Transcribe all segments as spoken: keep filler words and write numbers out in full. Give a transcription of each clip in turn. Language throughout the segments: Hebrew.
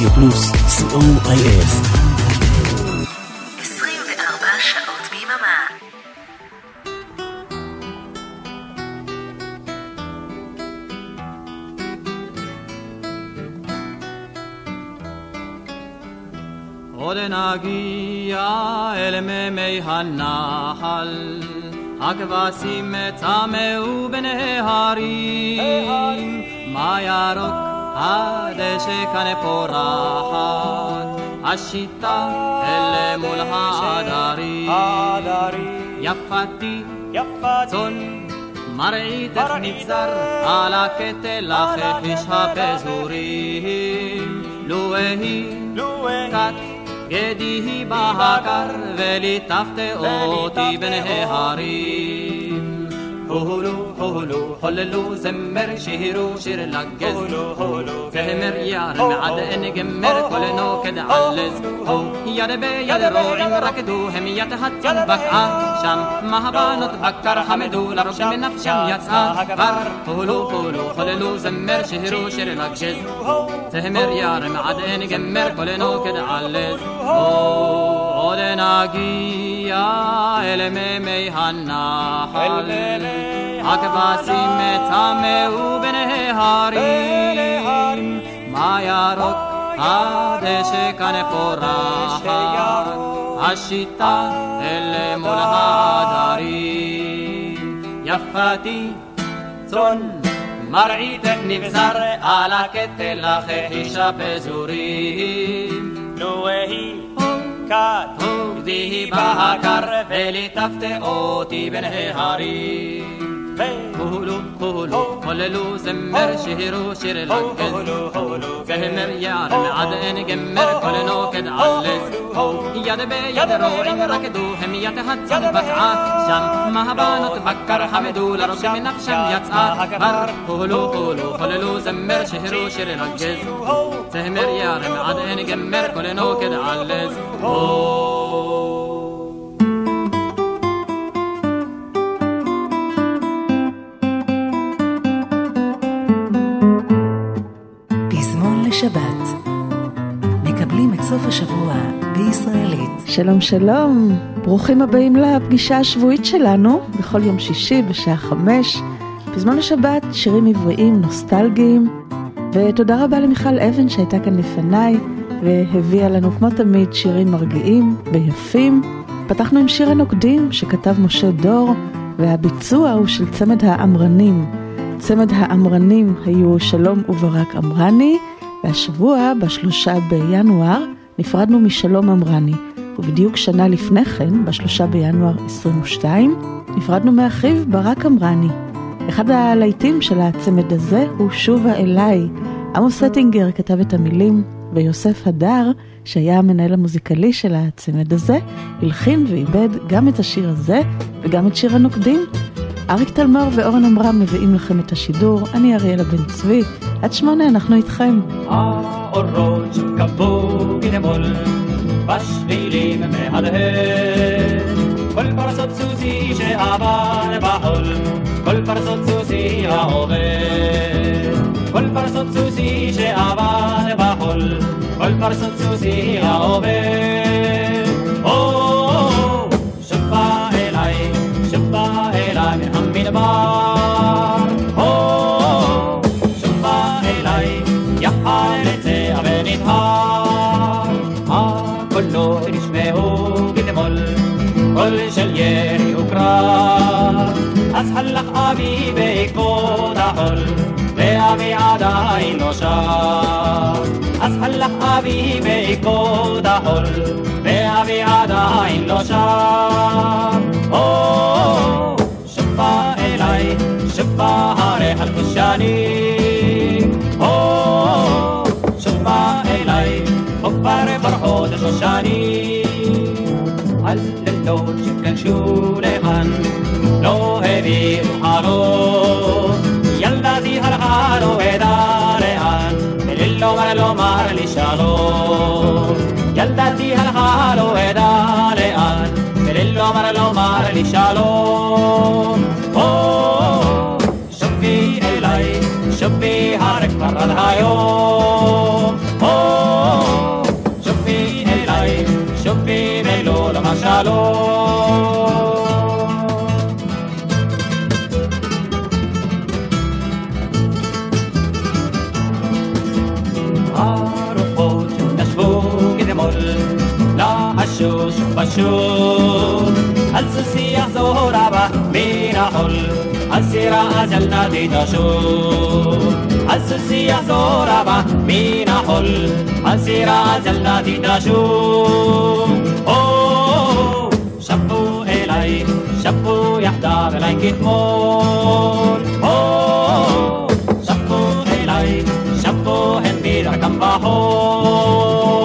רדיו פלוס, סי או איי אס. עשרים וארבע שעות ביממה. עוד נגיע אל מימי הנחל, הכבשים צמאו בנהרים, מה ירוק הדשא כאן פורחת, השיטה אלה מול העדרים. יפתי צאן מרעיתך נבזר, על הקטל החש הפזורים, לו היא קט גדי בהקר וליטפת אותי בין ההרים. הולו הולו הוללו זמר שירו שיר לגז, זמר יער מעד אין גמר כל נוקד עלז. יד ביד רועים רקדו הם יתהצם בקעה שם, מהבנות בקר חמדו לראש מנפשם יצאה כבר. הולו הולו הוללו זמר שירו שיר לגז, זמר יער מעד אין גמר כל נוקד עלז. עוד נגיע אל מימי הנחל, הכבשים צמאו בנהרים, מה ירוק הדשא כאן פורחת, השיטה אלה מול העדרים. יפתי צאן מרעיתך נבזר, על הקטל החש הפזורים, לו היא קט גדי בהקר וליטפת אותי בין ההרים. הולו הולו הוללו זמר שירו שיר לגז, זמר יער מעד אין גמר כל נוקד עלז. יד ביד רועים רקדו הם יתהצם בקעה שם, מהבנות בקר חמדו לראש מנפשם יצאה כבר. הולו הולו הוללו זמר שירו שיר לגז, זמר יער מעד אין גמר כל נוקד עלז. שבת מקבלים את סוף השבוע בישראלית. שלום שלום, ברוכים הבאים לפגישה השבועית שלנו בכל יום שישי בשעה חמש, פזמון לשבת, שירים עבריים נוסטלגיים. ותודה רבה למיכל אבן שהייתה כאן לפניי והביאה לנו כמו תמיד שירים מרגיעים ויפים. פתחנו עם שיר הנוקדים שכתב משה דור, והביצוע הוא של צמד האמרנים. צמד האמרנים היו שלום וברק אמרני, והשבוע בשלושה בינואר נפרדנו משלום אמרני, ובדיוק שנה לפני כן, בשלושה בינואר עשרים ושתיים, נפרדנו מאחיו ברק אמרני. אחד הלהיטים של הצמד הזה הוא שובה אליי. עמוס רטינגר כתב את המילים, ויוסף הדר, שהיה המנהל המוזיקלי של הצמד הזה, הלחין ואיבד גם את השיר הזה וגם את שיר הנוקדים. אריק תלמור ואורן אמרם מביאים לכם את השידור. אני אריאלה בן צבי, עד שמונה אנחנו איתכם. האורות שקבו גנמול בשבילים מהדהד, כל פרסות סוסי שעבר בחול, כל פרסות סוסי העובד, כל פרסות סוסי שעבר בחול, כל פרסות סוסי העובד. או שבה אליי, שבה אליי מהמדבר, או שבה אליי יחל לצע ונתהר, הקולות נשמעו גדמול, קול של ירי וקרב, אז הלך אבי בעקבות החול, ואבי עדיין לא שב. אז הלך אבי בעקבות החול, ואבי עדיין לא שב. או שבה אליי, שבה הריח חושני, או שבה אליי, כבר ברחו השושני. על לילות שכנשו לכאן, לא הביאו חרות, ילדתי הלכה לא ידע לאן, בליל לומר לומר לי שלום. ילדתי הלכה לא ידע לאן, בליל לומר לומר לי שלום. או שובי אליי, שובי הרי כבר עד היום, או תשוב. הסוסי יחזור הבא מן החול, הסירה ג'נתי תשוב. הסוסי יחזור הבא מן החול, הסירה ג'נתי תשוב. שבו אליי, שבו יחדיו אליי כתמול. שבו אליי, שבו הן בדרכם בחול.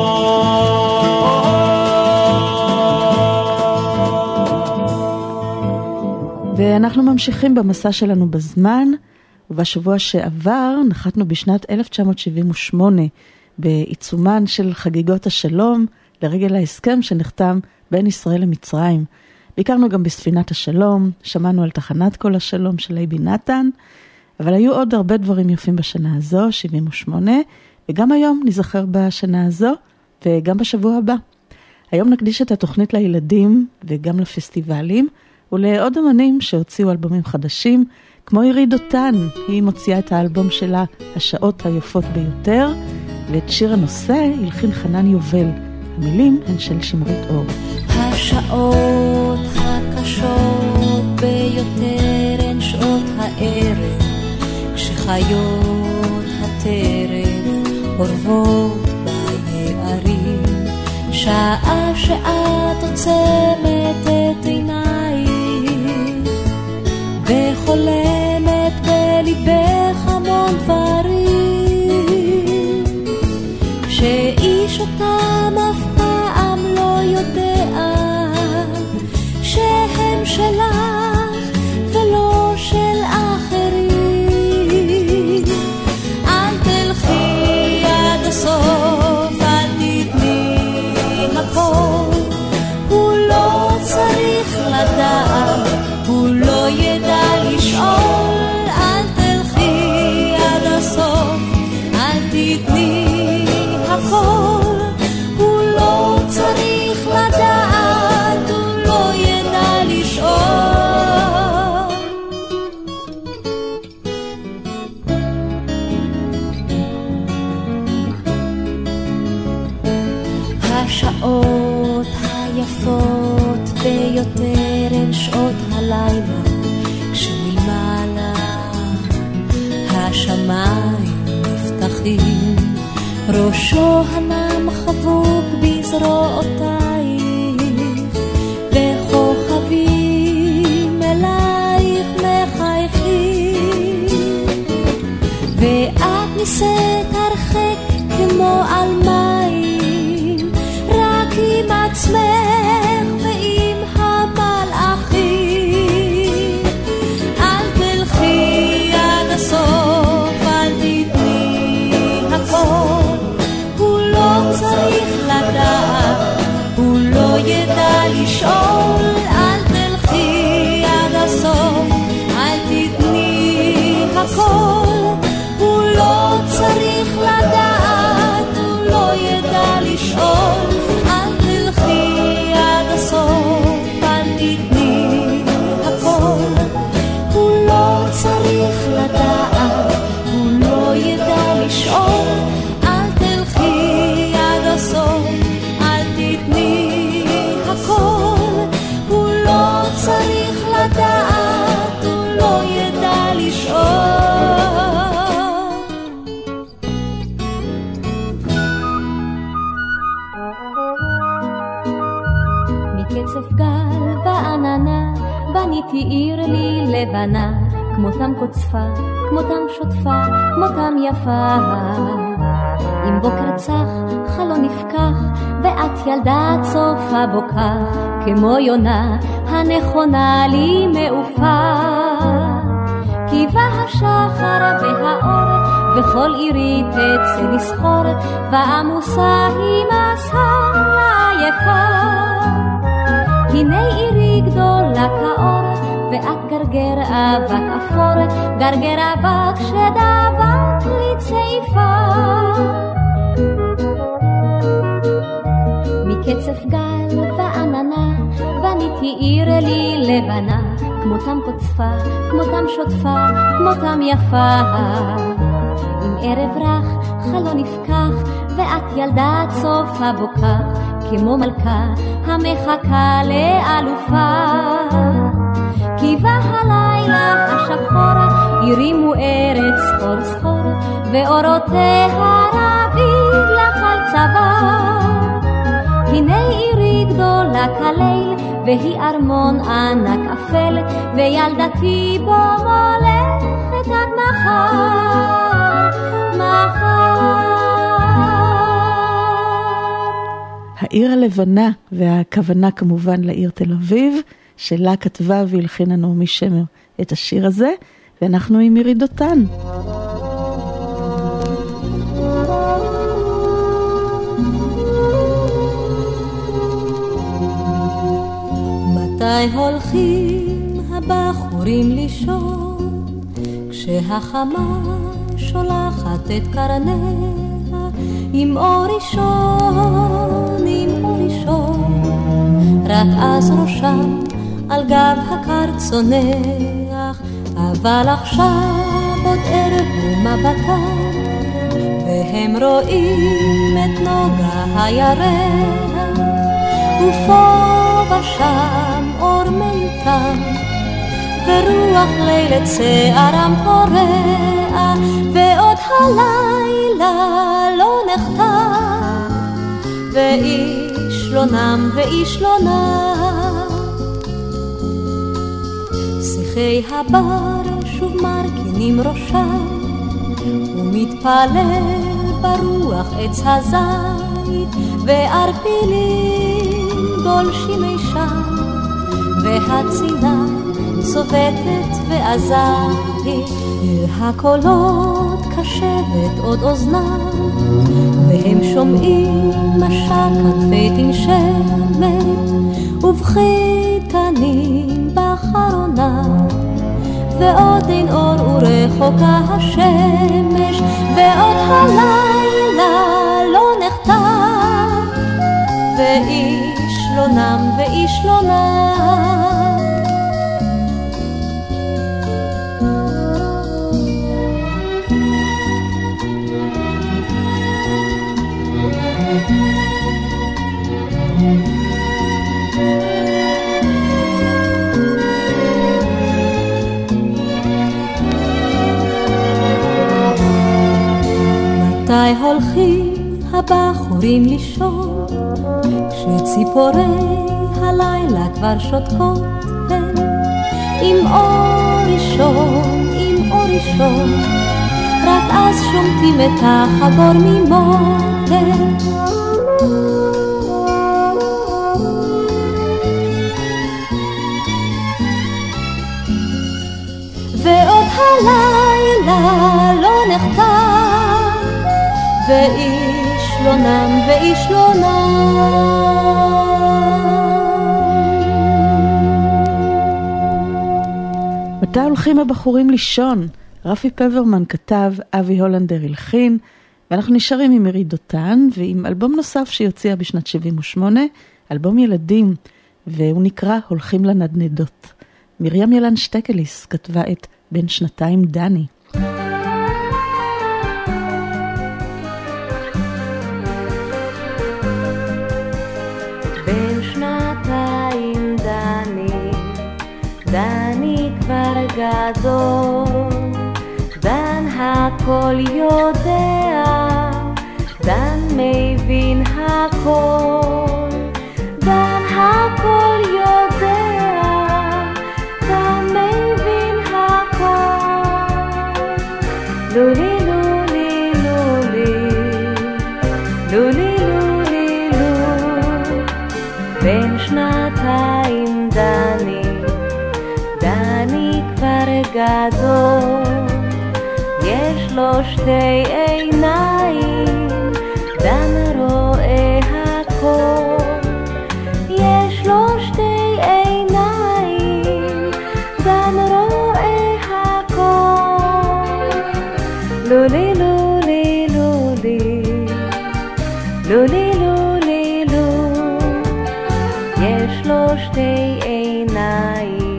ואנחנו ממשיכים במסע שלנו בזמן, ובשבוע שעבר נחתנו בשנת אלף תשע מאות שבעים ושמונה בעיצומן של חגיגות השלום לרגל ההסכם שנחתם בין ישראל למצרים. ביקרנו גם בספינת השלום, שמענו על תחנת כל השלום של לייבי נתן, אבל היו עוד הרבה דברים יפים בשנה הזו, שבעים ושמונה, וגם היום נזכר בשנה הזו וגם בשבוע הבא. היום נקדיש את התוכנית לילדים וגם לפסטיבלים, ולעוד אמנים שהוציאו אלבומים חדשים, כמו עירי דותן, היא מוציאה את האלבום שלה, השעות היפות ביותר, ואת שיר הנושא הלחין חנן יובל. המילים הן של שמרית אור. השעות הקשות ביותר הן שעות הערב, כשחיות הטרף אורבות ביערים, שעה שאת עוצמת את עיניים וחולמת בליבך המון דברים שאיש אותם אף פעם לא יודע שהם שלך ולא של אחרים. אל תלכי עד הסוף, אל תתני הכל, הוא לא צריך לדעת, הוא לא ידע לשאול. אל תלכי עד הסוף, אל תתני הכל, הוא לא צריך לדעת, הוא לא ידע לשאול. השעות היפות ביותר הן שעות הלילה, כשמלמעלה השמיים נפתחים, ראשו הנם חבוק בזרועותייך, וכוכבים אלייך מחייכים, ואת ניסית הרחק כמו על מים, רק עם עצמך ועם המלאכים. אל תלכי עד הסוף, אל תתני הכל, הוא לא צריך לדעת, הוא לא ידע לשאול. אל תלכי עד הסוף, אל תתני הכל, הוא לא צריך לדעת, הוא לא ידע לשאול. אל תלכי עד הסוף, אל תתני הכל, הוא לא צריך לדעת, הוא לא ידע לשאול. אל תלכי עד הסוף, אל תתני הכל, הוא לא צריך לדעת, הוא לא ידע לשאול. מקצף גל בעננה בניתי עיר לי לבנה, כמותם קוצפה, כמותם שוטפה, כמותם יפה. אם בוקר צח חלון נפקח ואת ילדה צופה בוקה, כמו יונה הנכונה לי מעופה. כי בא השחר והאור וכל עירי תצא לסחור, ועמוסה היא מסע לעייפה. הנה עירי גדולה כאור, ואת גרגר אבק אפור, גרגר אבק שדבק לי צעיפה. מקצף גל ועננה בניתי עיר לי לבנה, כמותם קוצפה, כמותם שוטפה, כמותם יפה. אם ערב רך חלון נפקח ואת ילדה צופה בוקה, כמו מלכה המחכה לאלופה. כי בא הלילה השחור, הרימו ארץ סחור סחור, ואורותיה רביד לך על צוואר. הנה עירי גדולה כליל, והיא ארמון ענק אפל, וילדתי בו מולכת עד מחר, מחר. העיר הלבנה, והכוונה כמובן לעיר תל אביב, שלה כתבה והלחינה נעמי שמר את השיר הזה, ואנחנו עם מירי דותן. מתי הולכים הבחורים לישון, כשהחמה שולחת את קרניה, עם אור ראשון, עם אור ראשון, רק אז ראשם על גב הקר צונח, אבל עכשיו עוד ערבו מבטם, והם רואים את נוגה הירח, ופה ושם אור מיותם, ורוח ליל שערם פורע, ועוד הלילה לא נחתם, ואיש לא נם ואיש לא נם. שיחי הבר שוב מרכינים ראשם, ומתפלל ברוח עץ הזית, וערפילים גולשים אי שם, והצינה צובטת ועזרתי, אל הקולות קשבת עוד אוזנם, והם שומעים משק כנפי תנשמת, ובחיתנים בחרונם, ועוד אין אור ורחוקה השמש, ועוד הלילה לא נחתם, ואיש לא נם ואיש לא נם. מתי הולכים הבחורים לישון, כשציפורי הלילה כבר שותקות הן, עם אור ראשון, עם אור ראשון, רק אז שומטים את החגור ממותן. ועוד הלילה לא נחתם, ואיש לא נם ואיש לא נם. מתי הולכים הבחורים לישון? רפי פברמן כתב, אבי הולנדר הלחין, ואנחנו נשארים עם מירי דותן, ועם אלבום נוסף שיוציאה בשנת שבעים ושמונה, אלבום ילדים, והוא נקרא הולכים לנדנדות. מרים ילן שטקליס כתבה את בן שנתיים דני. בן שנתיים דני, דני כבר גדול, דן הכל יודע, דן מבין הכל, דן הכל יודע, דן מבין הכל. לולי לולי לולי, לולי לולי לולי, בן שנתיים דני, דני כבר גדול, יש לו שתי עיניים, דן רואה הכל, יש לו שתי עיניים, דן רואה הכל. לולי לולי לולי, לולי לולי לולי, יש לו שתי עיניים,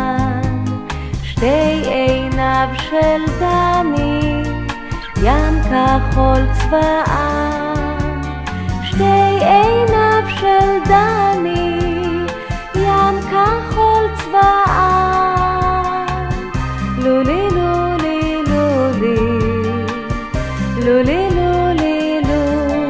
מצבעותן שתי עיניו של דני, ים כחול צבעם, שתי עיניו של דני, ים כחול צבעם. לולי לולי לולי, לולי לולי לו.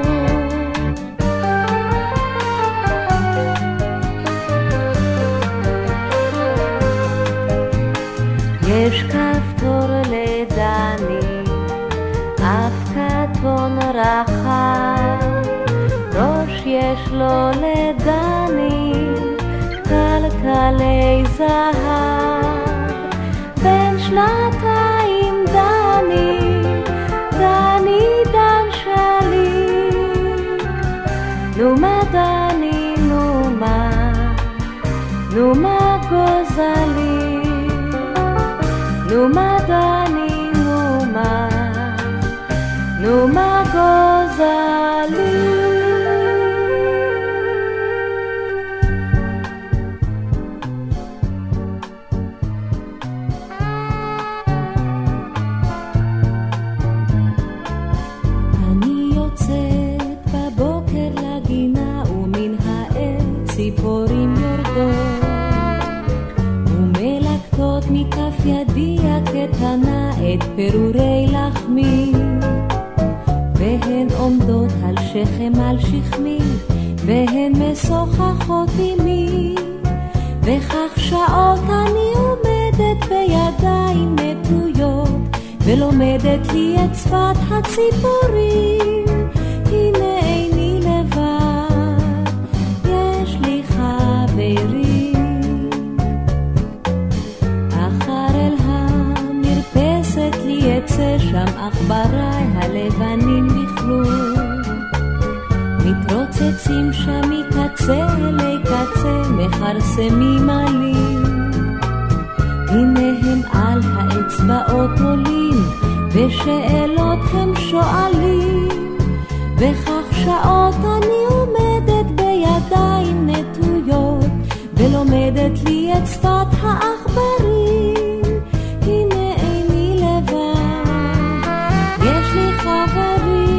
יש כפתור לדני, אף קטון רחב, ראש יש לו לדני, קלקלי זהב. בן שנתיים דני, דני דן שלי. נו מה דני, נו מה, נו מה גוזלי. נו מה דני, נו מה, נו מה גוזלי. אני יוצאת בבוקר לגינה ומן העץ ציפורים יורדות ומלקטות מכף ידי הקטנה את פירורי לחמי, והן עומדות על שכם על שכמי והן משוחחות עמי, וכך שעות אני עומדת בידיים נטויות ולומדת לי את שפת הציפורים. הנה איני לבד, יש לי חברים, אחר אל המרפסת לי יצא, שם עכבריי הלבנים בכלו, מתרוצצים שם מקצה לקצה, מכרסמים עלים. הנה הם על האצבעות עולים ושאלות הם שואלים, וכך שעות אני עומדת בידיים נטויות ולומדת לי את שפת העכברים. הנה איני לבד, יש לי חברים.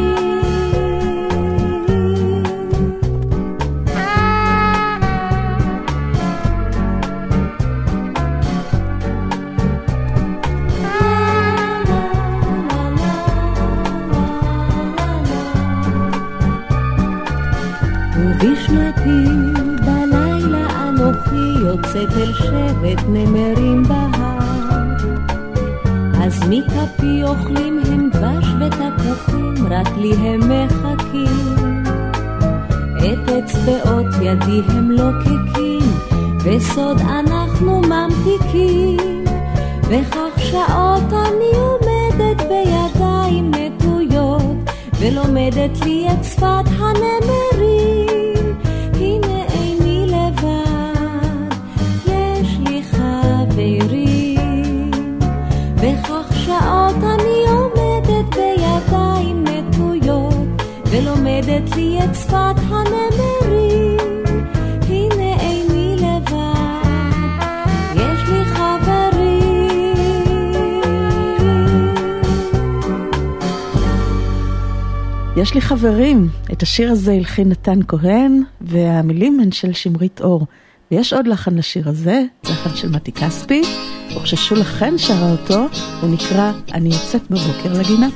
ובשנתי בלילה אנוכי יוצאת אל שבט נמרים בהר, אז מכפי אוכלים הם דבש ותפוחים, רק לי הם מחכים. את אצבעות ידי הם לוקקים, בסוד אנחנו ממתיקים, וכך שעות אני עומדת בידיים נטויות ולומדת לי את שפת הנמרים. הנה איני לבד, יש לי חברים, וכך שעות אני עומדת בידיים נטויות ולומדת לי את שפת הנמרים. הנה איני לבד, יש לי חברים. יש לי חברים. את השיר הזה הלחין נתן כהן, והמילים הן של שמרית אור. ויש עוד לחן לשיר הזה, לחן של מתי כספי, וכששולה חן שרה אותו, הוא נקרא אני יוצאת בבוקר לגינה.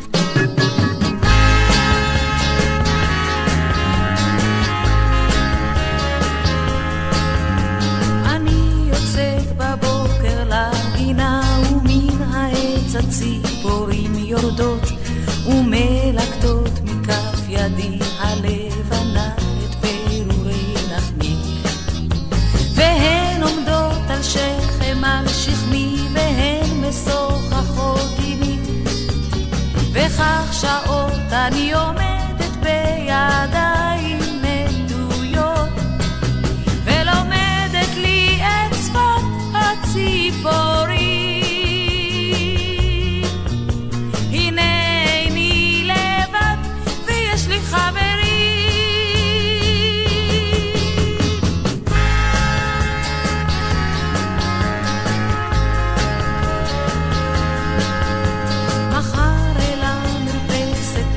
אני יוצאת בבוקר לגינה, ומן העץ הציפורים יורדות ומלקטות מכף ידי הלבנה את פירורי נחמי, והן עומדות על שכם על שכמי והן משוחחות עמי, וכך שעות אני עומדת בידיים נטויות ולומדת לי את שפת הציפורים. מחר אל המרפסת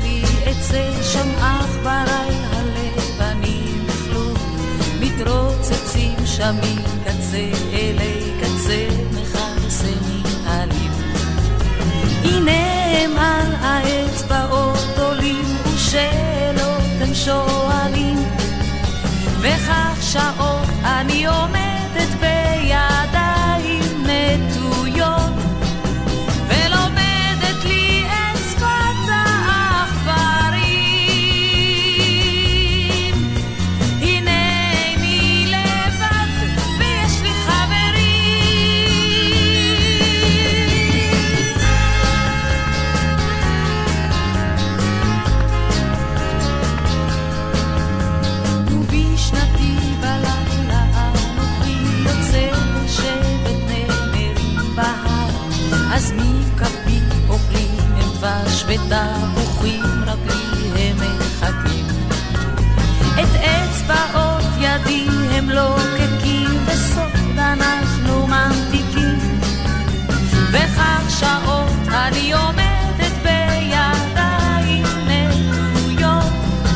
תפוחים רק לי הם מחכים. את אצבעות ידי הם לוקקים, בסוד אנחנו ממתיקים, וכך שעות אני עומדת בידיים נטויות,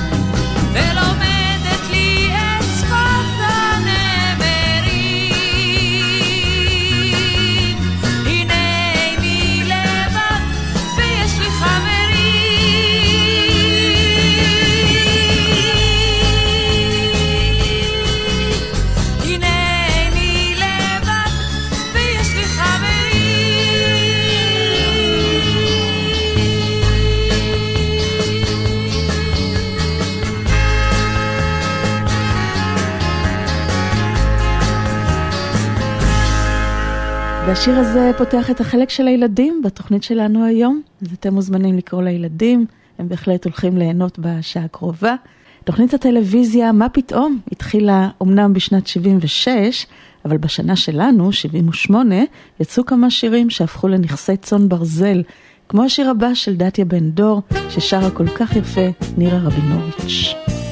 ולומדת לי את שפת הנמרים. הנה אני לבד ויש לי והשיר הזה פותח את החלק של הילדים בתוכנית שלנו היום, אז אתם מוזמנים לקרוא לילדים, הם בהחלט הולכים ליהנות בשעה הקרובה. תוכנית הטלוויזיה מה פתאום התחילה אומנם בשנת שבעים ושש, אבל בשנה שלנו, שבעים ושמונה, יצאו כמה שירים שהפכו לנכסי צאן ברזל, כמו השיר הבא של דתיה בן דור, ששרה כל כך יפה נירה רבינוביץ'.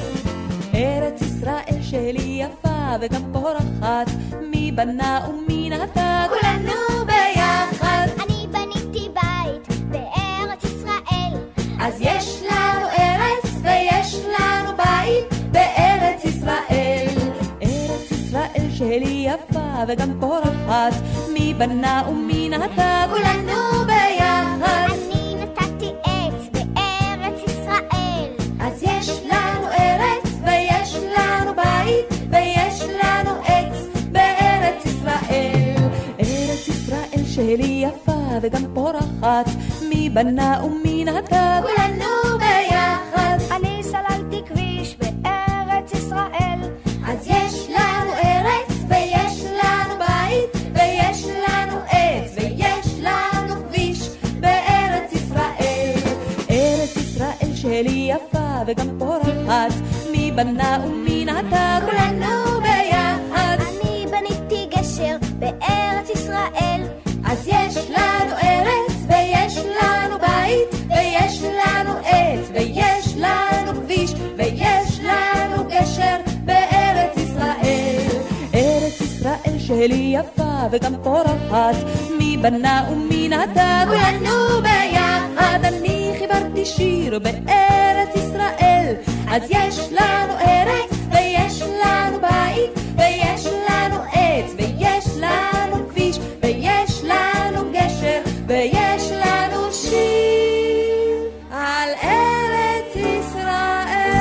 ארץ ישראל שלי יפה וגם פורחת, מי בנה ומי נטע, כולנו ביחד. אני בניתי בית בארץ ישראל, אז יש לנו ארץ ויש לנו בית בארץ ישראל. ארץ ישראל שלי יפה וגם פורחת, מי בנה ומי נטע, כולנו ביחד. אני נטעתי עץ בארץ ישראל, אז יש לנו ארץ ויש לנו בית ויש לנו עץ בארץ ישראל. ארץ ישראל שלי יפה וגם פורחת, מי בנה ומי נטע, כולנו ביחד. אני סללתי כביש בארץ ישראל, אז יש לנו ארץ ויש לנו בית ויש לנו עץ ויש לנו כביש בארץ ישראל. ארץ ישראל שלי יפה וגם פורחת, מי בנה ומי נטע, כולנו ביחד. אני בניתי גשר בארץ ישראל, אז יש לנו ארץ ויש לנו בית ויש לנו עץ ויש לנו כביש ויש לנו גשר בארץ ישראל. ארץ ישראל שלי יפה וגם פורחת, מי בנה ומי נטע, כולנו ביחד. אני חיברתי שיר בארץ ישראל, אז יש לנו ארץ ויש לנו בית ויש לנו עץ ויש לנו כביש ויש לנו גשר ויש לנו שיר על ארץ ישראל.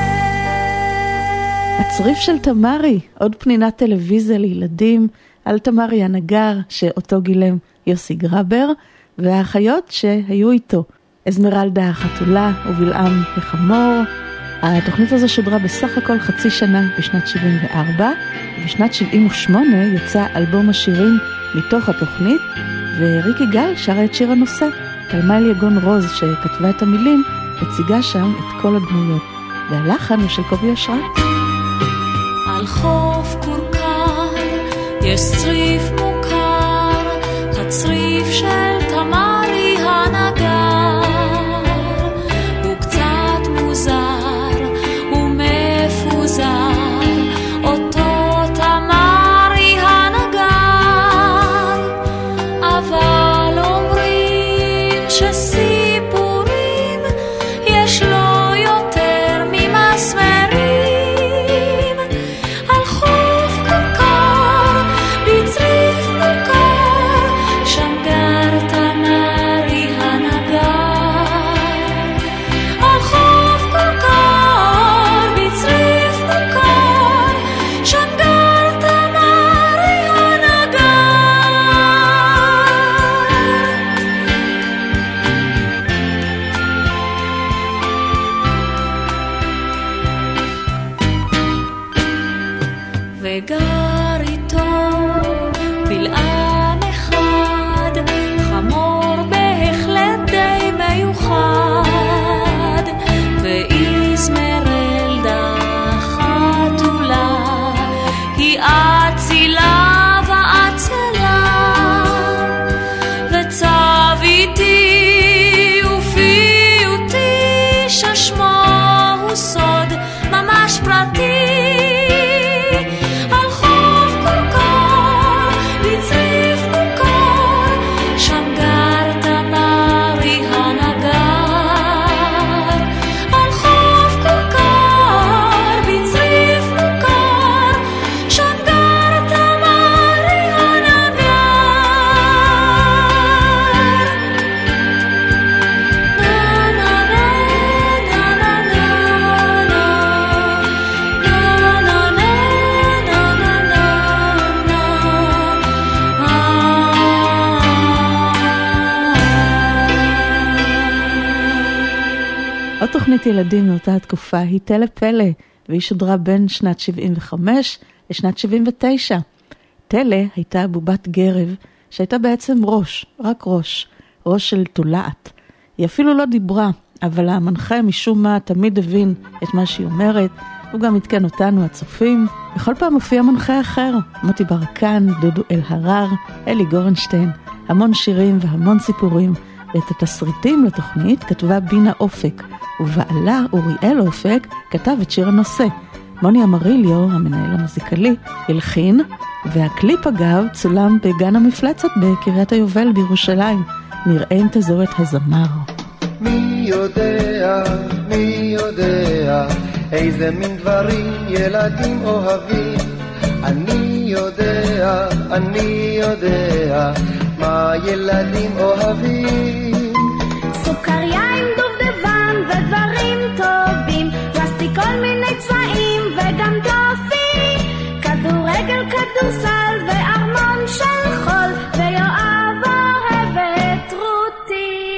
הצריף של תמרי, עוד פנינת טלוויזיה לילדים על תמרי הנגר שאותו גילם יוסי גרבר, והאחיות שהיו איתו, אזמרלדה החתולה ובלעם החמור. התוכנית הזו שודרה בסך הכל חצי שנה בשנת שבעים וארבע, ובשנת שבעים ושמונה יצא אלבום השירים מתוך התוכנית, וריקי גל שרה את שיר הנושא. תלמל יגון רוז שכתבה את המילים הציגה שם את כל הדמויות, והלחן הוא של קובי אשרת. על חוף כורכר יש צריף מוכר, הצריף של תמרי הנגר, הוא קצת מוזר ומפוזר, אותו תמרי הנגר, אבל אומרים שסיפורים יש לו יותר ממסמרים. על חוף כורכר בצריף תוכנית ילדים מאותה התקופה היא תלה פלא, והיא שודרה בין שנת שבעים וחמש לשנת שבעים ותשע. תלה הייתה בובת גרב, שהייתה בעצם ראש, רק ראש, ראש של תולעת. היא אפילו לא דיברה, אבל המנחה משום מה תמיד הבין את מה שהיא אומרת, הוא גם התקן אותנו הצופים. בכל פעם מופיע מנחה אחר, מוטי ברקן, דודו אלהרר, אלי גורנשטיין, המון שירים והמון סיפורים, ואת התסריטים לתוכנית כתבה בינה אופק, ובעלה אוריאל אופק כתב את שיר הנושא. מוני אמריליו, המנהל המוזיקלי, הלחין, והקליפ אגב צולם בגן המפלצת בקריית היובל בירושלים. נראה אם תזור את הזמר. מי יודע, מי יודע, איזה מין דברים ילדים אוהבים. אני יודע, אני יודע, מה ילדים אוהבים. סוכריה עם דובדבן ודברים טובים, פלסטיק כל מיני צבעים וגם טופי, כדורגל, כדורסל וארמון של חול, ויואב אוהבת רותי.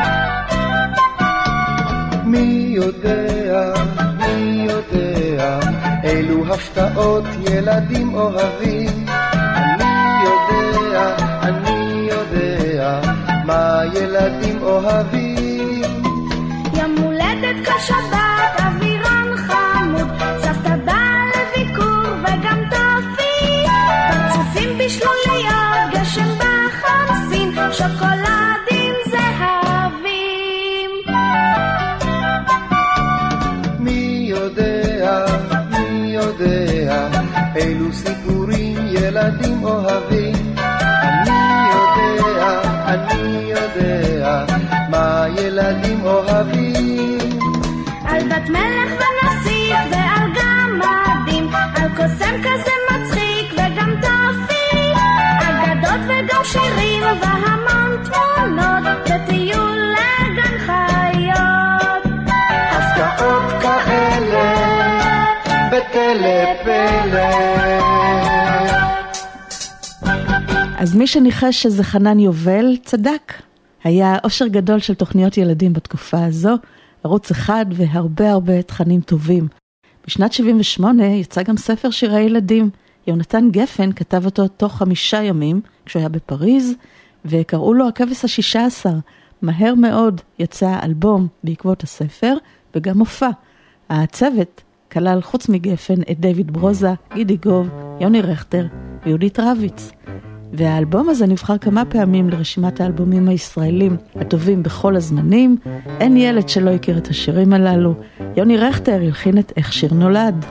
מי יודע, מי יודע, אילו הפתעות ילדים אוהבים. אני יודע, אני יודע, מה ילדים אוהבים. יום הולדת כל שבת, אווירון חמוד, סבתא באה לביקור וגם טופי, פרצופים בשלוליות, גשם בחמסין, שוקולדים זהבים. מי יודע, מי יודע, אילו סיפורים ילדים אוהבים. אני יודע, אני יודע, מה ילדים אוהבים. על בת מלך ונסיך ועל גמדים, על קוסם כזה מצחיק וגם טופי, אגדות וגם שירים והמון תמונות, וטיול לגן חיות. הפתעות כאלה בתלה פלא. אז מי שניחש שזה חנן יובל צדק. היה אושר גדול של תוכניות ילדים בתקופה הזו, ערוץ אחד והרבה הרבה תכנים טובים. בשנת שבעים ושמונה יצא גם ספר שירי ילדים. יונתן גפן כתב אותו תוך חמישה ימים כשהוא היה בפריז, וקראו לו הכבש השישה עשר. מהר מאוד יצא אלבום בעקבות הספר וגם מופע. הצוות כלל חוץ מגפן את דיוויד ברוזה, גידי גוב, יוני רכטר ויהודית רביץ. והאלבום הזה נבחר כמה פעמים לרשימת האלבומים הישראלים הטובים בכל הזמנים. אין ילד שלא הכיר את השירים הללו. יוני רכטר הלחין את איך שיר נולד.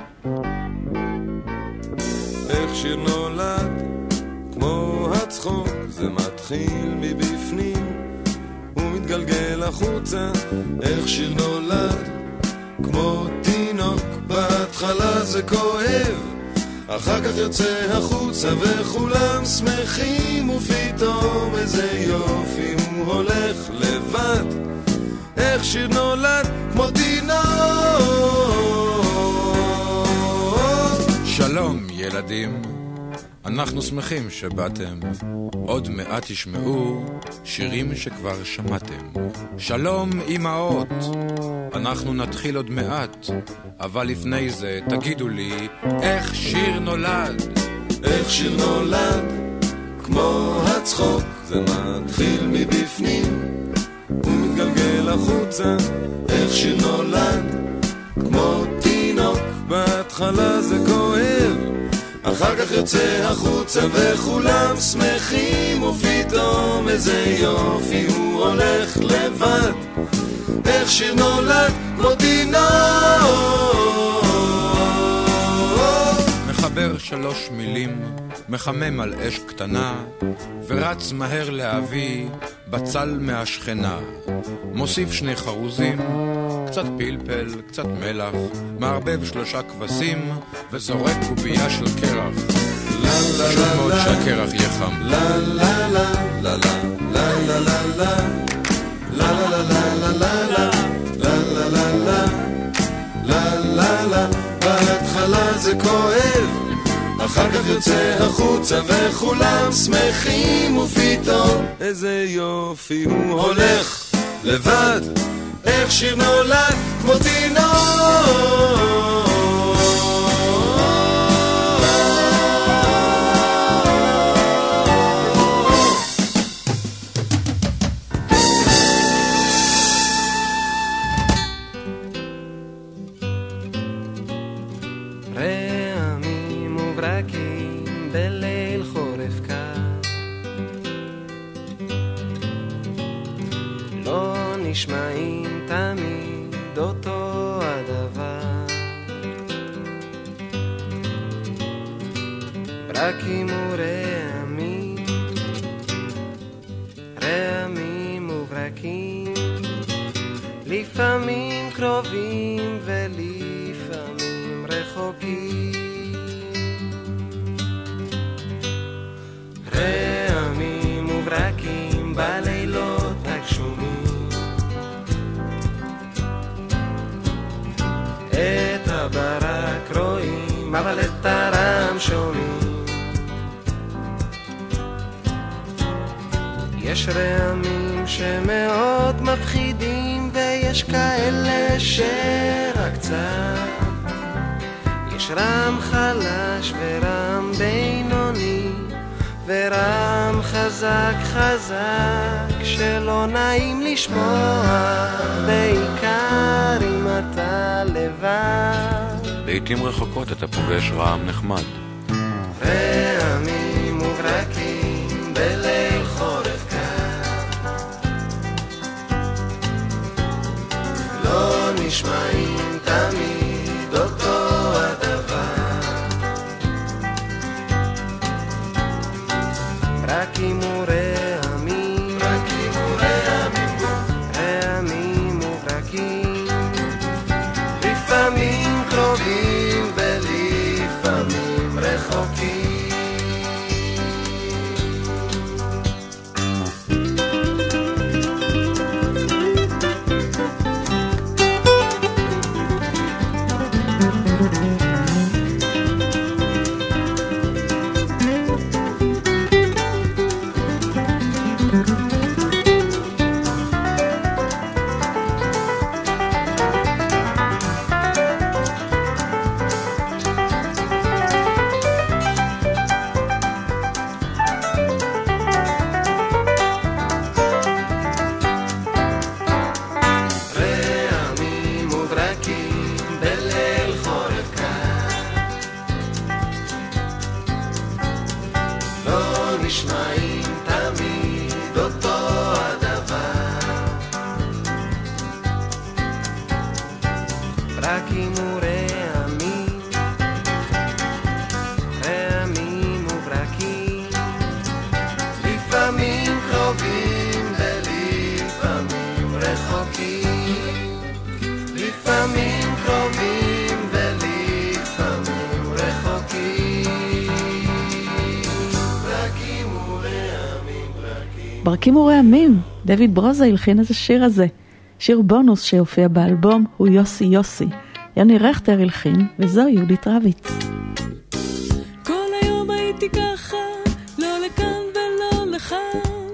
איך שיר נולד, כמו הצחוק, זה מתחיל מבפנים ומתגלגל החוצה. איך שיר נולד, כמו תינוק, בהתחלה זה כואב, אחר כך יוצא החוצה וכולם שמחים, ופתאום איזה יופי הוא הולך לבד. איך שיר נולד, כמו תינוק. שלום ילדים, אנחנו שמחים שבאתם. עוד מעט תשמעו שירים שכבר שמעתם. שלום אמאות, אנחנו נתחיל עוד מעט, אבל לפני זה תגידו לי איך שיר נולד. איך שיר נולד, כמו הצחוק, זה מתחיל מבפנים ומתגלגל החוצה. איך שיר נולד, כמו תינוק, בהתחלה זה כואב, אחר כך יוצא החוצה וכולם שמחים, ופתאום איזה יופי הוא הולך לבד. איך שיר נולד, כמו תינוק. מחבר שלוש מילים, מחמם על אש קטנה, ורץ מהר להביא בצל מהשכנה. מוסיף שני חרוזים, קצת פלפל, קצת מלח, מערבב שלושה כבשים, וזורק קובייה של קרח. חשוב מאוד שהקרח יהיה חם. לה לה לה לה לה לה לה לה לה לה לה לה לה לה לה לה לה לה. בהתחלה זה כואב, אחר כך יוצא החוצה וכולם שמחים, ופתאום איזה יופי הוא הולך לבד. איך שיר נולד כמו תינוק. רעמים וברקים בליל חורף קר, לא נשמעים תמיד אותו הדבר. ברקים ורעמים, רעמים וברקים, לפעמים קרובים ולפעמים רחוקים. רעמים וברקים בלילות הגשומים, את הברק רואים אבל את הרם שומעים. יש רעמים שמאוד מפחידים ויש כאלה שרק קצת. יש רם חלש ורם בינוני ורם חזק חזק שלא נעים לשמוע, בעיקר אם אתה לבד. לעתים רחוקות אתה פוגש רעם נחמד. רעמים וברקים בליל חורף קר, לא נשמעים תמיד אותו הדבר. ברקים ורעמים, ברקים ורעמים, רעמים וברקים, לפעמים קרובים ולפעמים רחוקים. ברקים ורעמים, דויד ברוזה הלחין את השיר הזה. שיר בונוס שהופיע באלבום הוא יוסי יוסי. יוני רכטר הלחין וזו יהודית רביץ. כל היום הייתי ככה, לא לכאן ולא לכאן,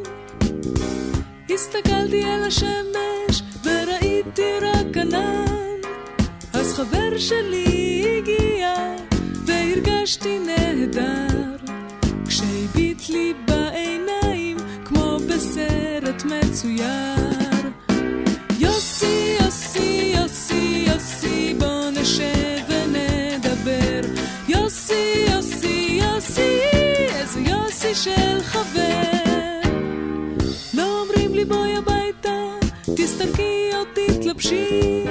הסתכלתי על השמש וראיתי רק ענן. אז חבר שלי הגיע והרגשתי נהדר, כשהביט לי בעיניים כמו בסרט מצויר. יוסי יוסי יוסי יוסי בוא נשב ונדבר. יוסי יוסי יוסי איזה יוסי של חבר. לא אומרים לי בואי הביתה, תסתלקי או תתלבשי,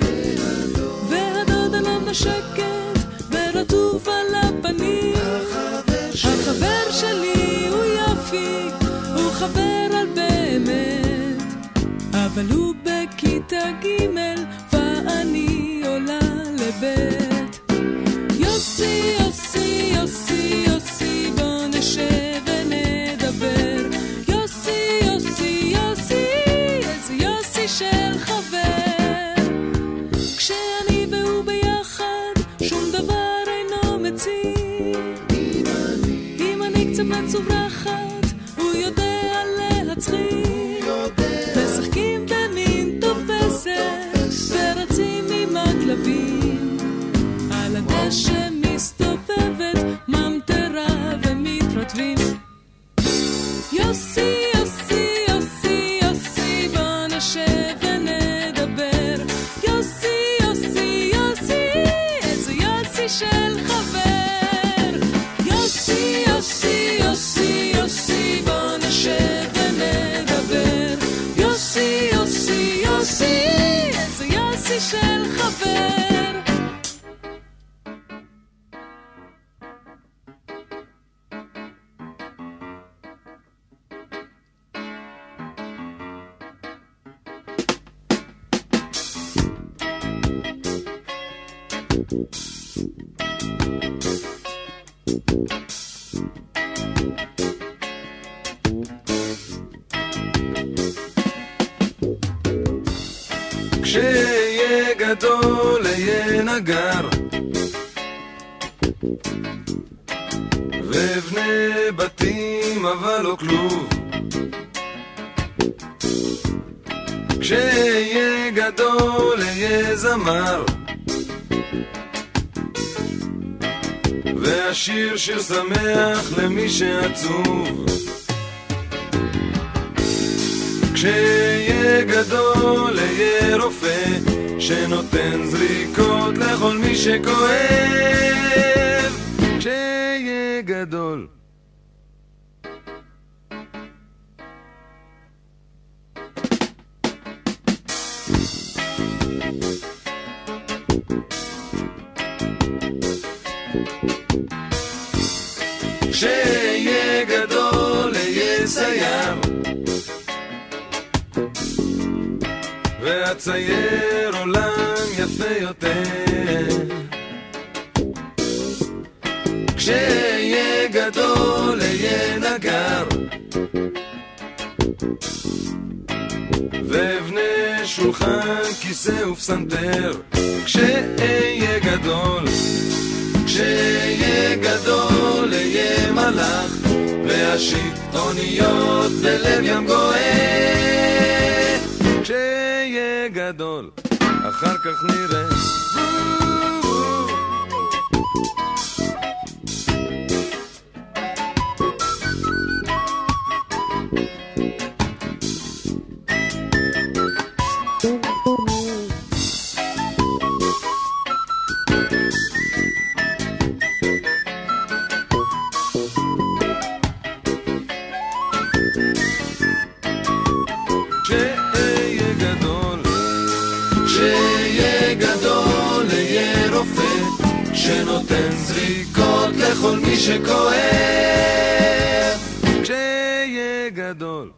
והדודה לא נשקת ורטוב על הפנים. החבר שלי הוא יופי, הוא חבר על באמת, אבל הוא בכיתה ג' ואני עולה לבית. יוסי יוסי יוסי יוסי בוא נשב ונדבר. יוסי יוסי יוסי איזה יוסי של חבר. כשאני והוא ביחד שום דבר אינו מציב. אם אני קצת מצוברחת הוא יודע להצחיק, משחקים במין תופסת יוסי, יוסי, יוסי, יוסי, בוא נשב ונדבר. יוסי, יוסי, יוסי, איזה יוסי של חבר. יוסי, יוסי, יוסי, יוסי, בוא נשב ונדבר. יוסי, יוסי, יוסי, איזה יוסי של חבר. כשיהיה גדול יהיה נגר ובני בתים אבל לא כלוב. כשיהיה גדול יהיה זמר והשיר שיר שמח למי שעצוב. כשיהיה גדול יהיה רופא שנותן זריקות לכל מי שכואב. כשיהיה גדול כשיהיה גדול יהיה צייר והצייר עולם יפה יותר. כשיהיה גדול יהיה נגר ובני שולחן כיסא ופסנתר. כשיהיה גדול כשיהיה גדול יהיה מלאך והשלטוניות בלב ים גואל. כשיהיה גדול אחר כך נראה. שנותן זריקות לכל מי שכואב. כשיהיה גדול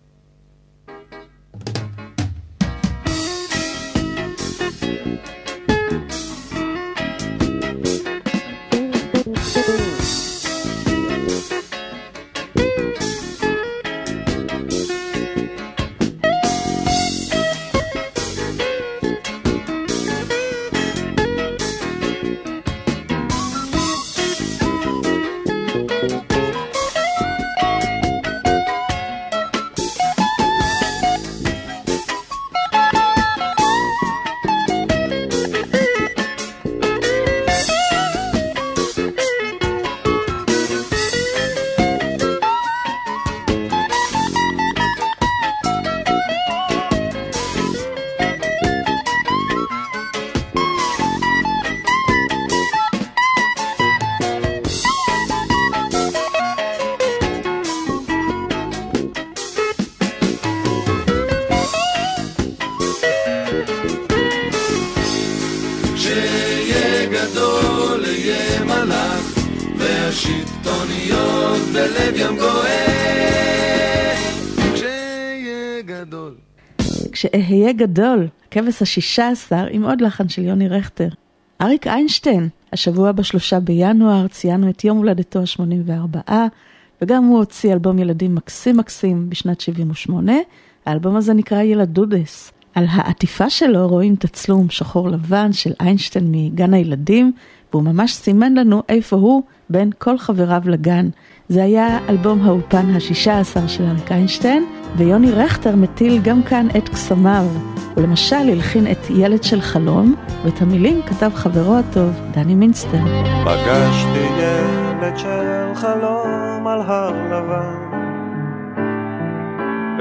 כשאהיה גדול, הכבש השישה עשר, עם עוד לחן של יוני רכטר. אריק איינשטיין, השבוע בשלושה בינואר, ציינו את יום הולדתו ה-שמונים וארבע, וגם הוא הוציא אלבום ילדים מקסים מקסים בשנת שבעים ושמונה. האלבום הזה נקרא ילדודס. על העטיפה שלו רואים תצלום שחור לבן של איינשטיין מגן הילדים, והוא ממש סימן לנו איפה הוא בין כל חבריו לגן. זה היה אלבום האולפן ה-שישה עשר של אריק איינשטיין, ויוני רכטר מטיל גם כאן את קסמיו. הוא למשל הלחין את ילד של חלום, ואת המילים כתב חברו הטוב דני מינסטר. פגשתי ילד של חלום על הר לבן,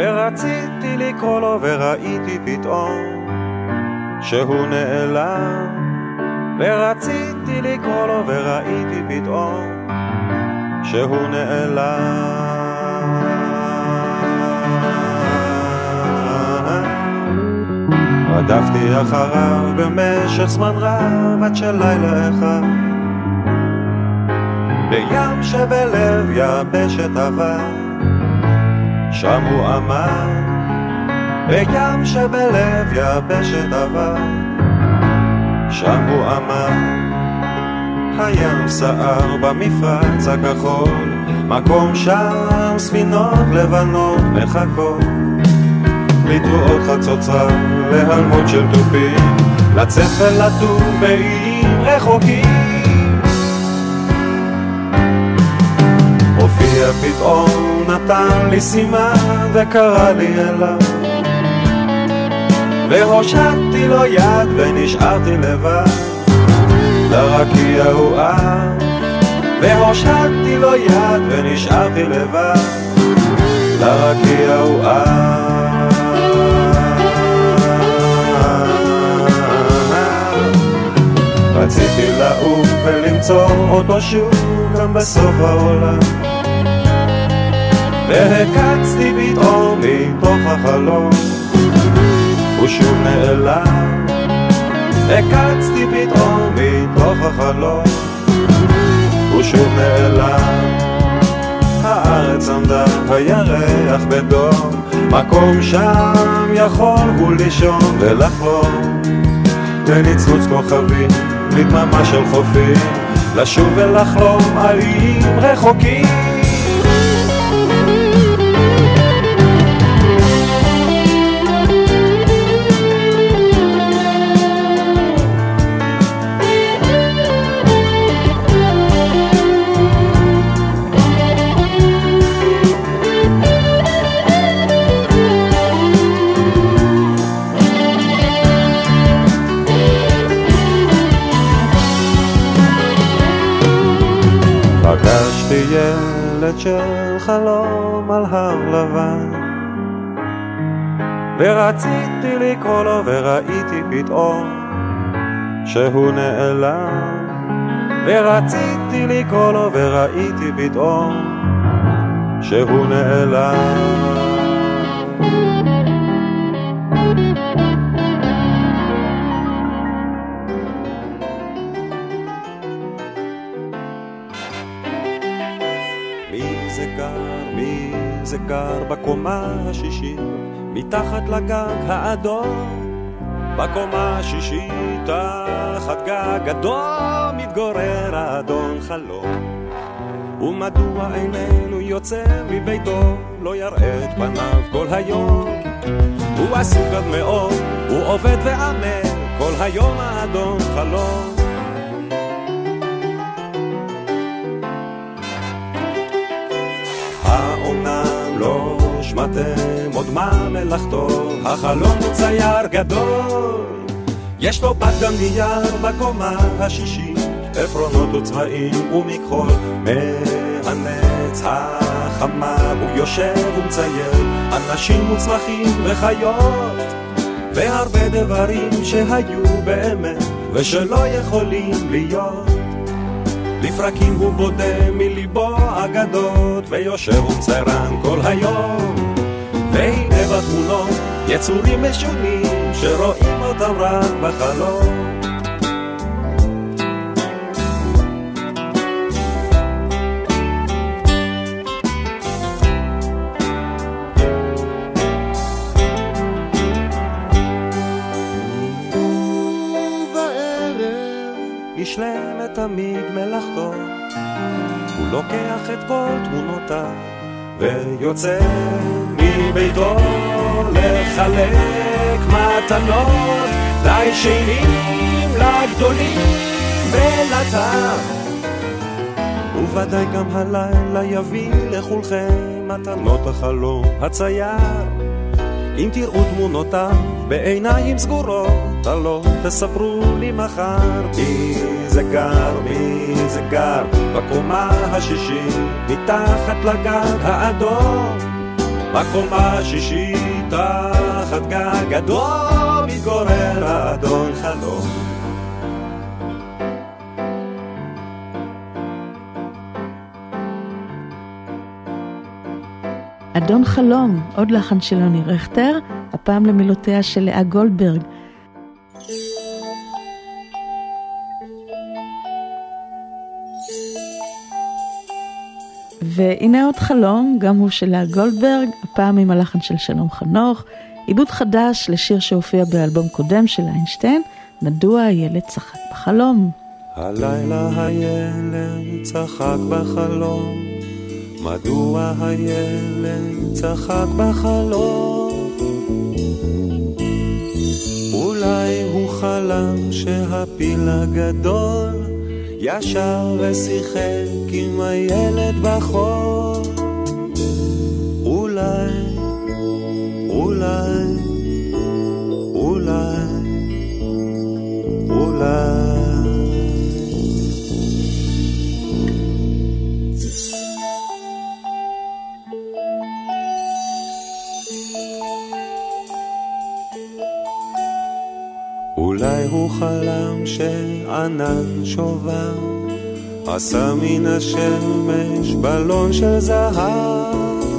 ורציתי לקרוא לו וראיתי פתאום שהוא נעלם. ורציתי לקרוא לו וראיתי פתאום שהוא נעלם. רדפתי אחריו במשך זמן רב עד של לילה אחד בים שבלב יבשת עבר שם הוא אמר, בים שבלב יבשת עבר שם הוא אמר, הים סער במפרץ הכחול מקום שם ספינות לבנות מחכות לתרועות חצוצה להלמות של טופים לצאת ולטוב באיים רחוקים. הופיע פתאום נתן לי סימן וקרא לי אליו והושטתי לו יד ונשארתי לבד לרקיע הוא אב והושטתי לו יד ונשארתי לבד לרקיע הוא אב. רציתי לעוף ולמצוא אותו שוב גם בסוף העולם והקצתי פתאום מתוך החלום הוא שוב נעלם. הקצתי פתאום מתוך החלום הוא שוב נעלם. הארץ עמדה הירח בדום מקום שם יכול הוא לישון ולחלום לניצוץ כוכבים לדממה של חופים לשוב ולחלום על איים רחוקים. פגשתי ילד של חלום על הר לבן ורציתי לקרוא לו וראיתי פתאום שהוא נעלם. ורציתי לקרוא לו וראיתי פתאום שהוא נעלם. זה גר בקומה השישית מתחת לגג האדום בקומה השישית תחת גג אדום מתגורר האדון חלום ומדוע איננו יוצא מביתו לא יראה את פניו כל היום הוא עסוק עד מאוד הוא עובד ועמל כל היום האדון חלום לא שמעתם עוד מה מלאכתו החלום הוא צייר גדול יש לו בת גם נייר בקומה השישית עפרונות וצבעים ומכחול מהנץ החמה הוא יושב ומצייר אנשים וצמחים וחיות והרבה דברים שהיו באמת ושלא יכולים להיות לפרקים הוא בודה מליבו אגדות ויושב ומציירן כל היום והנה בתמונות יצורים משונים שרואים אותם רק בחלום נשלמת תמיד מלאכתו הוא לוקח את כל תמונותיו ויוצא מביתו לחלק מתנות לישנים לגדולים ולטב וודאי גם הלילה יביא לכולכם מתנות החלום הצייר אם תראו תמונותיו בעיניים סגורות הלא תספרו לי מחר מי זה גר, מי זה גר בקומה השישית מתחת לגג האדום בקומה שישית תחת גג אדום מתגורר אדון חלום. אדון חלום, עוד לחן של יוני רכטר, הפעם למילותיה של לאה גולדברג. והנה עוד חלום, גם הוא של לאה גולדברג, הפעם עם הלחן של שלום חנוך, עיבוד חדש לשיר שהופיע באלבום קודם של איינשטיין, מדוע הילד צחק בחלום. הלילה הילד צחק בחלום, מדוע הילד צחק בחלום? אולי הוא חלם שהפיל הגדול ישר ושיחק עם הילד בחול. אולי, אולי, אולי, אולי אולי הוא חלם שענן שובר עשה מן השמש בלון של זהב,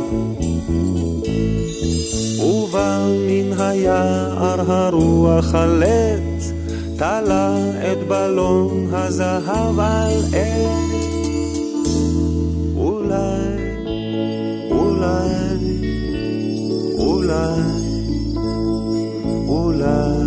ובא מן היער הרוח הלט תלה את בלון הזהב על עת. אולי, אולי, אולי, אולי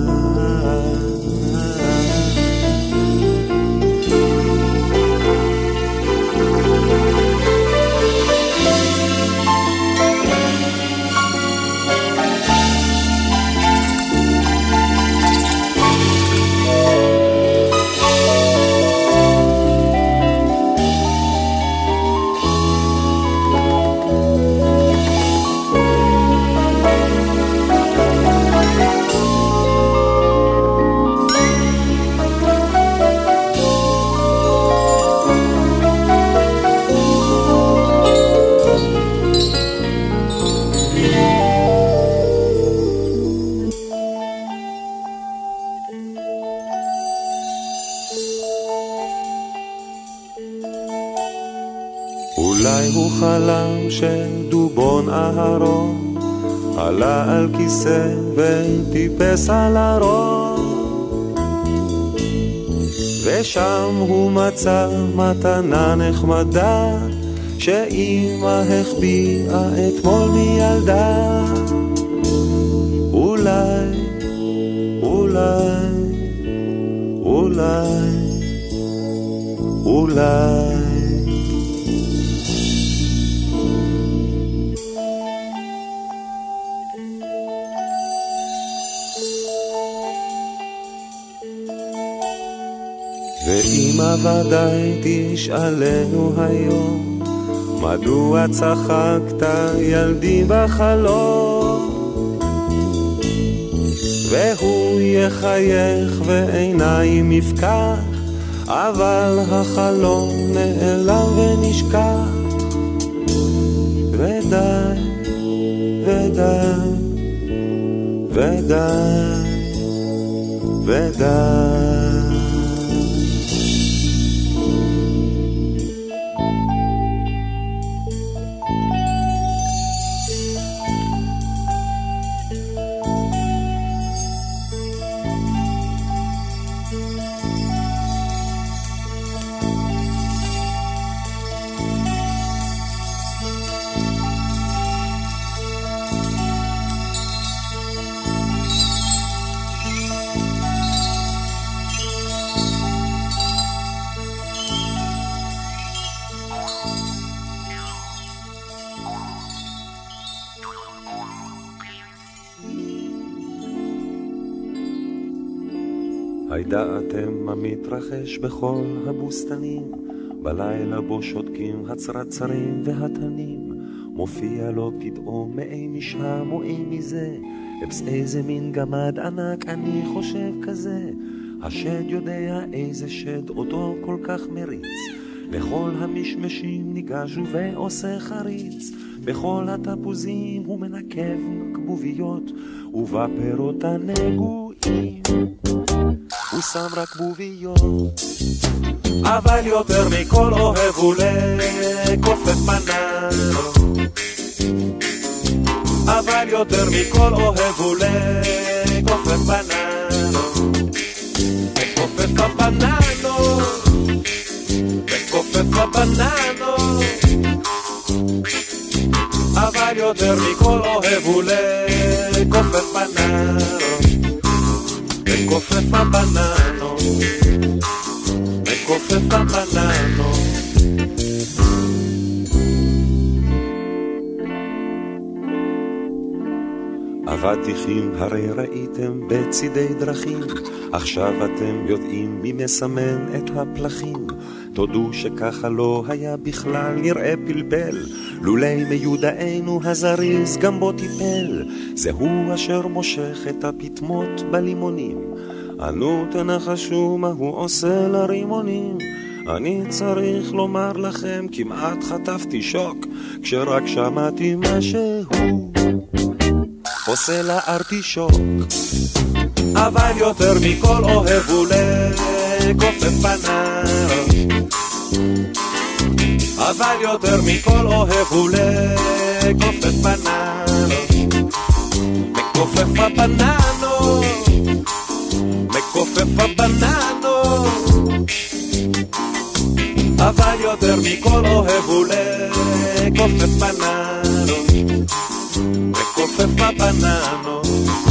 חלם שדובון אהרון עלה על כיסא וטיפס על הראש, ושם הוא מצא מתנה נחמדה שאמא החביאה אתמול מילדה. אולי, אולי, אולי, אולי ואמא ודאי תשאלנו היום מדוע צחקת ילדי בחלום, והוא יחייך ועיניים יפקח, אבל החלום נעלם ונשכח. ודי, ודי, ודי, ודי. הידעתם המתרחש בכל הבוסתנים, בלילה בו שותקים הצרצרים והתנים, מופיע לו פתאום מאי משם או אי מזה, אפס איזה מין גמד ענק אני חושב כזה, השד יודע איזה שד אותו כל כך מריץ, לכל המשמשים ניגש ועושה חריץ, בכל התפוזים הוא מנקב כבוביות, ובפירות הנגועים הוא שם רק בוביות. אבל יותר מכל אוהב הוא לכופף בננות, אבל יותר מכל אוהב הוא לכופף בננות, לכופף הבננות, לכופף הבננות. אבל יותר מכל אוהב הוא לכופף בננות, לכופף הבננות, לכופף הבננות. אבטיחים הרי ראיתם בצידי דרכים, עכשיו אתם יודעים מי מסמן את הפלחים. תודו שככה לא היה בכלל נראה פלפל, לולי מיודענו הזריז גם בו טיפל. זהו אשר מושך את הפטמות בלימונים, אנו תנחשו מה הוא עושה לרימונים. אני צריך לומר לכם, כמעט חטפתי שוק כשרק שמעתי מה שהוא עושה לארטישוק. אבל יותר מכל אוהב הוא לכופף בננות, אבל יותר מכל אוהב הוא לכופף בננות, מכופף הבננות, מכופף הבננות. אבל יותר מכל אוהב הוא לכופף בננות, מכופף הבננות,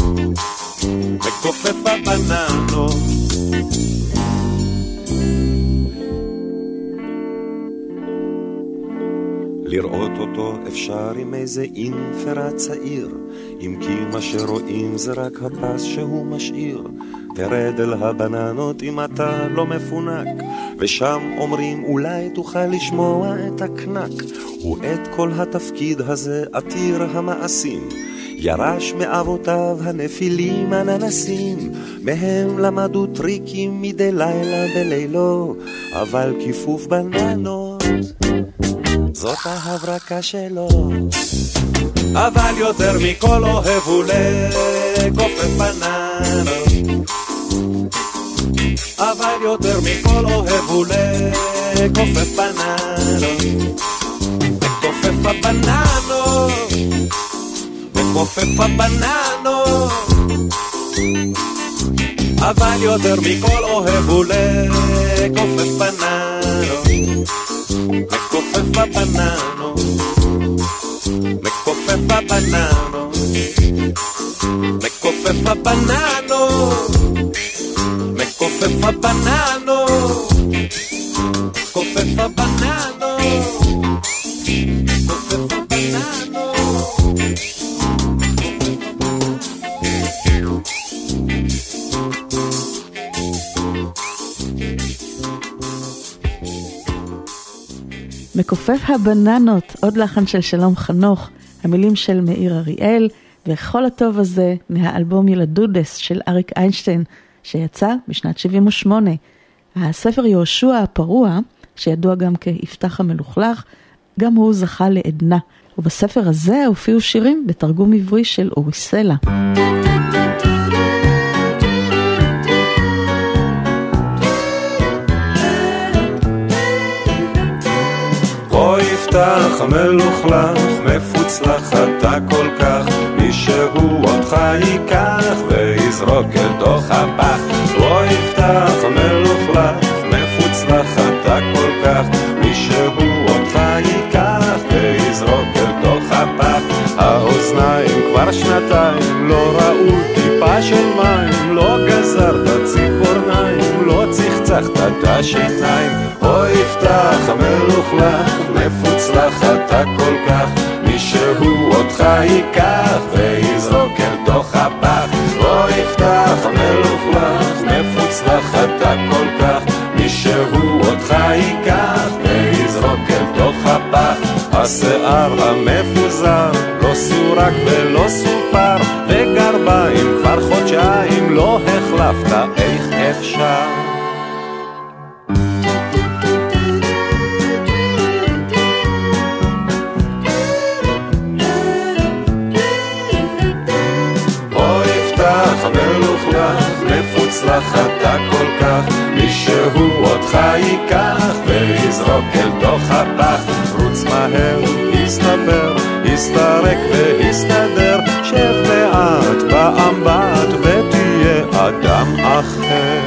מכופף הבננות. לראות אותו אפשר עם איזה אינפרה צעיר, אם כי מה שרואים זה רק הפס שהוא משאיר. תרד אל הבננות אם אתה לא מפונק, ושם אומרים אולי תוכל לשמוע את הקנק. ואת כל התפקיד הזה עתיר המעשים ירש מאבותיו הנפילים הננסים, מהם למדו טריקים מדי לילה בלילו. אבל כיפוף בננות זאת ההברקה שלו. אבל יותר מכל אוהב הוא לכופף בננות, אבל יותר מכל אוהב הוא לכופף בננות, מכופף הבננות, מכופף הבננות. אבל יותר מכל אוהב הוא לכופף בננות, מכופף הבננות, מכופף הבננות, מכופף הבננות, מכופף הבננות, מכופף הבננות, מכופף הבננות. מכופף הבננות, עוד לחן של שלום חנוך, המילים של מאיר אריאל, וכל הטוב הזה מהאלבום ילדודס של אריק איינשטיין, שיצא בשנת שבעים ושמונה. הספר יהושע הפרוע, שידוע גם כיפתח המלוכלך, גם הוא זכה לעדנה, ובספר הזה הופיעו שירים בתרגום עברי של אורי סלע. בוא יפתח המלוכלך, מפוצלח אתה כל כך, מי שהוא אותך ייקח ויזרוק אל תוך הפח. בוא יפתח המלוכלך, מפוצלח אתה כל כך, מי שהוא אותך ייקח ויזרוק אל תוך הפח. האוזניים כבר שנתיים לא ראו טיפה של מים, לא גזרת ציפורניים, לא צחצחת את השיניים. בוא יפתח המלוכלך, מפוצלח אתה כל כך, מי שהוא אותך ייקח ויזרוק אל תוך הפח. בוא יפתח המלוכלך, מפוצלח אתה כל כך, מי שהוא אותך ייקח ויזרוק אל תוך הפח. השיער המפוזר לא סורק ולא סופר, וגרביים כבר חודשיים לא החלפת, איך אפשר? מוצלח אתה כל כך, מישהו אותך ייקח ויזרוק אל תוך הפח. רוץ מהר, הסתבר, הסתרק והסתדר, שב מעט באמבט ותהיה אדם אחר.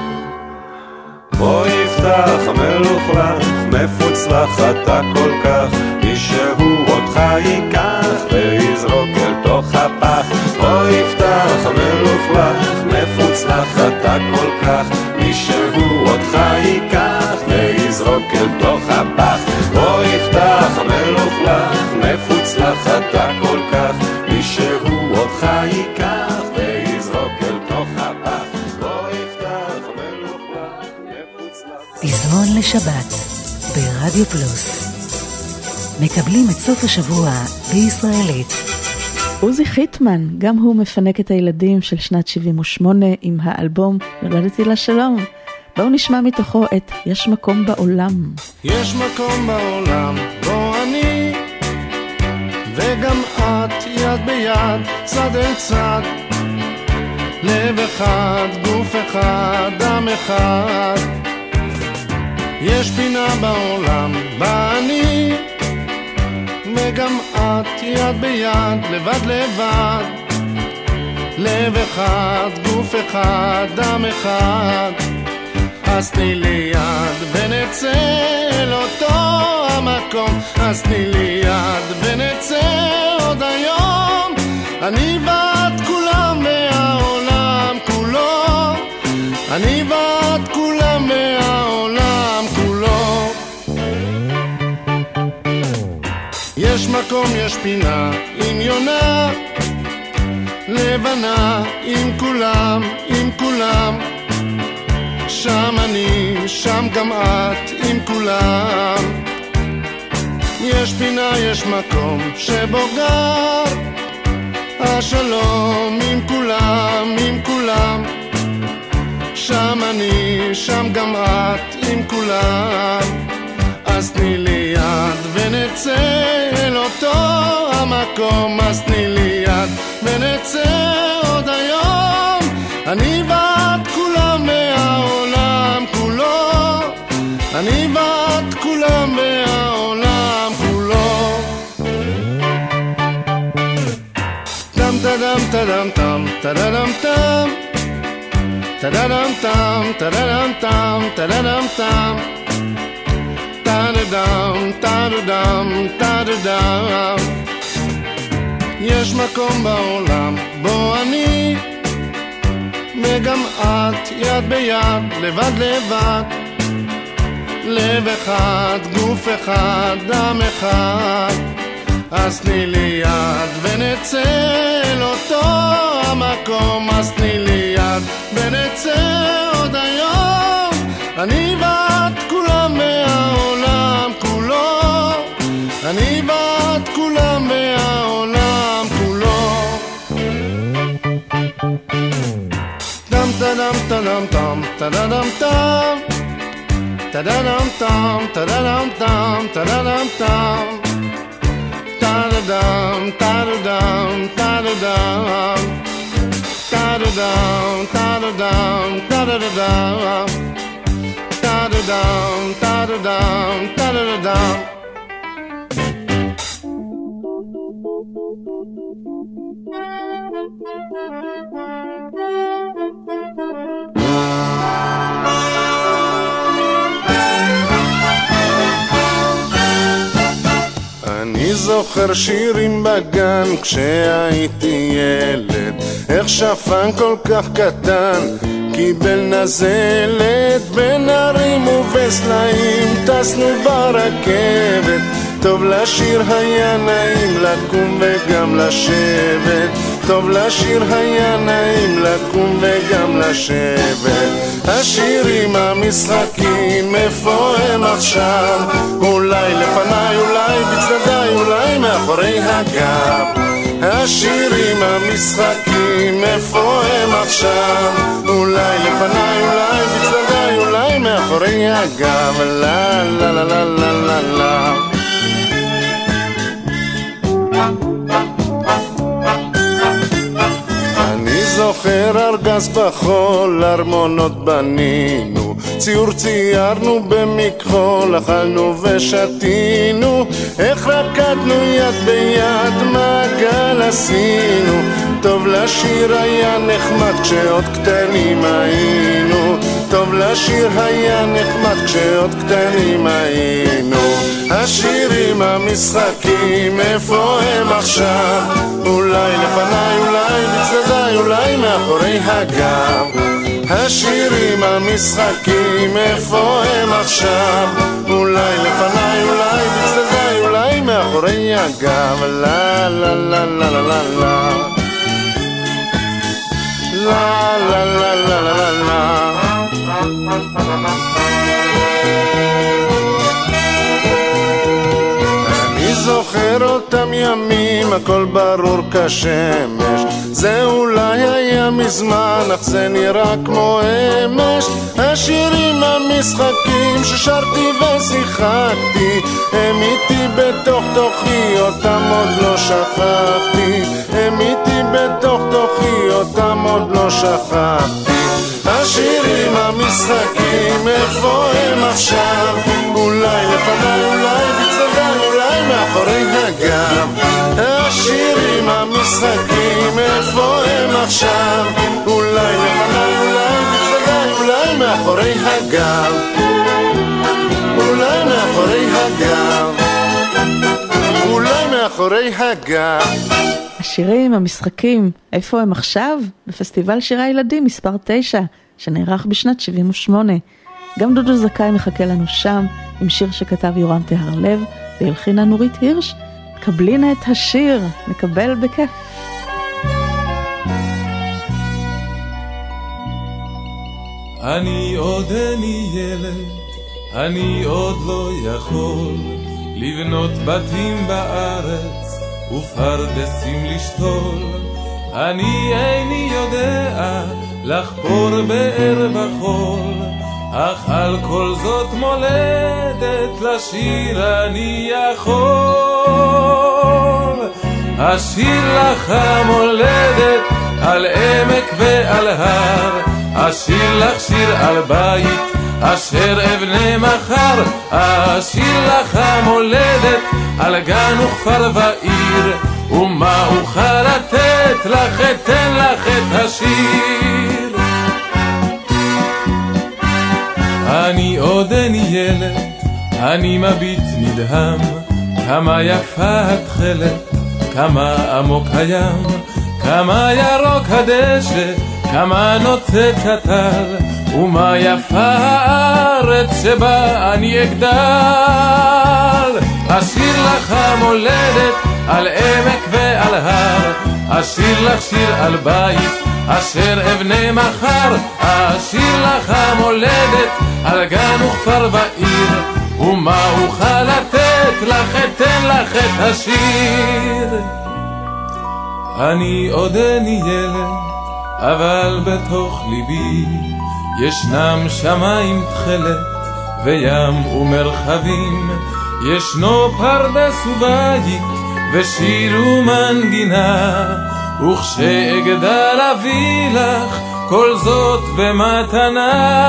בוא יפתח מלוכלך, מפוצלח אתה כל כך, מישהו אותך ייקח ויזרוק אל תוך הפח. בוא יפתח מלוכלך, מפוצלח אתה כל כך, מישהו אותך ייקח ויזרוק אל תוך הפח. בוא יפתח מלוכלך, מפוצלח אתה כל כך, מישהו אותך ייקח ויזרוק אל תוך הפח. בוא יפתח מלוכלך, מפוצלח. פזמון לשבת ברדיו פלוס. מקבלים את סוף השבוע בישראלית. עוזי חיטמן, גם הוא מפנק את הילדים של שנת שבעים ושמונה עם האלבום נולדתי לשלום. בואו נשמע מתוכו את יש מקום בעולם. יש מקום בעולם בו אני וגם את יד ביד, צד אל צד, לב אחד, גוף אחד, דם אחד. יש פינה בעולם בה אני וגם את יד ביד, לבד לבד, לב אחד, גוף אחד, דם אחד. אז תני לי יד ונצא אל אותו המקום, אז תני לי יד ונצא עוד היום. אני ואת כולם מהעולם כולו, אני ואת כולם מהעולם כולו. יש מקום, יש פינה עם יונה לבנה, עם כולם, עם כולם. שם אני, שם גם את, עם כולם. יש פינה, יש מקום שבו גר השלום, עם כולם, עם כולם. שם אני, שם גם את, עם כולם. אז תני לי יד ונצא אל אותו המקום, אז תני לי יד ונצא עוד היום. אני ואת כולם מהעולם כולו, אני ואת כולם מהעולם כולו. טם טדם טדם טם טדם טם טדם טם טדם טם טדם טם טדם טדם טדם. יש מקום בעולם בו אני וגם את יד ביד, לבד לבד, לב אחד, גוף אחד, דם אחד. אז תני לי יד ונצא אל אותו המקום, אז תני לי יד ונצא עוד היום. אני ואת כולם מהעולם כולו, אני ואת כולם מהעולם כולו. Tadam tadam tam tadam tam tadam tam tadam tam tadam tam tadam tadam tadam tadam tadam tadam tadam tadam tadam. אני זוכר שירים בגן כשהייתי ילד, איך שפן כל כך קטן קיבל נזלת, בין הרים ובסלעים טסנו ברכבת. טוב לשיר היה נעים לקום וגם לשבת, טוב לשיר היה נעים לקום וגם לשבת. השירים המשחקים איפה הם עכשיו? אולי לפניי, אולי בצדדיי, אולי מאחורי הגב. השירים המשחקים איפה הם עכשיו? אולי לפניי, אולי בצדדיי, אולי מאחורי הגב. לה לה לה לה לה לה לה. זוכר ארגז בחול, ארמונות בנינו, ציור ציירנו במכחול, אכלנו ושתינו, איך רקדנו יד ביד, מעגל עשינו, טוב לשיר היה נחמד כשעוד קטנים היינו, טוב לשיר היה נחמד כשעוד קטנים היינו. השירים המשחקים איפה הם עכשיו, אולי לפניי אולי בצדדיי אולי מאחורי הגב. השירים המשחקים איפה הם עכשיו, אולי לפניי אולי בצדדיי אולי מאחורי הגב. לה לה לה לה לה לה לה לה לה לה לה לה לה. אני זוכר אותם ימים, הכל ברור כשמש, זה אולי היה מזמן, אך זה נראה כמו אמש. השירים המשחקים ששרתי ושיחקתי, הם איתי בתוך תוכי, אותם עוד לא שכחתי, הם איתי בתוך תוכי, אותם עוד לא שכחתי. השירים המשחקים איפה הם עכשיו, אולי לפניי אולי בצדדיי אולי מאחורי הגב. השירים המשחקים איפה הם עכשיו, אולי לפניי אולי בצדדיי אולי מאחורי הגב, אולי מאחורי הגב, אולי מאחורי הגב. השירים, המשחקים, איפה הם עכשיו? בפסטיבל שירי הילדים מספר תשע, שנערך בשנת שבעים ושמונה. גם דודו זכאי מחכה לנו שם, עם שיר שכתב יורם תהרלב, והלחינה נורית הירש. קבלינה את השיר, נקבל בכיף. אני עודני ילד, אני עוד לא יכול לבנות בתים בארץ ופרדסים לשתול. אני איני יודע לחפור באר בחול, אך על כל זאת מולדת לשיר אני יכול. אשיר לך המולדת על עמק ועל הר, אשיר לך שיר על בית אשר אבנה מחר, אשיר לך המולדת על גן וכפר ועיר, ומה אוכל לתת לך אתן לך את השיר. אני עודני ילד, אני מביט נדהם, כמה יפה התכלת, כמה עמוק הים, כמה ירוק הדשא, כמה נוצץ הטל, ומה יפה הארץ שבה אני אגדל. אשיר לך מולדת על עמק ועל הר, אשיר לך שיר על בית אשר אבנה מחר, אשיר לך מולדת על גן וכפר ועיר, ומה אוכל לתת לך אתן לך את השיר. אני עודני ילד, אבל בתוך ליבי ישנם שמיים תכלת וים ומרחבים, ישנו פרדס ובית ושיר ומנגינה, וכשאגדל אביא לך כל זאת במתנה.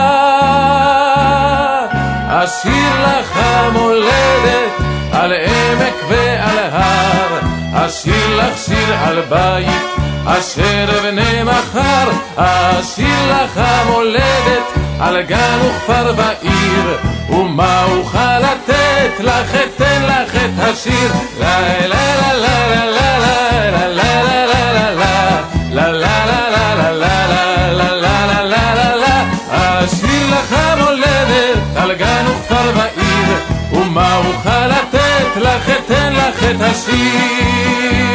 אשיר לך המולדת על עמק ועל הר, אשיר לך שיר על בית אשר אבנה מחר, אשיר לך המולדת על גן וכפר ועיר, ומה אוכל לתת לך אתן לך את השיר. לה לה לה לה לה לה לה לה לה לה לה לה לה לה לה. אשיר לך המולדת על גן וכפר ועיר, ומה אוכל לתת לך אתן לך את השיר.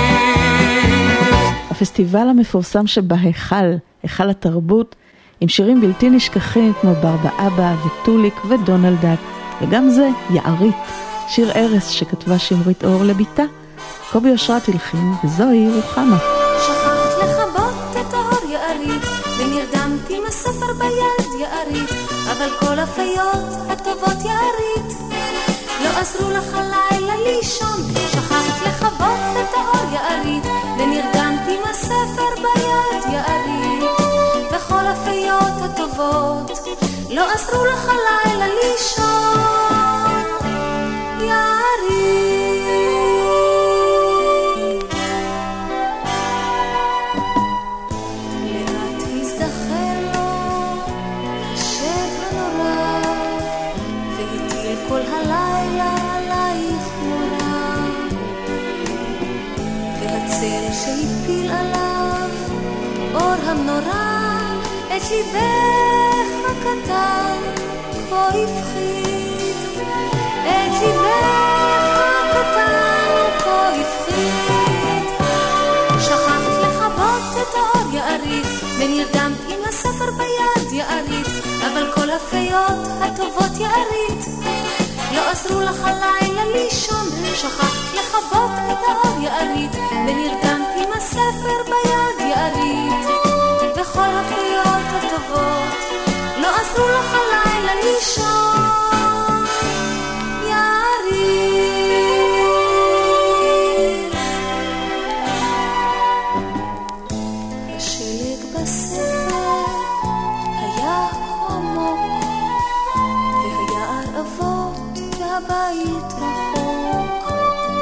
הפסטיבל המפורסם שבהיכל, היכל התרבות, עם שירים בלתי נשכחים כמו ברבא אבא וטוליק ודונלד דק, וגם זה יערית, שיר ארס שכתבה שמרית אור לביתה. קובי אושרת הלחין וזוהי רוחמה. שכחת לכבות את האור יערית, ונרדמתי עם הספר ביד יערית, אבל כל הפיות הטובות יערית לא עזרו לך לילה לישון. שכחת לכבות את האור יערית, ונרדמתי עם הספר ביד יערית, הטובות לא אסרו לך לילה לישון, יערי. לאט הזדחל לו השד הנורא, והטיל כל הלילה עלייך מורה, והצל שהפיל עליו אור המנורה את ליבך הקטן כה הפחיד, את ליבך הקטן כה הפחיד. שכחת לכבות את האור יערית, ונרדמת עם הספר ביד יערית, אבל כל הפיות הטובות יערית לא אסרו לך לילה לישון. שכחת לכבות את האור יערית, ונרדמת עם הספר ביד יערית, וכל הפיות הטובות לא אסרו לך לילה לישון, יערית. השלג בספר היה עמוק, והיער אבות והבית רחוק,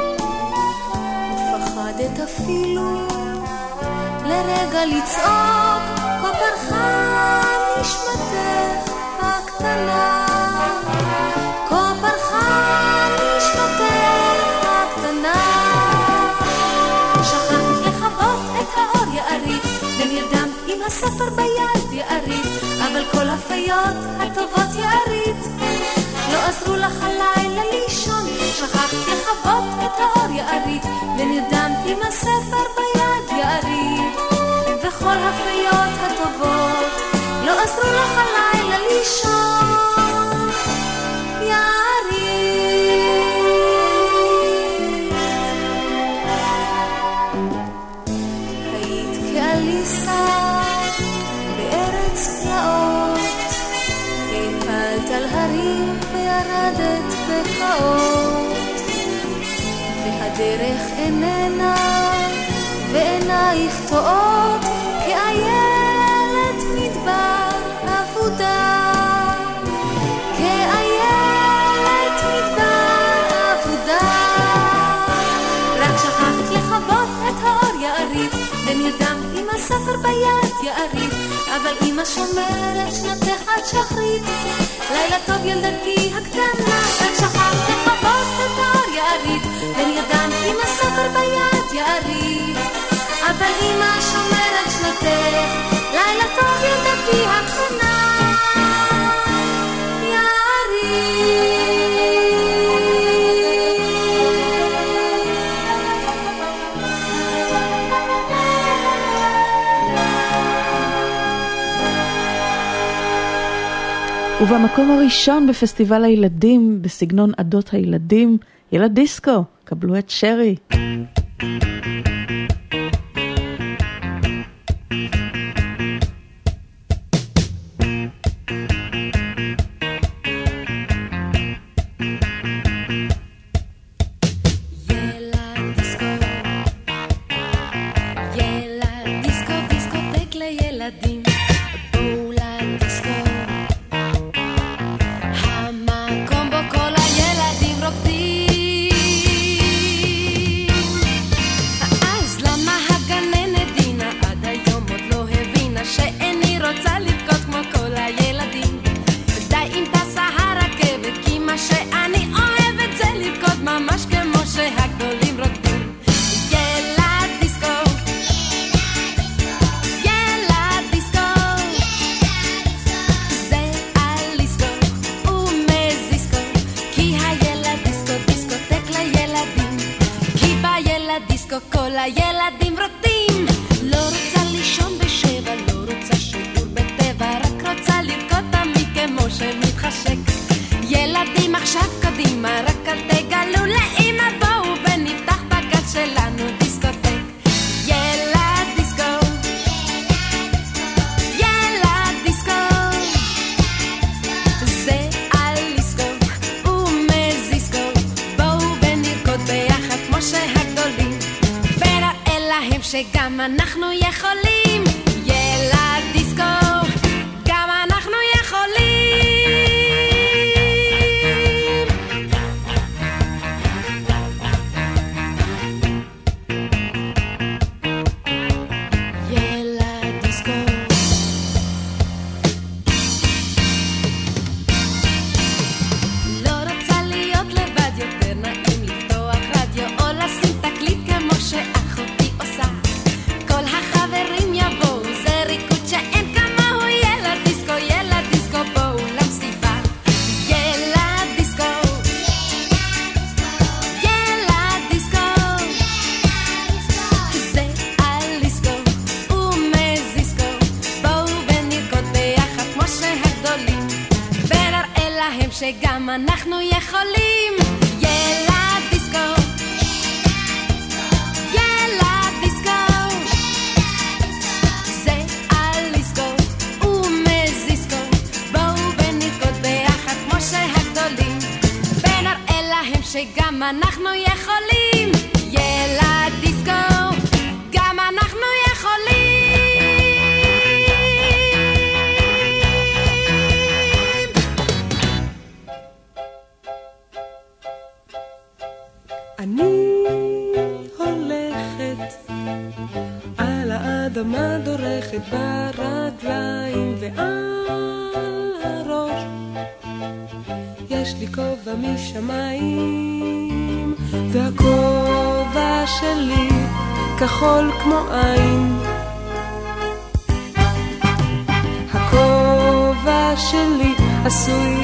ופחדת אפילו לרגע לצעוק, כה פרחה נשמתך הקטנה, כה פרחה נשמתך הקטנה. שכחת לכבות את האור יערית, ונרדמת עם הספר ביד יערית, אבל כל הפיות הטובות יערית לא אסרו לך לילה לישון. שכחת לכבות את האור יערית, ונרדמת עם הספר ביד יערית, וכל הפיות הטובות לא אסרו לך לילה לישון, יערית. היית כאליסה בארץ פלאות, הפלת על הרים וירדת בקעות, והדרך איננה ועינייך טועות כאיילת מדבר עבודה, כאיילת מדבר עבודה. רק שכחת לכבות את האור יערית, ונרדמת עם הספר ביד יערית, אבל אמא שומרת שנתך עד שחרית. לילה טוב ילדתי הקטנה, רק שכחת לכבות את האור יערית, ונרדמת עם הספר ביד יערית, אבל אמא שומרת שנתך. לילה טוב ילדתי הקטנה, יערית. ובמקום הראשון בפסטיבל הילדים בסגנון עדות הילדים, ילד דיסקו, קבלו את שרי. שגם אנחנו יכולים, ילד דיסקו, גם אנחנו גם אנחנו יכולים. ילד דיסקו, ילד דיסקו, זה אליסקו ומזיסקו, בואו ונרקוד ביחד כמו שהגדולים, ונראה להם שגם אנחנו יכולים. ילד דיסקו, גם אנחנו יכולים. אני הולכת על האדמה, דורכת ברגליים ועל הראש יש לי כובע משמיים, והכובע שלי כחול כמו עין. הכובע שלי עשוי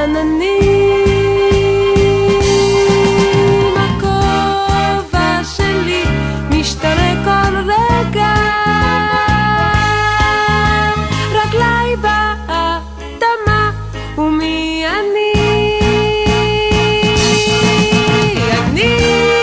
עננים, הכובע שלי משתנה כל רגע, רגלי באדמה ומי אני? אני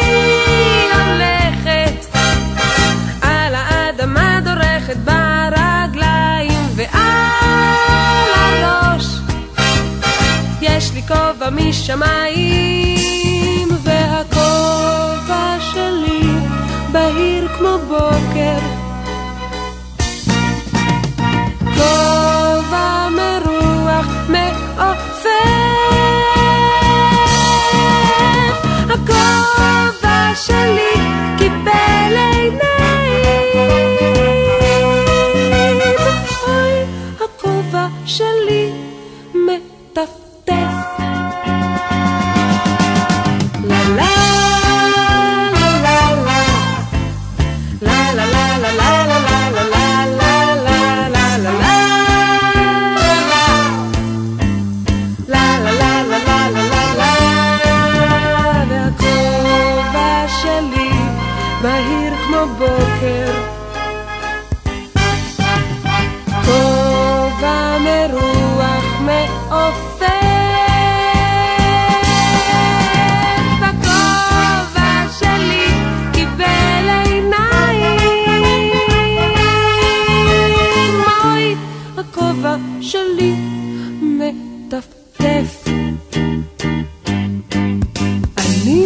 הולכת על האדמה, דורכת ברגליים ועל הראש יש לי כובע משמיים, והכובע שלי בהיר כמו בוקר, כובע מרוח מעופף, הכובע שלי קיבל עיניים, אוי, הכובע שלי מטפטף. לה לה בהיר כמו בוקר, כובע מרוח מעופף, הכובע שלי קיבל עיניים, אוי, הכובע שלי מטפטף. אני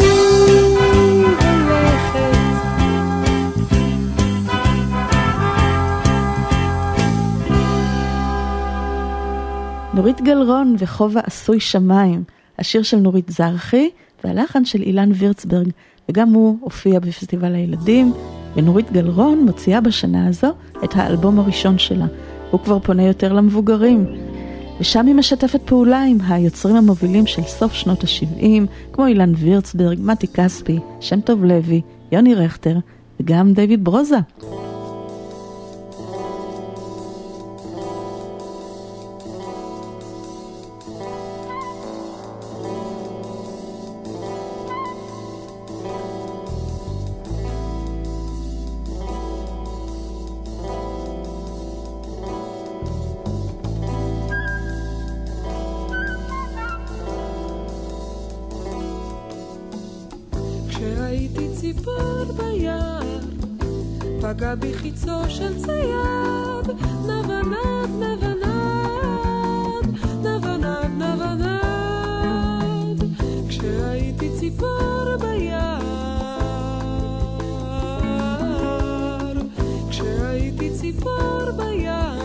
נורית גלרון וכובע עשוי שמיים, השיר של נורית זרחי והלחן של אילן וירצברג, וגם הוא הופיע בפסטיבל הילדים, ונורית גלרון מוציאה בשנה הזו את האלבום הראשון שלה. הוא כבר פונה יותר למבוגרים, ושם היא משתפת פעולה עם היוצרים המובילים של סוף שנות ה-שבעים, כמו אילן וירצברג, מתי כספי, שם טוב לוי, יוני רכטר, וגם דיוויד ברוזה. כשהייתי ציפור ביער, פגע בחיצו של צייד, נבנד נבנד נבנד נבנד. כשהייתי ציפור ביער, כשהייתי ציפור ביער,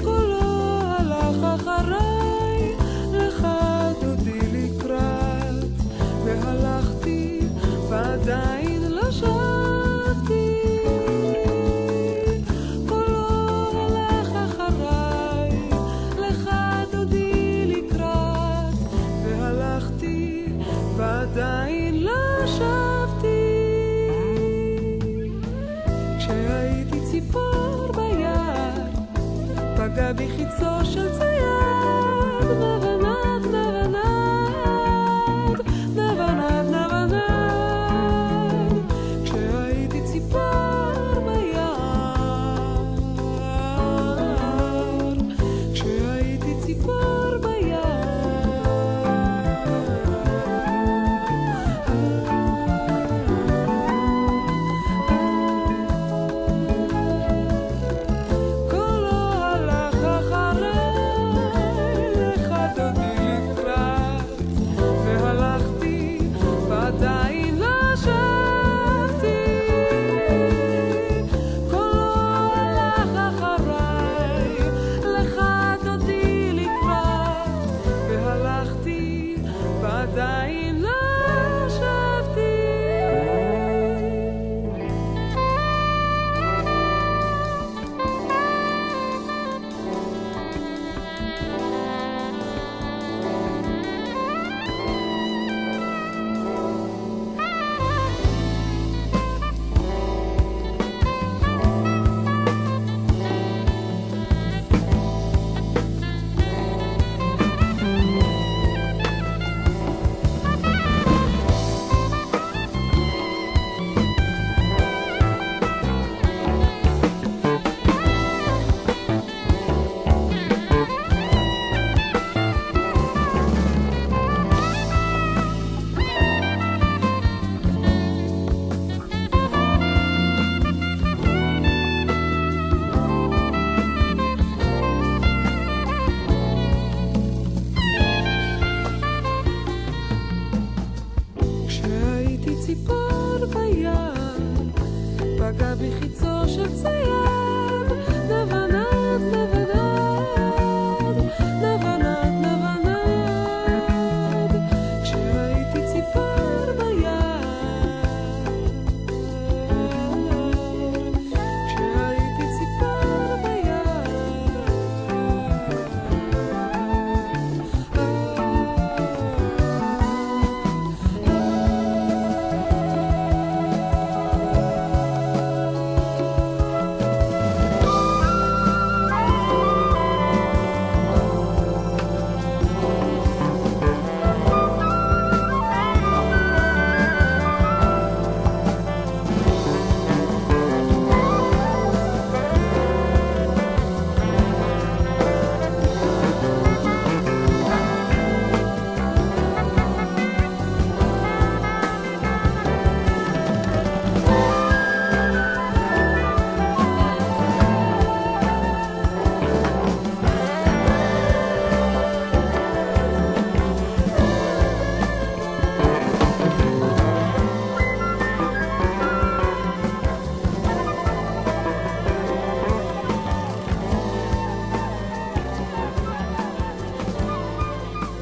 אחריי לך דודי לקראת,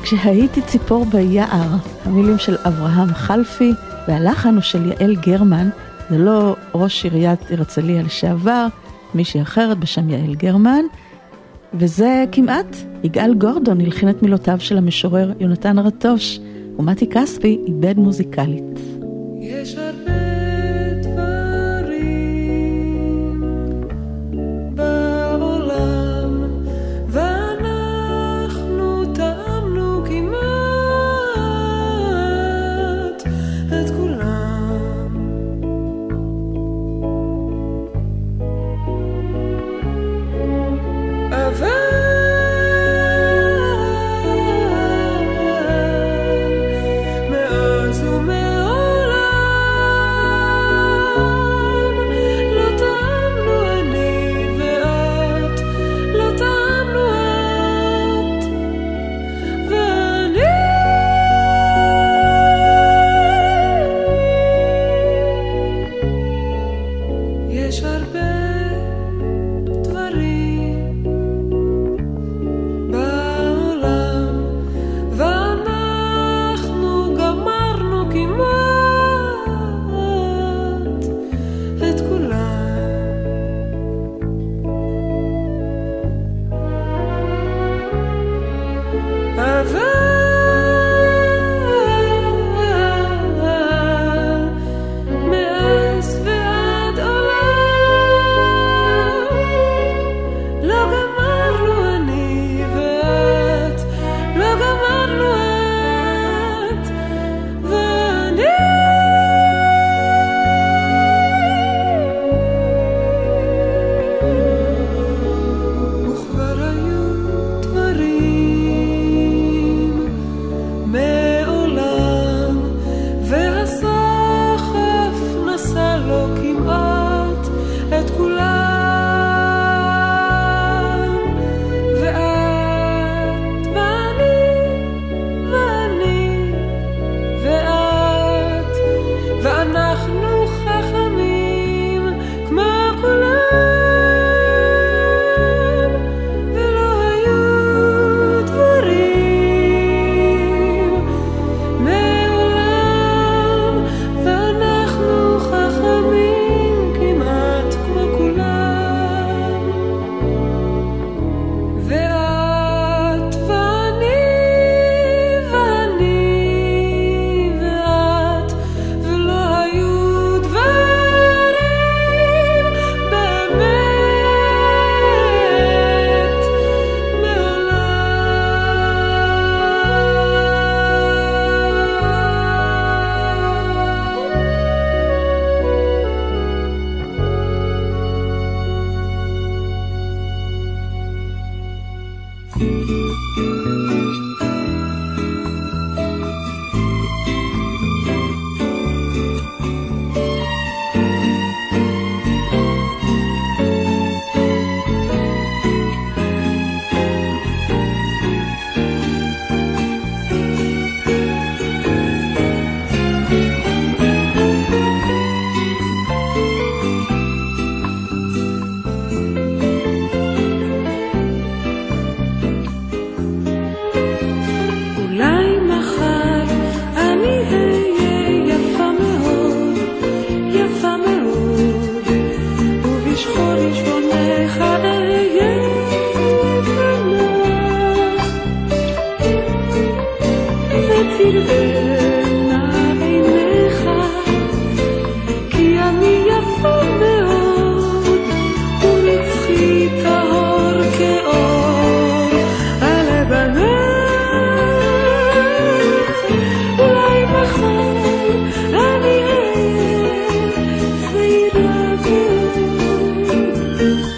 כשהייתי ציפור ביער, המילים של אברהם חלפי, והלחן הוא של יעל גרמן, זה לא ראש עיריית הרצליה לשעבר, מישהי אחרת בשם יעל גרמן, וזה כמעט יגאל גורדון הלחין את מילותיו של המשורר יונתן רטוש, ומתי כספי איבד מוזיקלית. יש הרבה דברים בעולם ואנחנו טעמנו כמעט את כולם, אבל מאז ומעולם לא טעמנו אני ואת, לא טעמנו את ואני. יש הרבה דברים בעולם ואנחנו גמרנו כמעט את כולם, אבל מאז ועד עולם לא גמרנו אני ואת, לא גמרנו את ואני. וכבר היו דברים מעולם והסחף נשא לו כמעט את כולם, ואת ואני ואני ואת ואנחנו חכמים כמו כולם, ולא היו דברים מעולם ואנחנו חכמים כמעט כמו כולם, ואת ואני ואני ואת ולא היו דברים באמת אולי מחר אני אהיה יפה מאוד, יפה מאוד, ובשחור לשבונך אהיה לבנה, ותראינה עיניך כי אני יפה מאוד, ונצחי טהור כאור הלבנה. אולי מחר אני אהיה צעירה מאוד,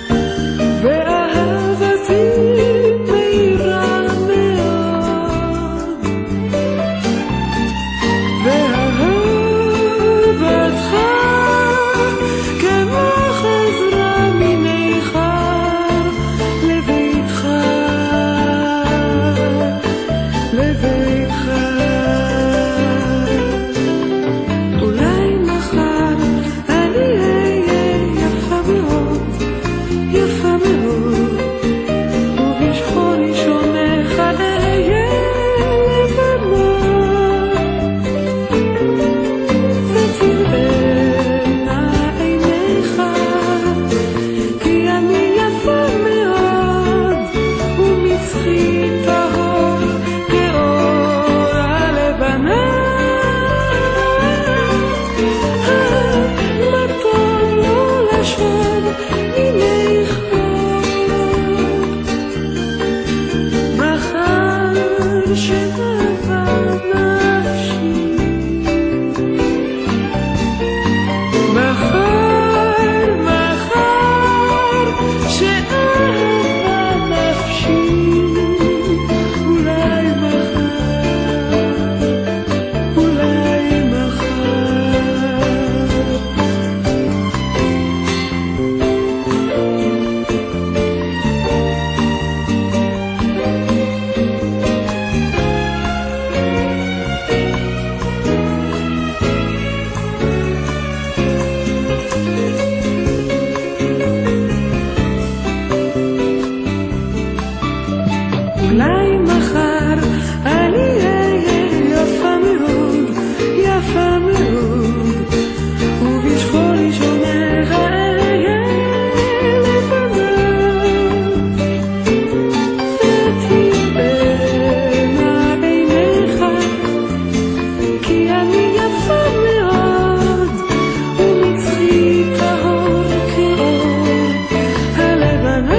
ואהבתי מהירה מאוד, אולי מחר אני אהיה יפה מאוד, יפה מאוד, ובשחורי שומר אהיה לפניו, ותראה עיניך, כי אני יפה מאוד, ומצחי טהור כאור הלבנה.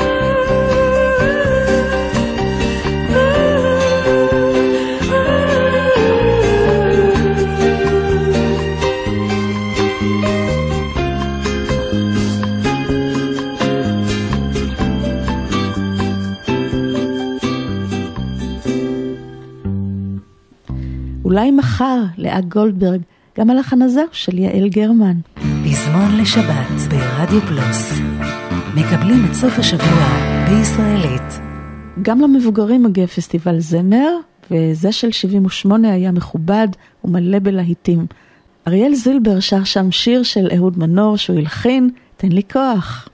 אולי מחר, לאה גולדברג, גם הלחן הזה של יעל גרמן. פזמון לשבת ברדיו פלוס. מקבלים את סוף השבוע בישראלית. גם למבוגרים מגיע פסטיבל זמר, וזה של שבעים ושמונה היה מכובד ומלא בלהיטים. אריאל זילבר שר שם שיר של אהוד מנור שהוא הלחין, תן לי כוח.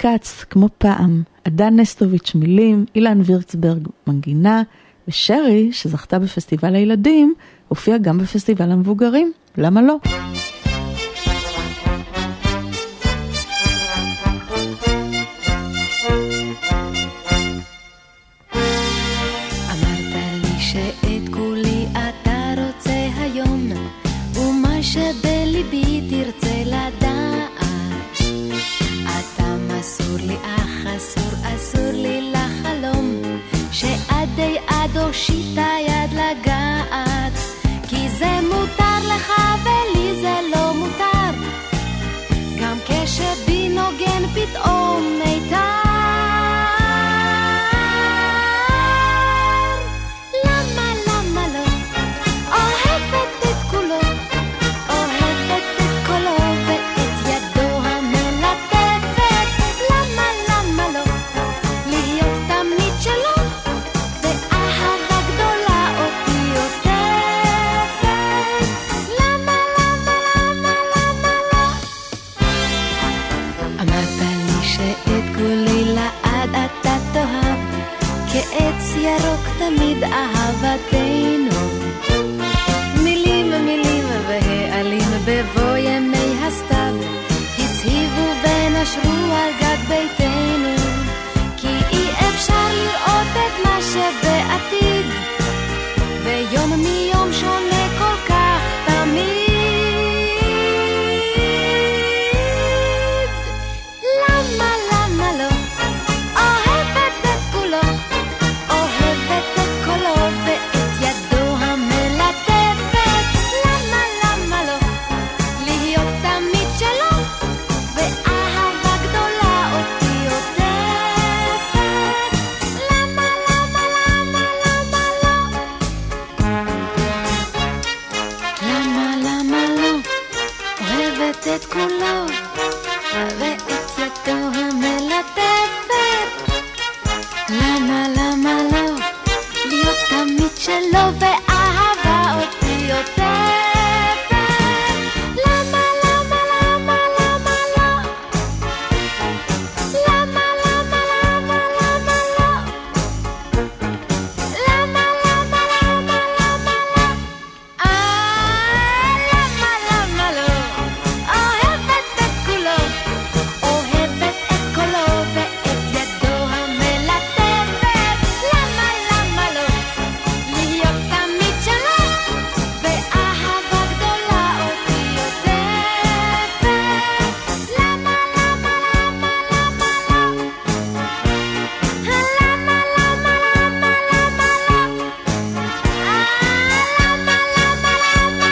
כץ, כמו פעם, עדן נסטוביץ' מילים, אילן וירצברג מנגינה, ושרי, שזכתה בפסטיבל הילדים, הופיע גם בפסטיבל המבוגרים. למה לא? אמרת לי שאת כולי אתה רוצה היום, ומה שבליבי תרצה לדעת. אתה מסור לי אך אסור אסור לי לחלום, שעדי עד הושיטה יד לגעת. כי זה מותר לך ולי זה לא מותר, גם כשבי נוגן פתאום מיתר. למה למה לא אוהבת את כולו, אוהבת את קולו ואת ידו המלטפת. למה למה לא להיות תמיד שלו, ואהבה גדולה אותי עוטפת. למה למה למה למה לא. אמרת לי שאת כולי לעד אתה תאהב, כעץ ירוק תמיד אהבתנו. מילים מילים והעלים בבוא ימי הסתיו, הצהיבו ונשרו על גג ביתנו. כי אי אפשר לראות את מה שבעתיד, ויום מיום שונה כל כך תמיד. למה למה לא אוהבת את כולו, אוהבת את קולו ואת ידו המלטפת. למה למה לא להיות תמיד שלו, ואהבה גדולה אותי עוטפת. למה למה למה למה לא. למה למה לא אוהבת את כולו ואת ידו המלטפת. למה למה לא להיות תמיד שלו, ואהבה אותי עוטפת. למה למה למה למה לא. למה למה למה למה לא. למה למה למה למה לא. אה, למה למה לא אוהבת את כולו, אוהבת את קולו ואת ידו המלטפת. למה למה לא להיות תמיד שלו, ואהבה גדולה אותי עוטפת. למה למה למה למה לא. למה למה למה למה לא. אה, למה למה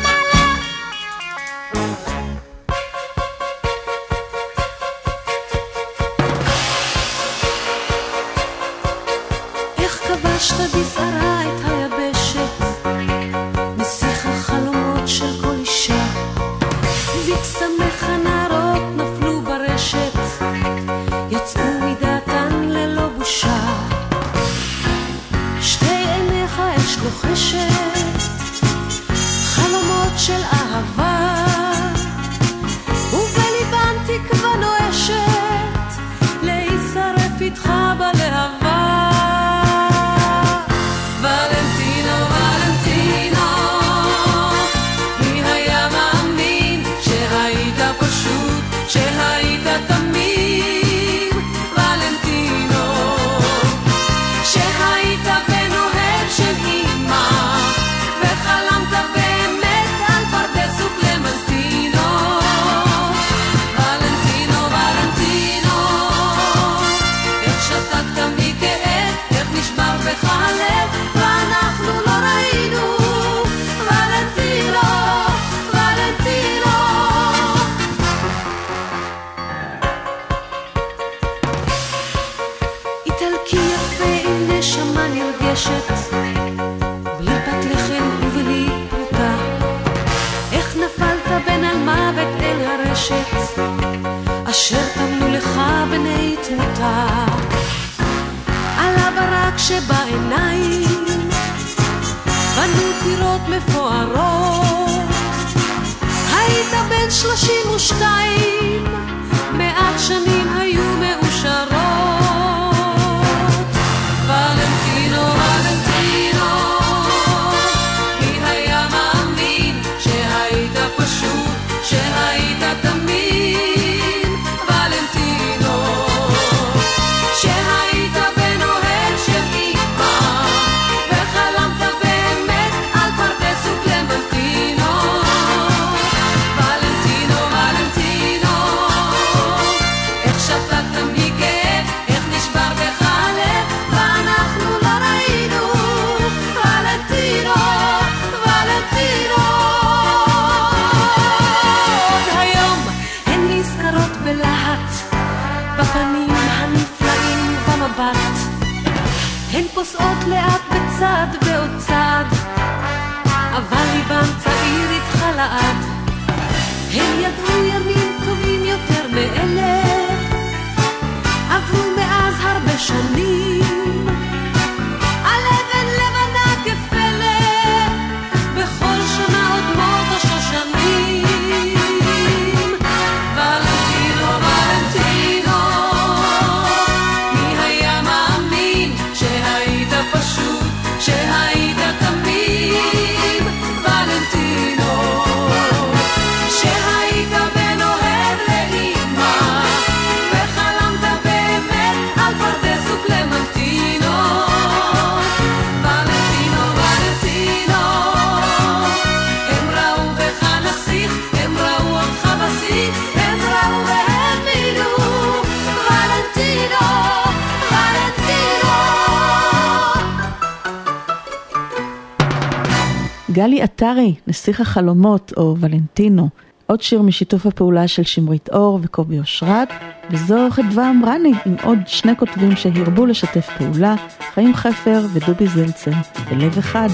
איך כבשת בשערה את היבשת, נסיך החלומות של כל אישה, וקסמך הנערות נפלו ברשת, יצאו מדעתן ללא בושה. שתי עיניך אש לוחשת, חלומות של אהבה, ובליבן תקווה נואשת, להישרף איתך בלהבה. ולנטינו, ולנטינו, מי היה מאמין שהיית פשוט, שהיית תמיד. ולנטינו, שהיית בן אוהב של אמא, וחלמת באמת על פרדס וקלמנטינו. ולנטינו, ולנטינו, איך שתקת מכאב, איך נשבר בך הלב, ואנחנו לא ראינו. ולנטינו, ולנטינו. איטלקי יפה עם נשמה נרגשת, בלי פת לחם ובלי פרוטה. איך נפלת בין על מוות אל הרשת, אשר תמנו לך בני תמותה. על הברק שבעיניים בנו טירות מפוארות, היית בן שלושים ושתיים, מעט שנים היו מאושרות. ולנטינו, ולנטינו, מי היה מאמין שהיית פשוט, שהיית תמיד. ולנטינו, שהיית בן אוהב של אימא, וחלמת באמת על פרדס וקלמנטינו. ולנטינו, ולנטינו, איך שתקת מכאב, איך נשבר בך הלב, ואנחנו לא ראינו. ולנטינו, ולנטינו, עוד היום הן נזכרות בלהט, בפנים הנפלאים ובמבט, הן פוסעות לאט בצד ועוד צד, אבל ליבן צעיר איתך לעד. הן ידעו ימים טובים יותר מאלה, עברו מאז הרבה שנים, על אבן לבנה כפלא, בכל שנה עוד מות השושנים. ולנטינו, ולנטינו, מי היה מאמין שהיית פשוט, שהיית תמים. ולנטינו, שהיית בן אוהב לאמא, וחלמת באמת על פרדס וקלמנטינו. ולנטינו, ולנטינו, הם ראו בך נסיך, הם ראו אותך מסיך, הם ראו והאמינו. ולנטינו, ולנטינו. גלי עטרי, נסיך החלומות או ולנטינו, עוד שיר משיתוף הפעולה של שמרית אור וקובי אושרת, וזו חדווה אמרני עם עוד שני כותבים שהרבו לשתף פעולה, חיים חפר ודובי זלצר, בלב אחד.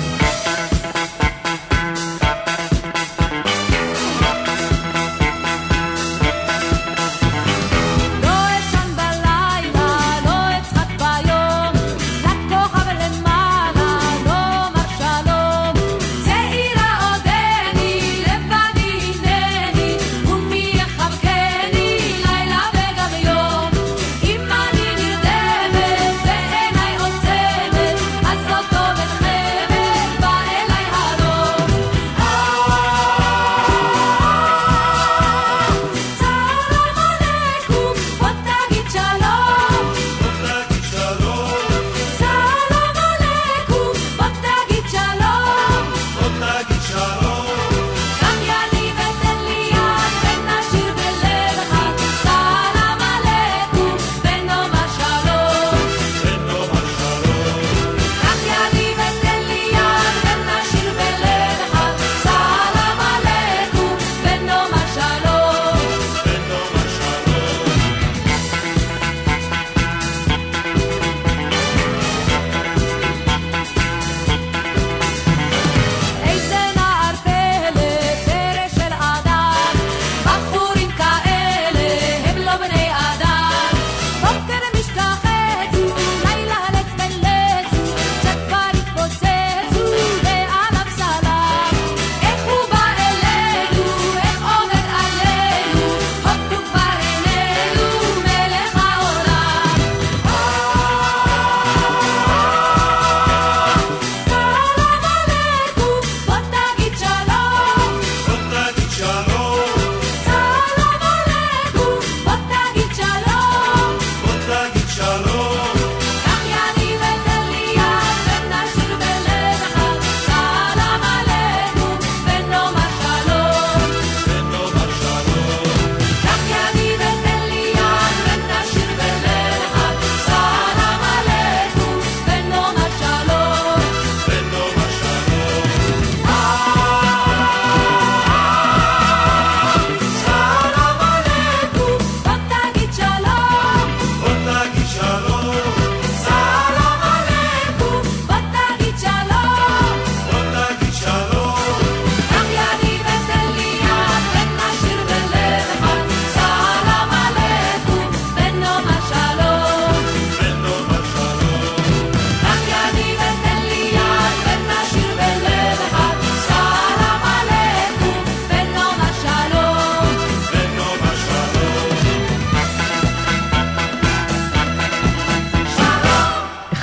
לא אשן בלילה, לא אצחק ביום, לכוכב למעלה, לא אומר שלום. צעירה עודני, לבדי הנני, ומי יחבקני, לילה וגם יום. אם אני נרדמת, בעיניי עוצמת, אז זאת טוב את חמת,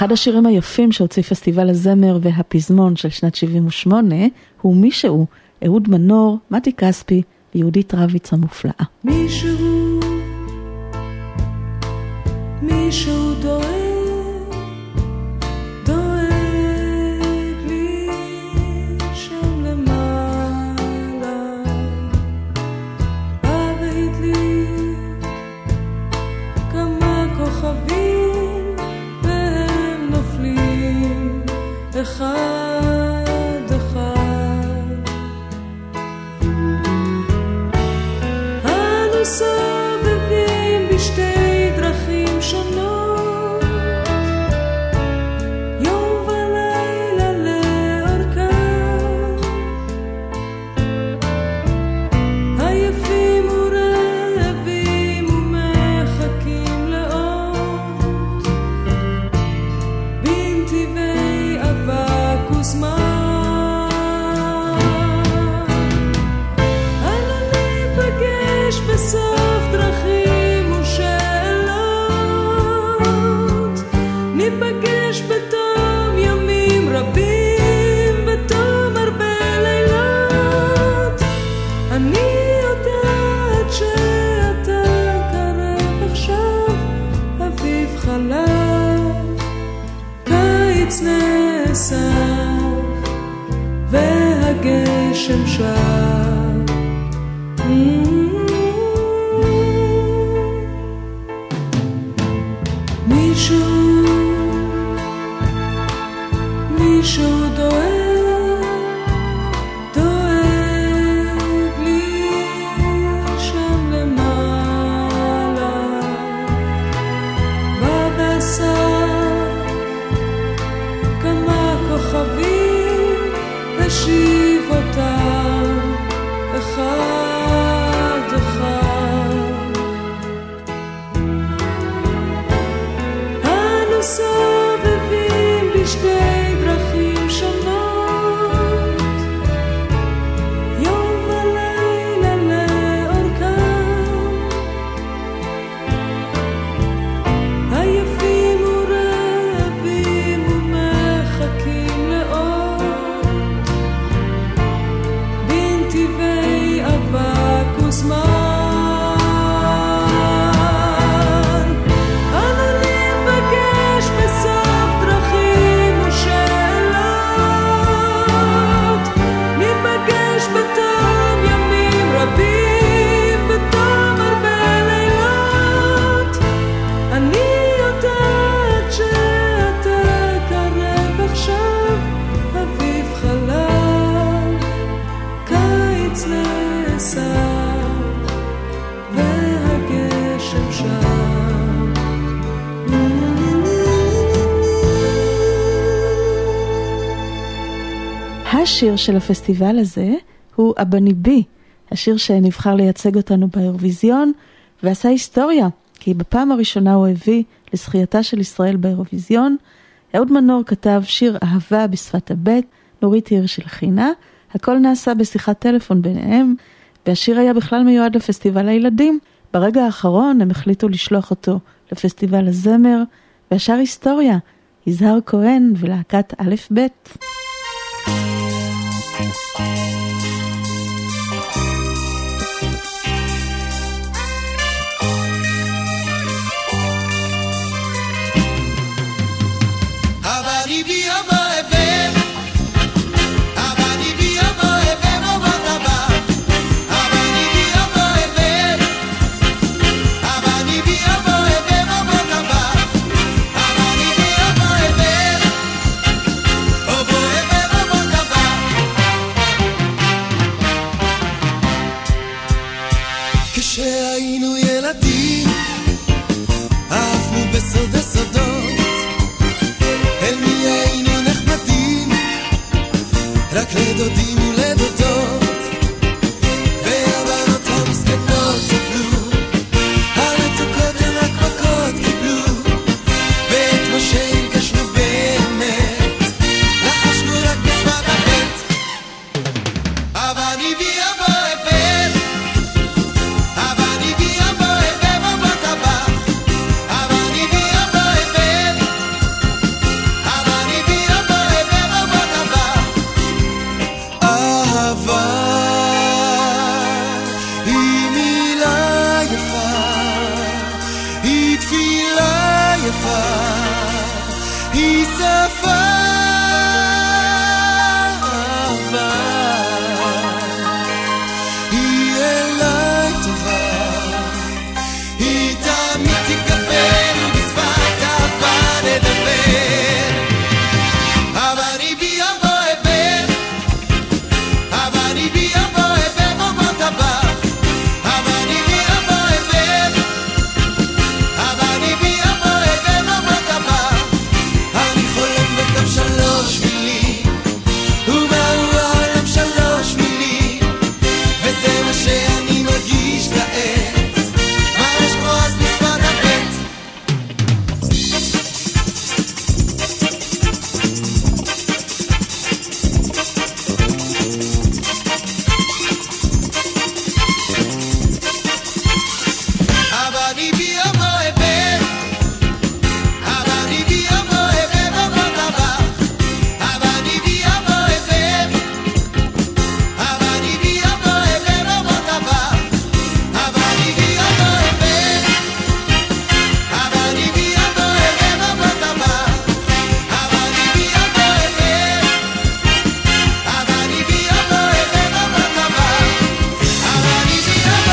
אחד השירים היפים שהוציא פסטיבל הזמר והפזמון של שנת שבעים ושמונה הוא מישהו, אהוד מנור, מתי כספי ויהודית רביץ המופלאה. מישהו, מישהו דואג, דואג לי שם למעלה, בא והדליק כמה כוכבים והם נופלים אחד אחד. אנו סובבים בשתי דרכים שונות, יום ולילה לאורכם, עייפים ורעבים ומחכים לאות בנתיבי אבק וזמן. אנו ניפגש בסוף דרכים ושאלות, ניפגש בתום ימים רבים, בתום הרבה לילות. אני יודעת שאתה קרב עכשיו, אביב חלף, קיץ נאסף והגשם שב. מישהו, מישהו דואג, דואג לי שם למעלה, בבשר כמה כוכבים השיב אותם אחד אחד. אנו סובבים בשתי דרכים שונות, יום ולילה לאורכם, עייפים ורעבים ומחכים לאות בנתיבי אבק וזמן. אנו ניפגש בסוף דרכים ושאלות, ניפגש בתום ימים רבים, בתום הרבה לילות. אני יודעת שאתה קרב עכשיו, אביב חלף, קיץ נאסף והגשם שב. השיר של הפסטיבל הזה הוא אבני בי, השיר שנבחר לייצג אותנו באירוויזיון ועשה היסטוריה, כי בפעם הראשונה הוא הביא לזכייתה של ישראל באירוויזיון. אהוד מנור כתב שיר אהבה בשפת הבית, נורית הירש הלחינה, הכל נעשה בשיחת טלפון ביניהם, והשיר היה בכלל מיועד לפסטיבל הילדים. ברגע האחרון הם החליטו לשלוח אותו לפסטיבל הזמר, והשר היסטוריה, יזהר כהן ולהקת א' ב'. כשהיינו ילדים עפנו בסוד הסודות, אל מי היינו נחמדים, רק לדודים ולדודות, והבנות המסכנות סבלו, המתוקות הן רק מכות קיבלו, ואת משה הרגשנו באמת, לחשנו רק בשפת הבית. אבל אני בי אבוא הבן, אבל אני בי אבוא הבן בבת הבא, אבל אני בי אבוא הבן, אהבה היא מילה יפה, היא תפילה יפה, היא שפה אהבה, היא אליי טובה, היא תמיד תקבל בשפת אהבה נדבר. אבל בי המועבר, אבל בי המועבר מומות הבא, אבל בי המועבר, אבל בי המועבר מומות הבא. אני חולם בקו שלוש מילים, ומהו העולם שלוש מילים, וזה מה שאני מרגיש כעת, ממש כמו אז בשפת הבית. אבל בי המועבר, אבל בי המועבר מומות הבא, אבל בי המועבר, אבל בי המועבר מומות הבא, אבל בי המועבר, אבל בי המועבר מומות הבא, אבל בי המועבר, אבל בי המועבר מומות הבא, אבל בי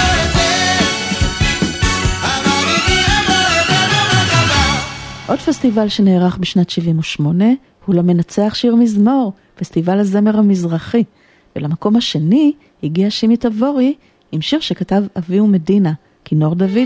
עוד פסטיבל שנערך בשנת שבעים ושמונה הוא למנצח שיר מזמור, פסטיבל הזמר המזרחי, ולמקום השני הגיע שימי תבורי עם שיר שכתב אביהו מדינה, כינור דוד.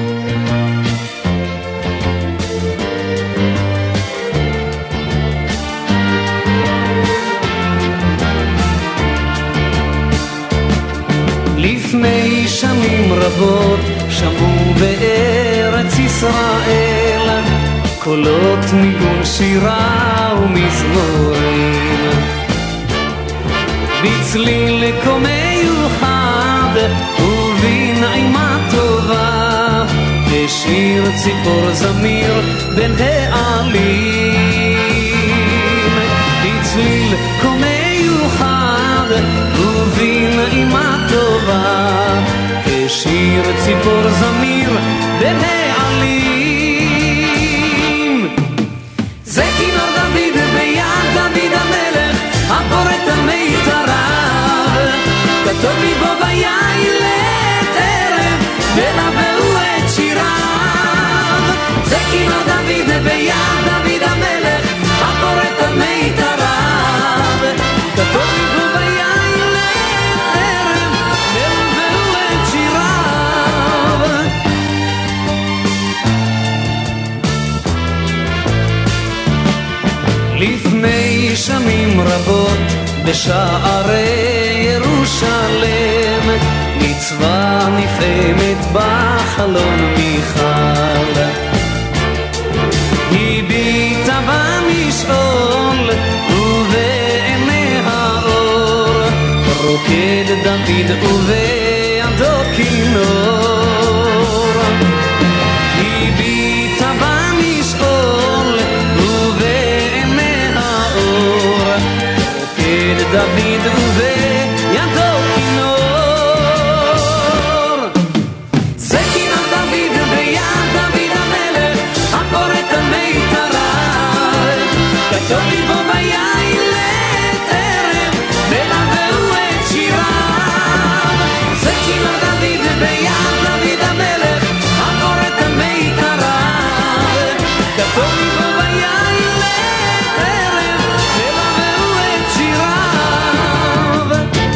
לפני שנים רבות שמעו בארץ ישראל קולות ניגון שירה ומזמורים, בצליל כה מיוחד ובנעימה טובה, בשיר ציפור זמיר בין העלים, בצליל כה מיוחד ובנעימה טובה, כשיר ציפור זמיר בין העלים. זה כינור דוד ביד דוד המלך הפורט המיתריו, כתוב ליבו ביין לעת ערב ולבאו את שיריו. זה כינור דוד ביד דוד המלך הפורט המיתריו, כתוב ליבו ביין לעת ערב ולבאו את שיריו. לפני שנים רבות בשערי ירושלם מצווה נפעמת בחלון מיכל, הביטה במשעול ובעיני האור רוקד דוד ובידו כינור, הביטה במשעול ובעיני האור רוקד דוד ובידו כינור. זה כינור דוד ביד דוד המלך הפורט המיתריו, כתוב ליבו ביין לעת ערב ולבאו את שיריו. זה כינור דוד ביד דוד המלך הפורט המיתריו, כתוב ליבו ביין לעת ערב ולבאו את שיריו.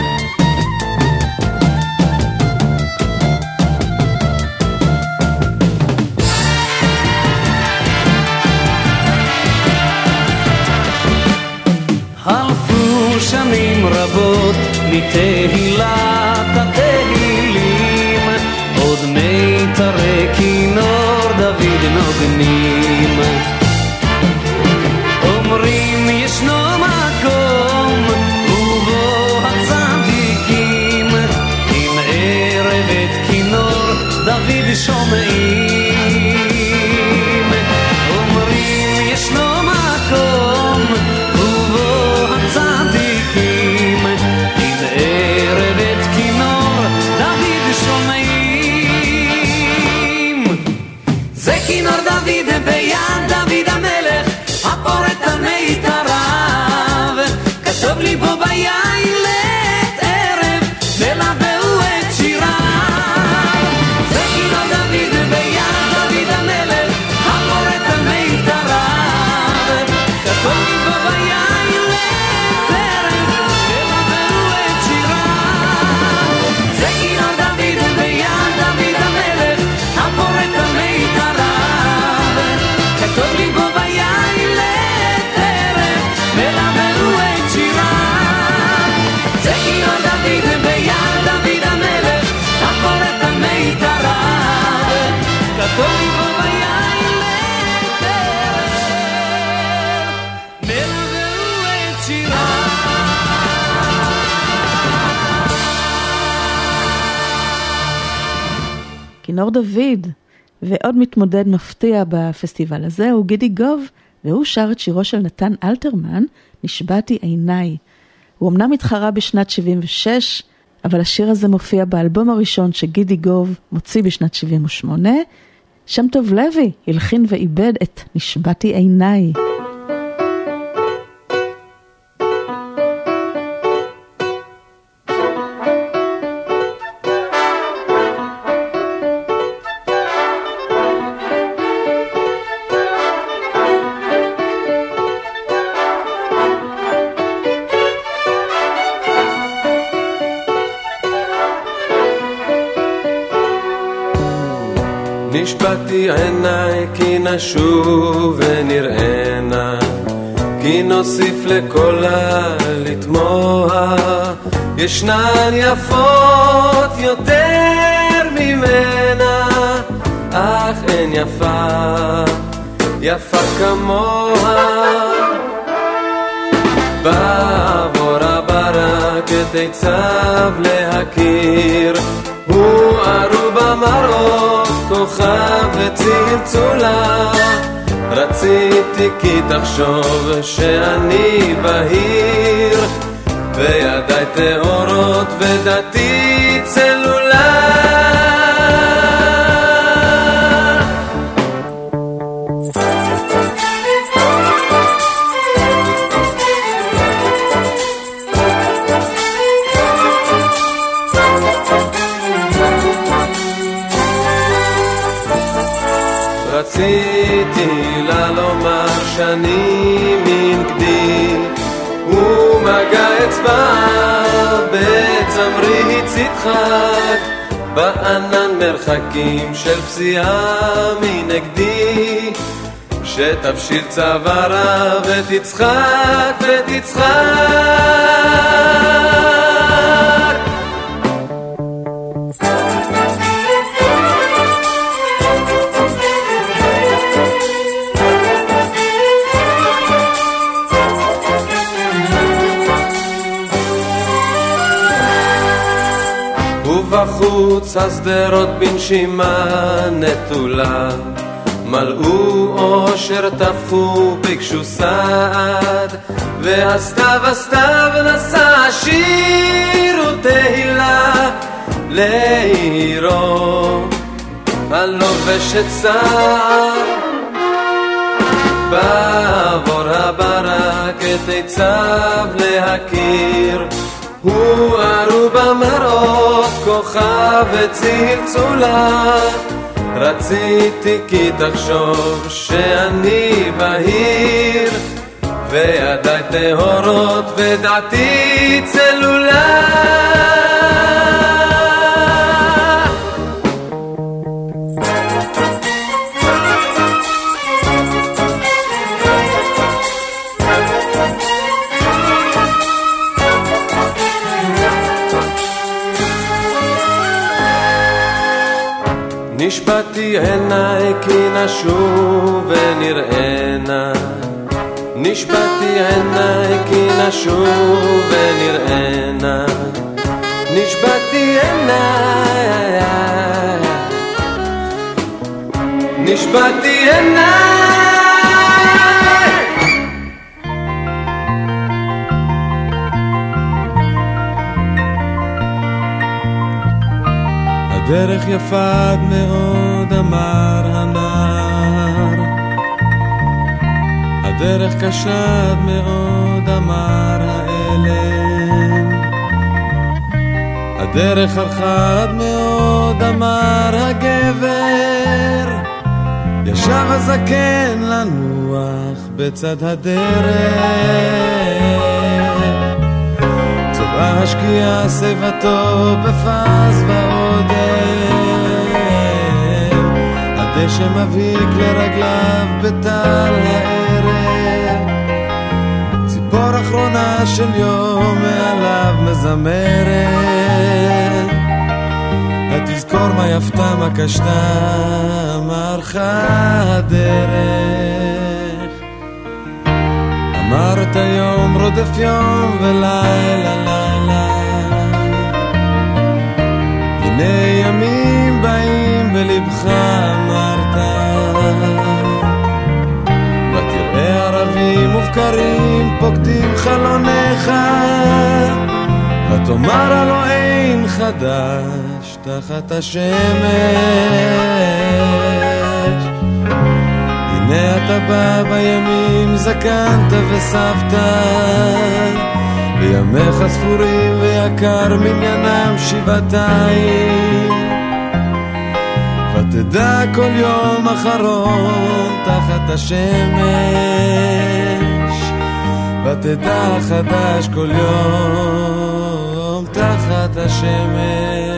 חלפו שנים רבות מתהילת התהילים, עוד מיתרי כינור דוד נוגנים, אומרים ישנו מקום ובו הצדיקים עם ערב את כינור דוד שומעים, אומרים ישנו מקום ובו הצדיקים עם ערב כינור דוד, ועוד מתמודד מפתיע בפסטיבל הזה הוא גידי גוב, והוא שר את שירו של נתן אלתרמן, נשבעתי עיניי. הוא אמנם התחרה בשנת שבעים ושש, אבל השיר הזה מופיע באלבום הראשון שגידי גוב מוציא בשנת שבעים ושמונה. שם טוב לוי הלחין ואיבד את נשבעתי עיניי. נשבעתי עיניי כי נשוב ונראינה, כי נוסיף לקולה לתמוה, ישנן יפות יותר ממנה, אך אין יפה, יפה כמוה. בעבור הברקת עצב להכיר, הוא ערובה מראות כוכב וצלצולה, רציתי כי תחשוב שאני בהיר, וידיי תאורות ודעתי צלולה. רציתי לה לומר שאני מן גדי, ומגע אצבע בצמרי צדחק, בענן מרחקים של פסיעה מנגדי, שתבשיל צווארה ותצחק ותצחק. בחוץ הסדרות בנשימה נטולה, מלאו אושר תפחו ביקשו סעד, והסתיו הסתיו נשא שיר ותהילה לעירו הלובש את צער. בעבור הברקת עצב להכיר, הוא ערובה מראות כוכב וצלצולה, רציתי כי תחשוב שאני בהיר, וידיי טהורות ודעתי צלולה. נשבעתי עיניי כי נשוב ונראינה, נשבעתי עיניי כי נשוב ונראינה, נשבעתי עיניי, נשבעתי עיניי. הדרך יפה מאוד אמר הנער, הדרך קשה מאוד אמר האלם, הדרך ארכה מאוד אמר הגבר, ישב הזקן לנוח בצד הדרך, צבעה השקיעה סבתו בפז ועודף, הדשא מבהיק לרגליו בטל הערב, ציפור אחרונה של יום מעליו מזמרת, ותזכור מה יפתה מה קשתה מה ערכה הדרך. אמרת יום רודף יום ולילה לילה, הנה ימים באים שמחה, ותאמר הלא אין חדש תחת השמש. הנה אתה בא בימים, זקנת וסבת, בימיך ספורים ויקר מניינם שבעתיים. ותדע כל יום אחרון תחת השמש, ותדע חדש כל יום תחת השמש.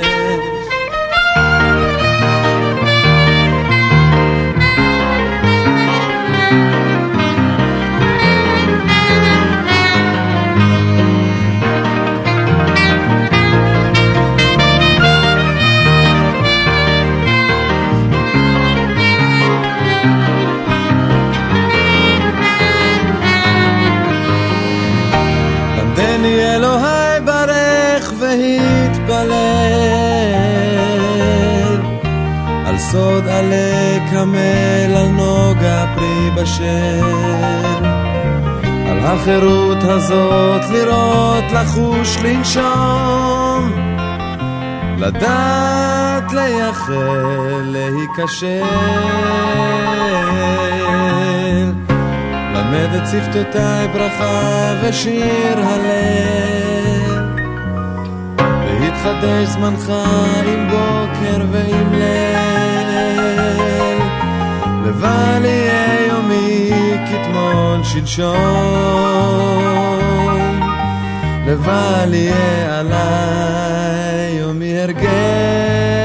אלוהי ברך והתפלל על סוד עלה קמל, על נוגה פרי בשל, על החירות הזאת לראות, לחוש, לנשום, לדעת, לייחל, להיקשר, למד את שפתותיי ברכה ושיר הלב, והתחדש זמנך עם בוקר ועם ליל, לבל יהיה יומי כתמול שלשום, לבל יהיה עליי יומי הרגל.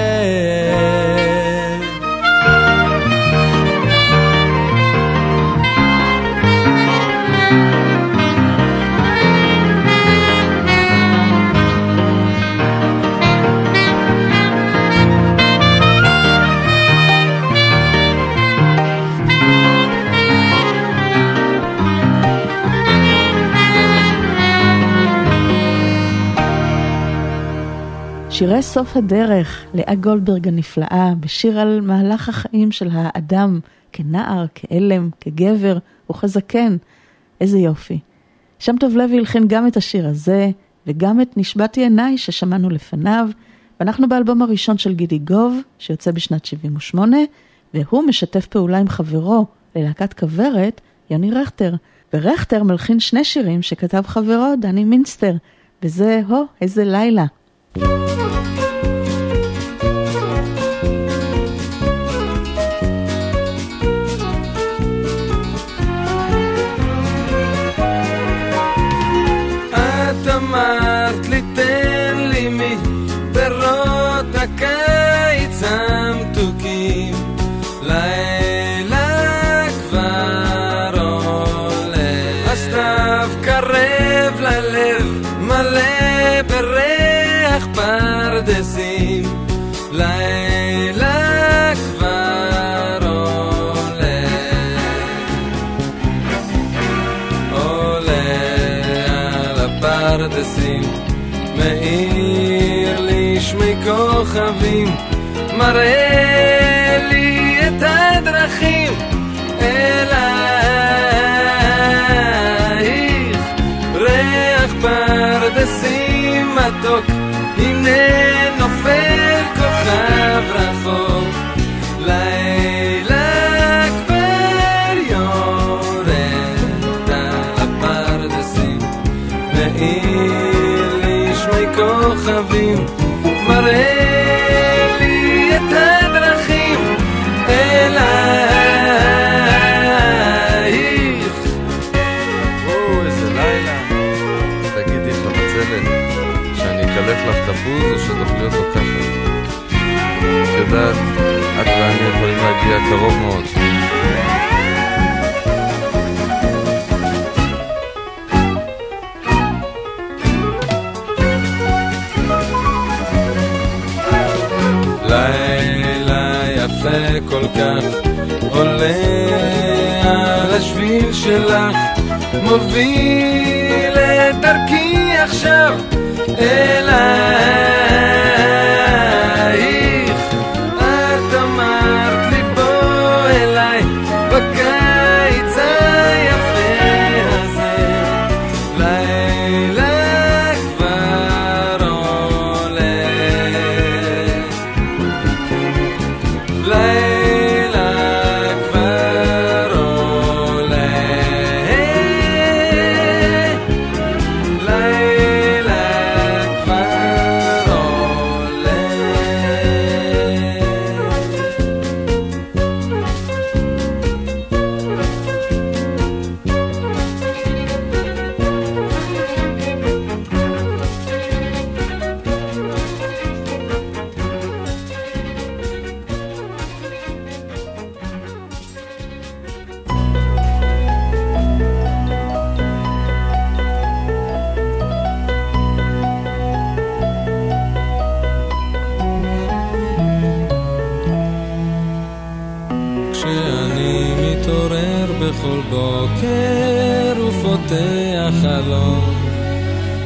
שירי סוף הדרך, לאה גולדברג הנפלאה, בשיר על מהלך החיים של האדם, כנער, כאלם, כגבר וכזקן. איזה יופי. שם טוב לוי הלחין גם את השיר הזה, וגם את נשבעתי עיניי ששמענו לפניו, ואנחנו באלבום הראשון של גידי גוב, שיוצא בשנת שבעים ושמונה, והוא משתף פעולה עם חברו ללהקת כוורת, יוני רכטר, ורכטר מלחין שני שירים שכתב חברו, דני מינסטר, וזה הו, איזה לילה. את אמרת לי תן לי מפירות הקיץ המתוקים, לילה כבר עולה, הסתיו קרב ללב מלא בריח פרדסים, לילה כבר עולה, עולה על הפרדסים, מאיר לי שמי כוכבים, מראה לי את הדרכים אלייך, ריח פרדסים מתוק, הנה נופל כוכב רחוק, לילה כבר יורד על הפרדסים, מאיר לי שמי כוכבים, מראה לי את הדרכים אלייך. או, איזה לילה. תגידי איך למצלת, שאני אקלף לך תפוז או שתוכלי אותו ככה? את יודעת, את ואני יכולים להגיע קרוב מאוד. לילה יפה כל כך עולה על השביל שלך, מוביל את דרכי עכשיו אלייך. את אמרת לי בוא אליי בקיץ היפה הזה, לילה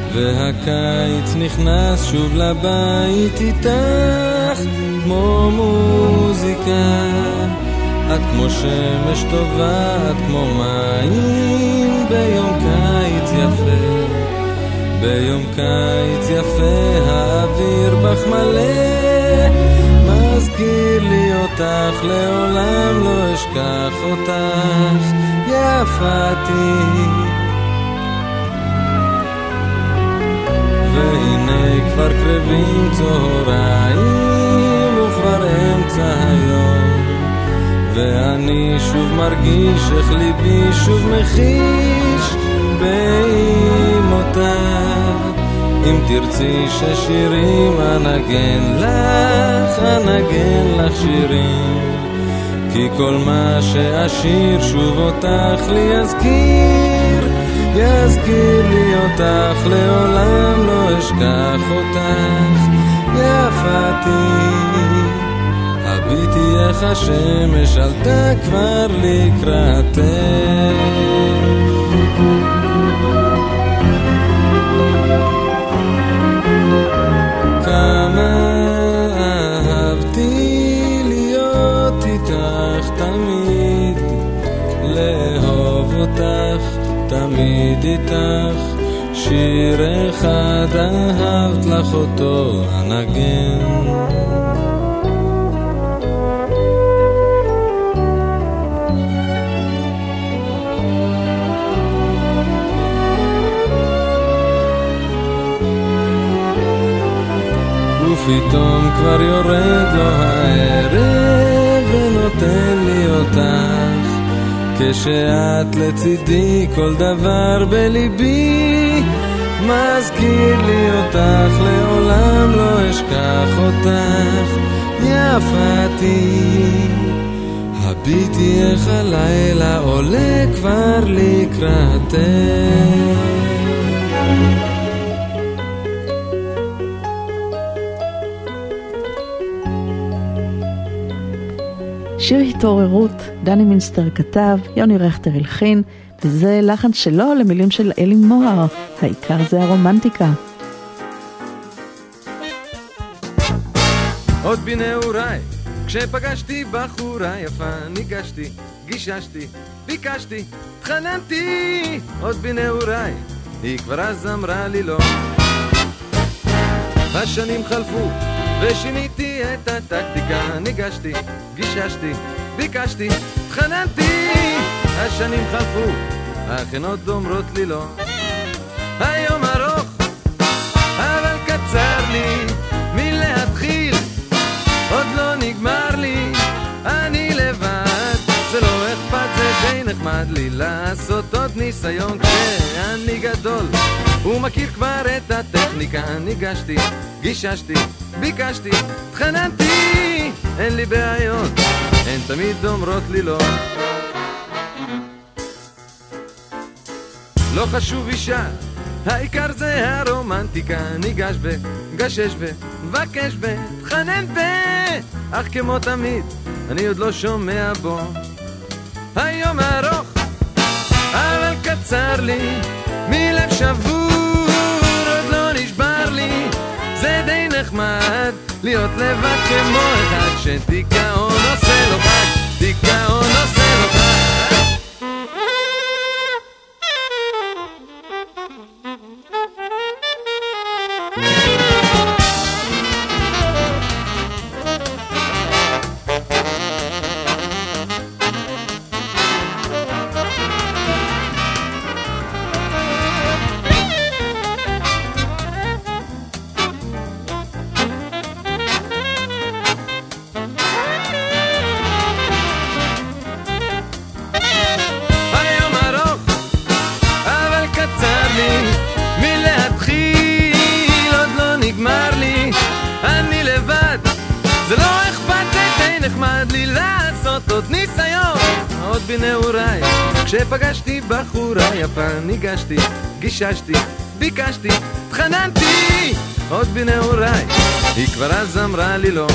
והקיץ נכנס שוב לבית איתך כמו מוזיקה. את כמו שמש טובה, את כמו מים ביום קיץ יפה. ביום קיץ יפה האוויר בך מלא, מזכיר לי אותך, לעולם לא אשכח אותך, יפתי. והנה כבר קרבים צהריים וכבר אמצע היום, ואני שוב מרגיש איך ליבי שוב מחיש באימותיו. אם תרצי ששירים אנגן לך, אנגן לך שירים, כי כל מה שאשיר שוב אותך לי יזכיר, יזכיר לי אותך, לעולם לא אשכח אותך, יפתי. הביטי איך השמש עלתה כבר לקראתך. כמה אהבתי להיות איתך תמיד, לאהוב אותך תמיד איתך. שיר אחד אהבת לך אותו אנגן. ופתאום כבר יורד לו הערב ונותן לי אותך, כשאת לצידי כל דבר בליבי מזכיר לי אותך, לעולם לא אשכח אותך, יפתי. הביטי איך הלילה עולה כבר לקראתך. שיר התעוררות, דני מינסטר כתב, יוני רכטר הלחין, וזה לחן שלו למילים של אלי מוהר, העיקר זה הרומנטיקה. עוד בנעוריי, כשפגשתי בחורה יפה, ניגשתי, גיששתי, ביקשתי, התחננתי. עוד בנעוריי, היא כבר אז אמרה לי לא. השנים חלפו ושיניתי את הטקטיקה, ניגשתי, גיששתי, ביקשתי, התחננתי. השנים חלפו, אכן עוד אומרות לי לא. היום ארוך, אבל קצר לי מלהתחיל, עוד לא נגמר לי, אני לבד, זה לא אכפת, זה די נחמד לי לעשות עוד ניסיון כשאני גדול ומכיר כבר את הטכניקה. ניגשתי, גיששתי, ביקשתי, התחננתי, אין לי בעיות, הן תמיד אומרות לי לא. לא חשוב אישה, העיקר זה הרומנטיקה. ניגש ב, גשש ב, מבקש ב, תחנן ב, אך כמו תמיד, אני עוד לא שומע בו. היום ארוך, אבל קצר לי, מלב שבור, עוד לא נשבר לי, זה די נחמד, להיות לבד כמו אחד שדיכאון עושה לו חג, דיכאון עושה לו חג. כשפגשתי בחורה יפה, ניגשתי, גיששתי, ביקשתי, התחננתי. עוד בנעוריי, היא כבר אז אמרה לי לא.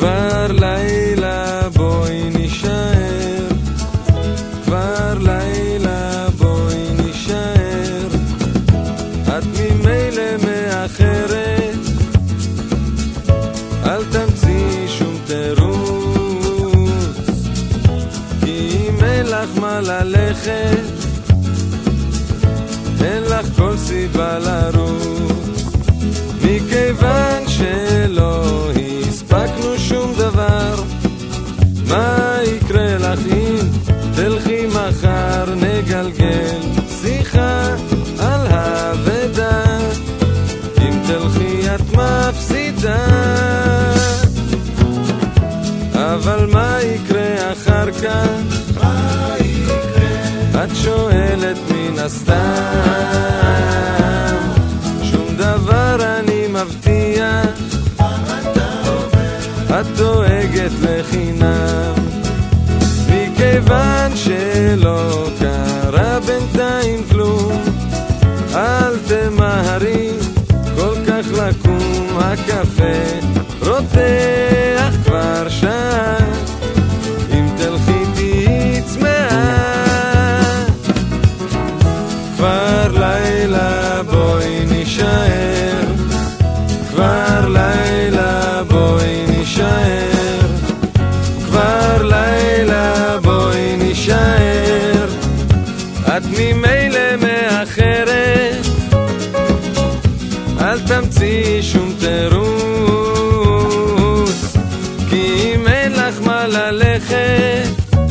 כבר לילה בואי נשאר, כבר לילה בואי נשאר, את ממילא מאחרת, אל תמציא שום תירוץ, כי אם אין לך מה ללכת, אין לך כל סיבה לרוץ, מכיוון שלא הספקנו שום דבר. מה יקרה לך אם תלכי מחר, נגלגל שיחה על העבודה, אם תלכי את מפסידה, אבל מה יקרה אחר כך? מה יקרה? את שואלת מן הסתם, שום דבר אני מבטיח, את דואגת לחינם, מכיוון שלא קרה בינתיים כלום, אל תמהרי כל כך לקום, הקפה רותח כבר שעה, אם תלכי תהי צמאה, כבר לילה בואי נשאר, כבר לילה בואי נשאר, כבר לילה בואי נשאר, את ממילא מאחרת, אל תמציא שום תירוץ, כי אם אין לך מה ללכת,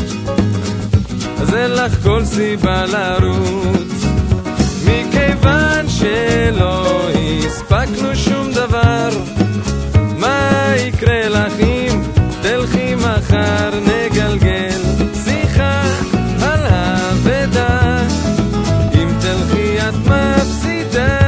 אז אין לך כל סיבה לרוץ, מכיוון שלא הספקנו שום דבר. מה יקרה לך אם תלכי מחר, נגלגל שיחה על העבודה, אם תלכי את מפסידה,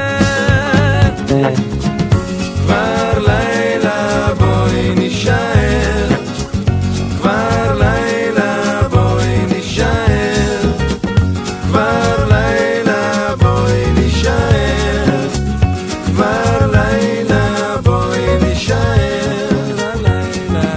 כבר לילה בואי נשאר, כבר לילה בואי נשאר, כבר לילה בואי נשאר, כבר לילה בואי נשאר, הלילה.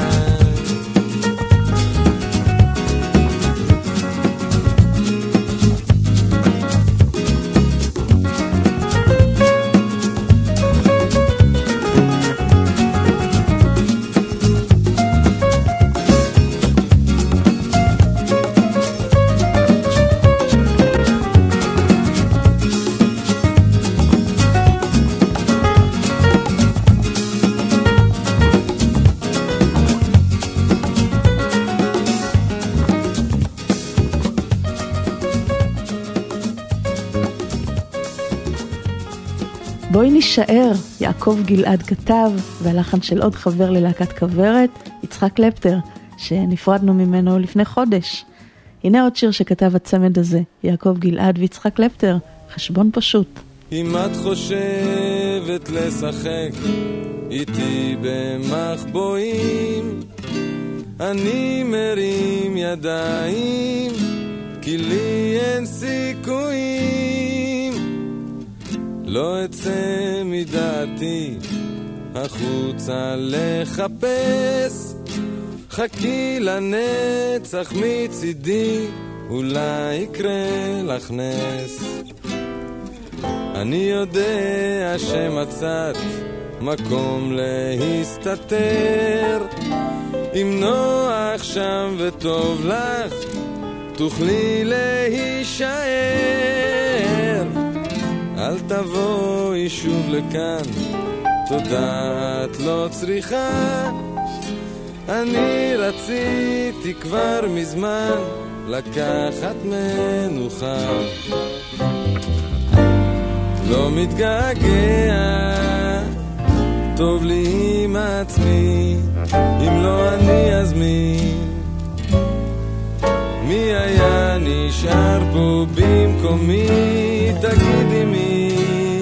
בואי נשאר, יעקב גלעד כתב, והלחן של עוד חבר ללהקת כוורת, יצחק קלפטר, שנפרדנו ממנו לפני חודש. הנה עוד שיר שכתב הצמד הזה, יעקב גלעד ויצחק קלפטר, חשבון פשוט. אם את חושבת לשחק איתי במחבואים, אני מרים ידיים, כי לי אין סיכויים, לא אצא מדעתי החוצה לחפש, חכי לנצח מצידי, אולי יקרה לך נס. אני יודע שמצאת מקום להסתתר, אם נוח שם וטוב לך תוכלי להישאר, אל תבואי שוב לכאן, תודה את לא צריכה, אני רציתי כבר מזמן לקחת מנוחה, לא מתגעגע, טוב לי עם עצמי, אם לא אני אז מי? מי היה נשאר פה במקומי, תגידי מי?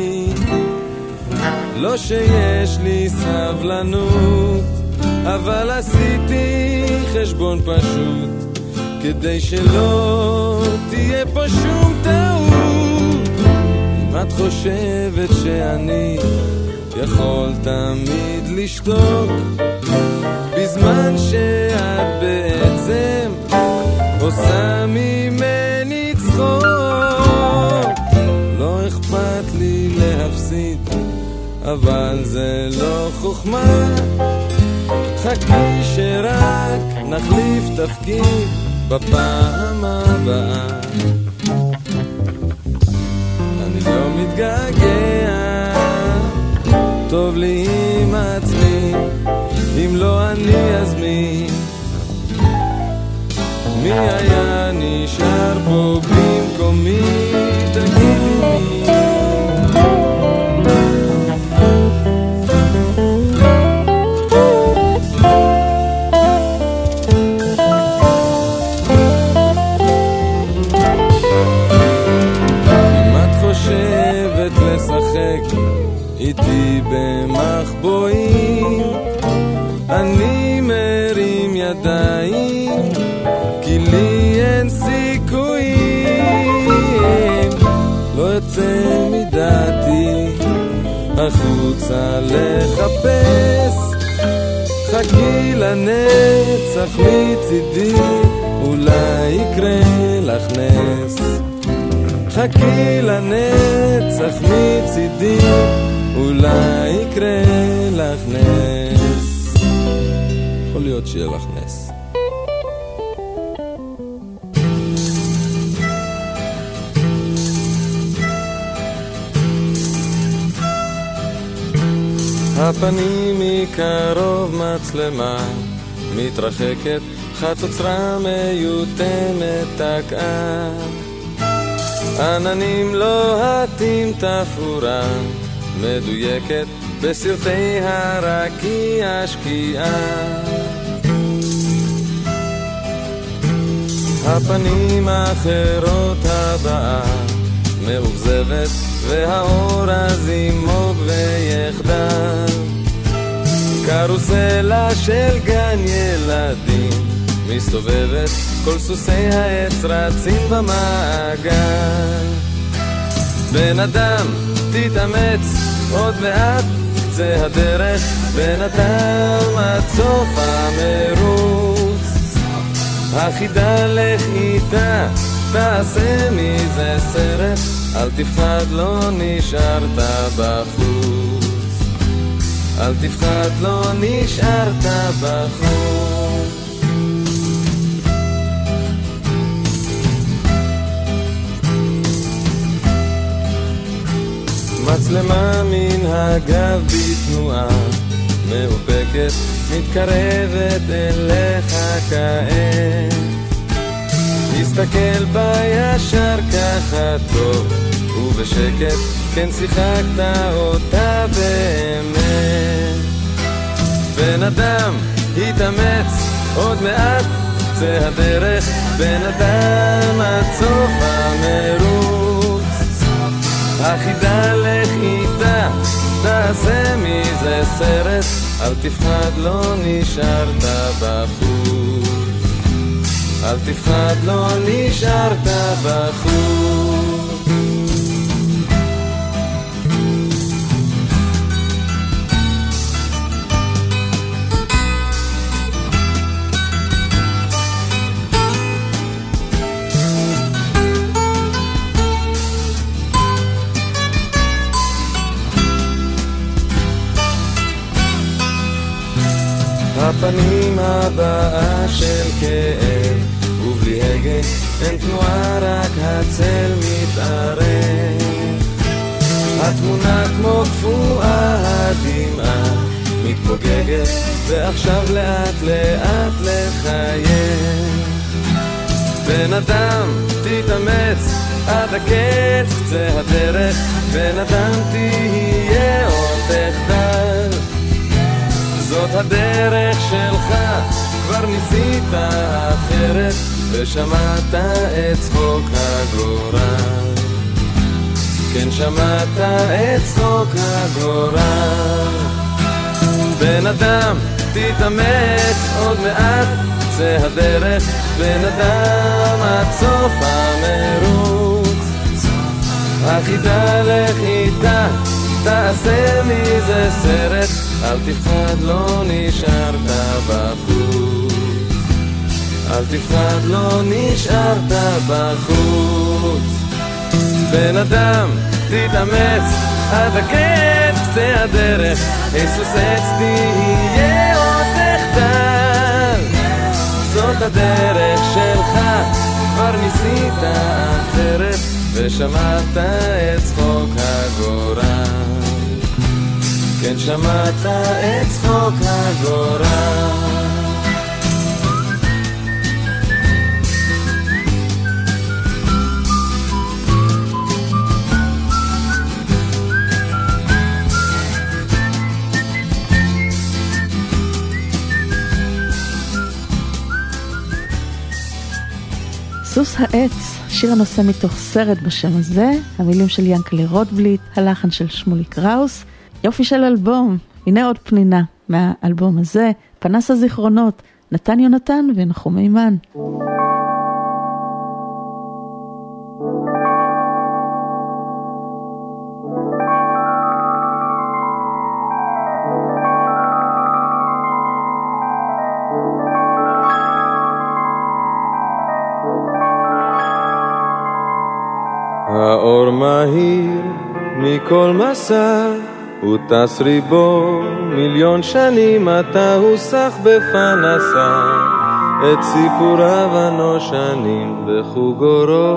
לא שיש לי סבלנות, אבל עשיתי חשבון פשוט, כדי שלא תהיה פה שום טעות. אם את חושבת שאני יכול תמיד לשתוק, בזמן שאת בעצם עושה ממני צחוק. לא אכפת לי להפסיד, אבל זה לא חוכמה. חכי שרק נחליף תפקיד בפעם הבאה. אני לא מתגעגע, טוב לי עם עצמי, אם לא אני אז מי? מי היה נשאר פה במקומי? תגידי מי? לשחק איתי במחבואים, אני מרים ידיים, כי לי אין סיכויים. לא יוצא מדעתי החוצה לחפש, חכי לנצח מצידי, אולי יקרה לך נס. חכי לנצח מצידי, אולי יקרה לך נס. יכול להיות שיהיה לך נס. הפנים מקרוב מצלמה מתרחקת, חצוצרה מיותמת תקעה, עננים לוהטים תפאורה מדויקת בסרטי הרקיע שקיעה. הפנים האחרות הבאה מאוכזבת, והאור אז ימוג ויחדל, קרוסלה של גן ילדים מסתובבת, כל סוסי העץ רצים במעגל. בן אדם תתאמץ עוד מעט, קצה הדרך, בן אדם עד סוף המרוץ. החידה לך איתה, תעשה מזה סרט, אל תפחד לא נשארת בחוץ, אל תפחד לא נשארת בחוץ. מצלמה מן הגב בתנועה מאופקת מתקרבת אליך כעת, תסתכל בה ישר ככה טוב ובשקט, כן שיחקת אותה באמת. בן אדם התאמץ עוד מעט, קצה הדרך, בן אדם עד סוף המרוץ. החידה לך איתה, תעשה מזה סרט, אל תפחד לא נשארת בחוץ, אל תפחד לא נשארת בחוץ. הפנים הבאה של כאב ובלי הגה, אין תנועה רק הצל מתארך. התמונה כמו כפועה, הדמעה מתפוגגת, ועכשיו לאט לאט לחייך. בן אדם תתאמץ עד הקץ, קצה הדרך, בן אדם תהיה עוד תחדל. זאת הדרך שלך, כבר ניסית אחרת, ושמעת את צחוק הגורל. כן, שמעת את צחוק הגורל. בן אדם תתאמץ עוד מעט, קצה הדרך, בן אדם עד סוף המרוץ. החידה לך איתה, תעשה מזה סרט, אל תפחד לא נשארת בחוץ, אל תפחד לא נשארת בחוץ. בן אדם תתאמץ עד הקצה הדרך, היסוס עץ תהיה עוד תחתן, זאת הדרך שלך, כבר ניסית אחרת ושמעת את צחוק הגורל, כן שמעת את צחוק הגורל. סוס העץ, שיר הנושא מתוך סרט בשם הזה, המילים של ינקלה רוטבליט, הלחן של שמולי קראוס, יופי של אלבום. הנה עוד פנינה מהאלבום הזה, פנס הזיכרונות, נתן יונתן ונחום מימן. האור מהיר מכל מסע, הוא טס ריבו מיליון שנים, אתה הוסח בפנסה את סיפוריו הנושנים בחוגורו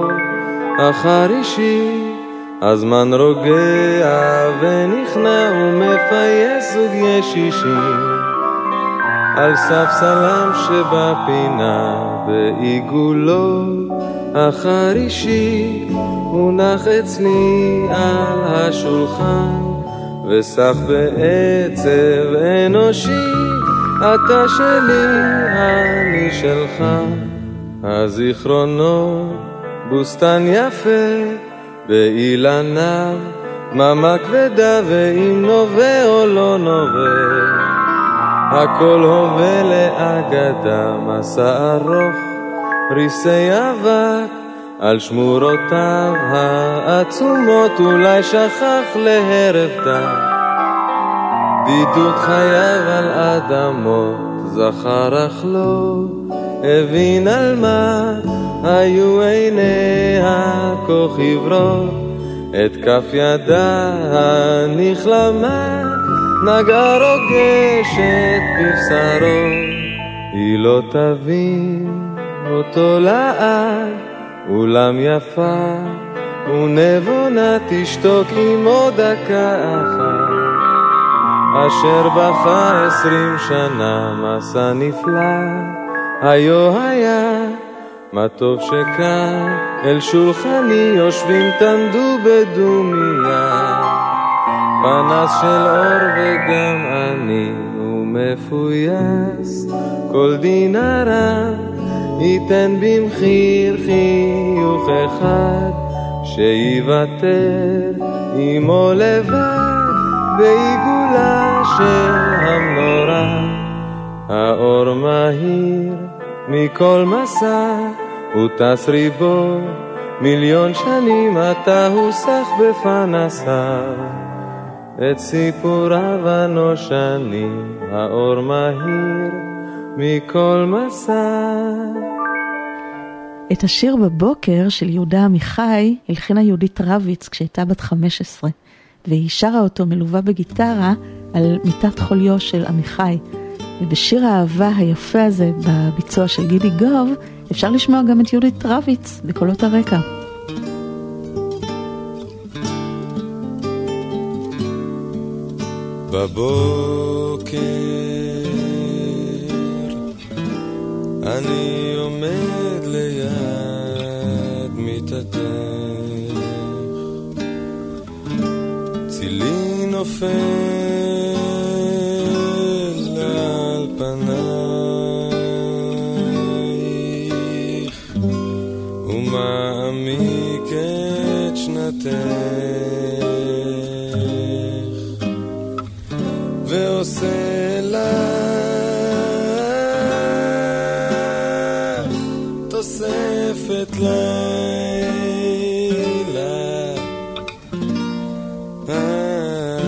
החרישי. הזמן רוגע ונכנע ומפייס זוג ישישים על ספסלם שבפינה בעיגולו החרישי, הונח אצלי על השולחן וסח בעצב אנושי, אתה שלי אני שלך. הזיכרונות בוסתן יפה באילניו, דממה כבדה ואם נובע או לא נובע, הכל הווה לאגדה, מסע ארוך ריסי אבק על שמורותיו העצומות, אולי שכח להרב דם בידוד חייו על אדמות, זכר אך לא הבין על מה היו עיניה כה חברות, את כף ידה הנכלמה נגע רוגשת בבשרו, היא לא תבין אותו לעד, אולם יפה ונבונה תשתוק עם עוד דקה אחת, אשר בכה עשרים שנה מסע נפלא היו היה, מה טוב שכאן אל שולחני יושבים תנדו בדומיה, פנס של אור וגם אני ומפויס, כל דינרה ייתן במחיר חיוך אחד, שיוותר עמו לבד בעיגולה של המנורה. האור מהיר מכל מסע, הוא טס ריבו מיליון שנים, אתה הוסח בפנסה את סיפוריו הנושנים. האור מהיר מכל מסע. את השיר בבוקר של יהודה עמיחי הלחינה יהודית רביץ כשהייתה בת חמש עשרה, והיא שרה אותו מלווה בגיטרה על מיטת חוליו של עמיחי. ובשיר האהבה היפה הזה בביצוע של גידי גוב אפשר לשמוע גם את יהודית רביץ בקולות הרקע. בבוקר אני עומד ליד מיטתך, צילי נופל על פנייך ומעמיק את שנתך, ועושה לך תוספת לילה.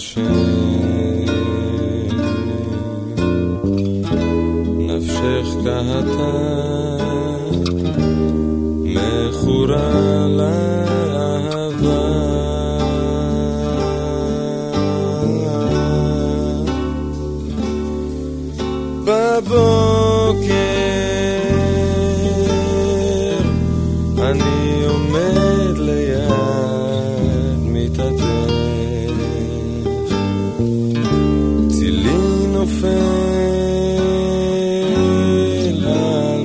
השם, נפשך כהתה מכורה לאהבה, בבוקר אני עומד ליד מיטתך, צילי נופל על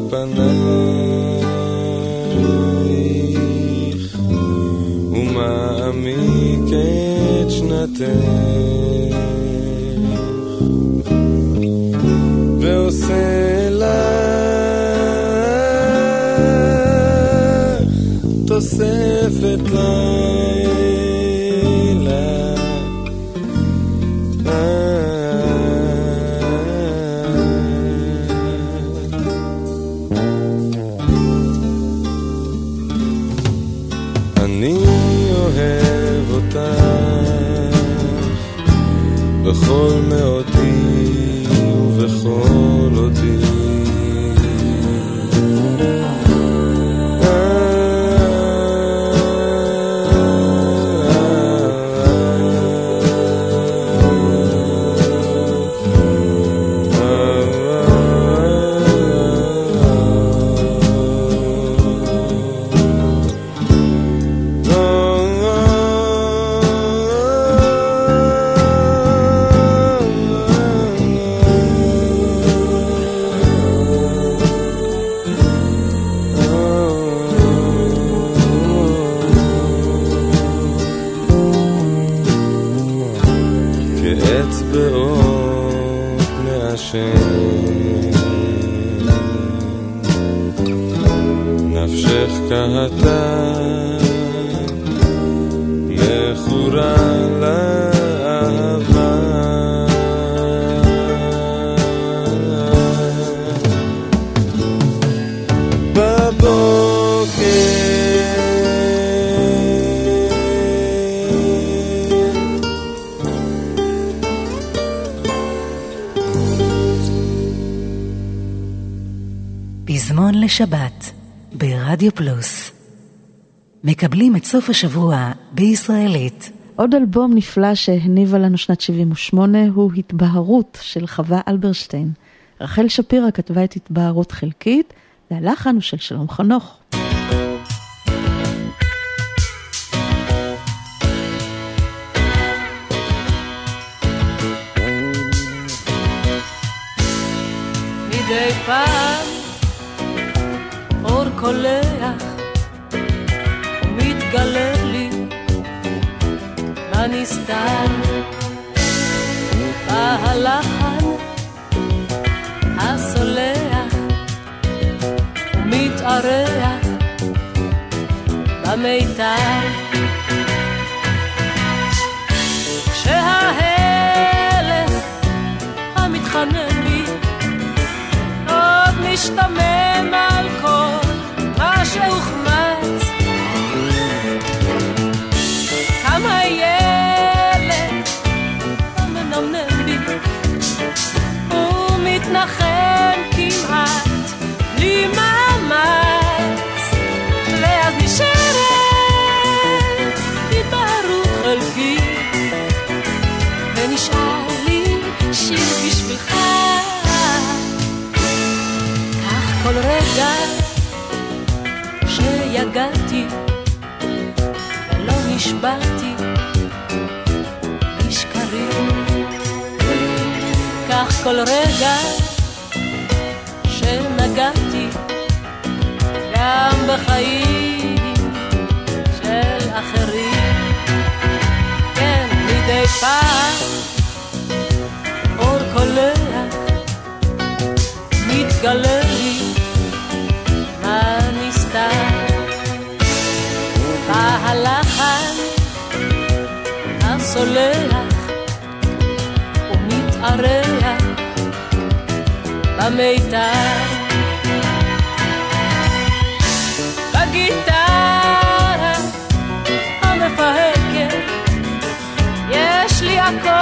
פנייך ומעמיק את שנתך, ועושה לך תוספת לילה, אני אוהב אותך בכל מאודי ובכל אותי, כאצבעות מעשן, נפשך כהתה מכורה לאהבה, פזמון לשבת ברדיו פלוס. מקבלים את סוף השבוע בישראלית. עוד אלבום נפלא שהניבה לנו שנת שבעים ושמונה הוא התבהרות של חווה אלברשטיין. רחל שפירא כתבה את התבהרות חלקית, והלחן הוא של שלום חנוך. מדי פעם אור קולח ומתגלה לי בנסתר, בהלחן הסולח ומתארח במיתר, כשההלך המתחנן בי עוד משתמם על כל מה שהוחמץ, כמה ילד המנמנם בי ומתנחם כמעט בלי מאמץ, ואז נשארת התבהרות חלקית ונשאר לי שיר בשבילך. כל רגע שיגעתי ולא נשברתי בשקרים, כך כל רגע שנגעתי גם בחיים של אחרים, כן מדי פעם אור קולח מתגלה לי בהלחן הסולח ומתארח במיתר, בגיטרה המפהקת יש לי הכל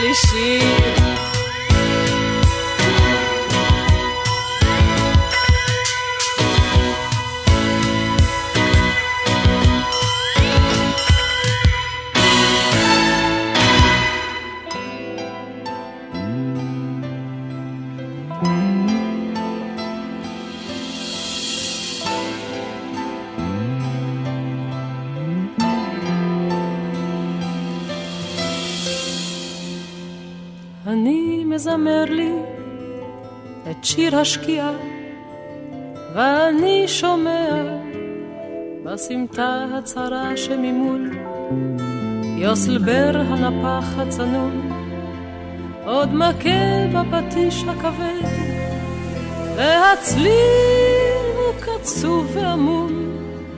שלישי. אני מזמר לי את שיר השקיעה, ואני שומע בסמטה הצרה שממול יוסלבר הנפח הצנון עוד מכה בפטיש הכבד, והצליל הוא קצוב ועמום,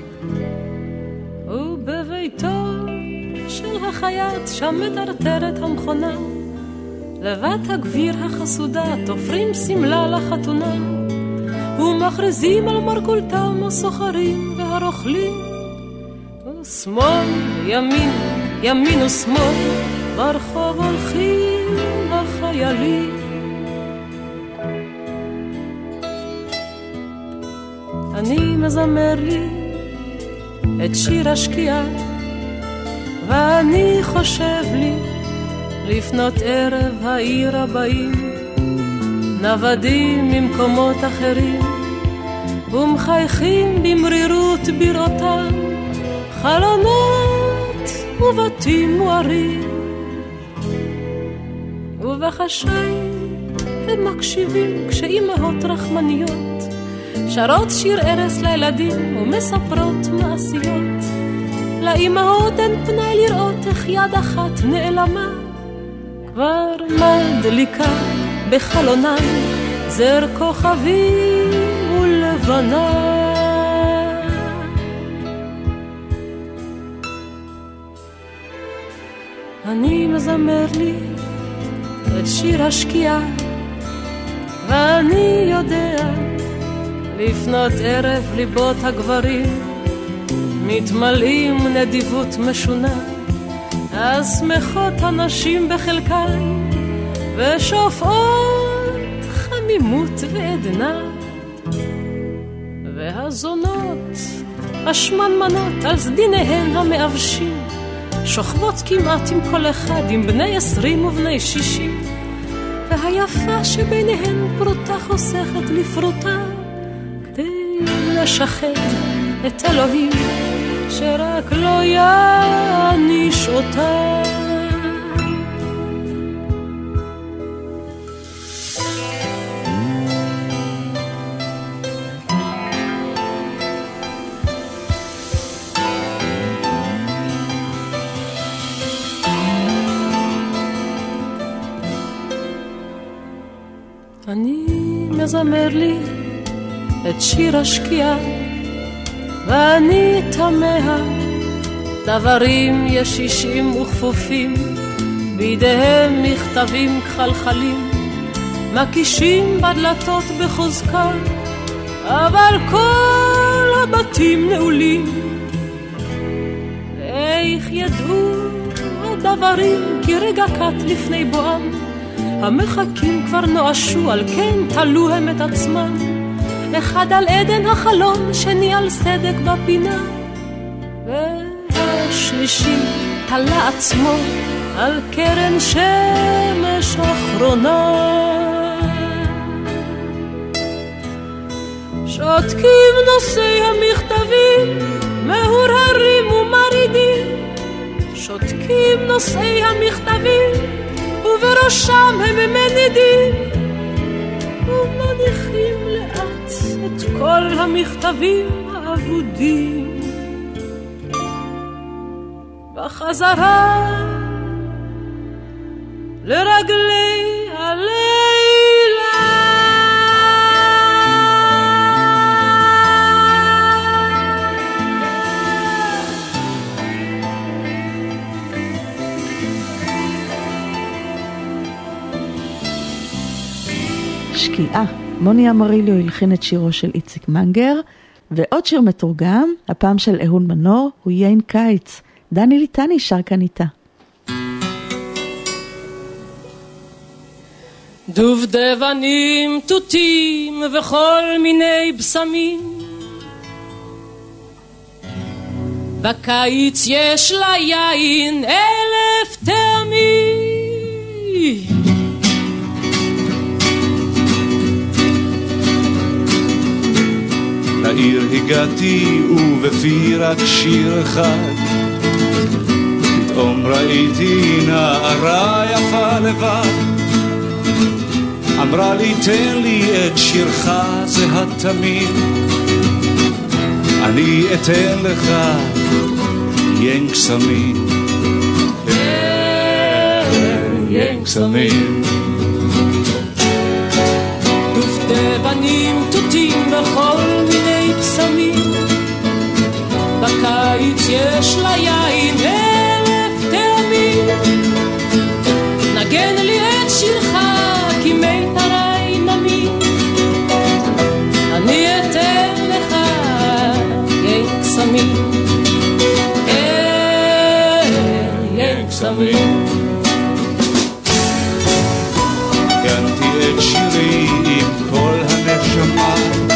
ובביתו של החייט שם מטרטרת המכונה, לבת הגביר החסודה תופרים סמלה לחתונה, ומכריזים על מרגולתם הסוחרים והרוכלים, ושמאל ימין ימין ושמאל ברחוב הולכים החיילים. אני מזמר לי את שיר השקיעה, ואני חושב לי לפנות ערב העיר הבאים, נוודים ממקומות אחרים ומחייכים במרירות בירותם, חלונות ובתים מוארים, ובחשאיים הם מקשיבים כשאימהות רחמניות שרות שיר ערס לילדים ומספרות מעשיות. לאימהות אין פנאי לראות איך יד אחת נעלמה, כבר מדליקה בחלונם זר כוכבים ולבנה. אני מזמר לי את שיר השקיעה, ואני יודע לפנות ערב ליבות הגברים מתמלאים נדיבות משונה, אז שמחות הנשים בחלקן ושופעות חמימות ועדנה, והזונות השמנמנות על סדיניהן המאבשים שוכבות כמעט עם כל אחד, עם בני עשרים ובני שישים, והיפה שביניהן פרוטה חוסכת לפרוטה כדי לשחד את אלוהים שרק לא יעניש אותה. אני מזמר לי את שיר השקיעה, ואני תמה דברים ישישים וכפופים, בידיהם מכתבים כחלחלים מקישים בדלתות בחוזקה, אבל כל הבתים נעולים. איך ידעו הדברים כי רגע קט לפני בואם, המחכים כבר נואשו, על כן תלו הם את עצמם, אחד על עדן החלון, שני על סדק בפינה, והשלישי תלה עצמו על קרן שמש אחרונה. שותקים נושאי המכתבים מהורהרים ומרידים, שותקים נושאי המכתבים ובראשם הם מנידים, ומניחים לאט את כל המכתבים האבודים בחזרה לרגלי הלילה. שקיעה. מוני אמריליו הלחין את שירו של איציק מנגר, ועוד שיר מתורגם, הפעם של אהון מנור, הוא יין קיץ. דני ליטני שר כאן איתה. דובדבנים, תותים וכל מיני בשמים. בקיץ יש לה יין אלף טעמים. לעיר הגעתי ובפי רק שיר אחד, פתאום ראיתי נערה יפה לבד. אמרה לי תן לי את שירך זה התמיד, אני אתן לך ין קסמים, ין קסמים. דובדבנים, תותים וכל מיני בשמים. בקיץ יש לה יין אלף טעמים. נגן לי את שירך כי מיתרי נמים. אני אתן לך ין קסמים, ין קסמים. גנתי את שירי עם כל הנשמה,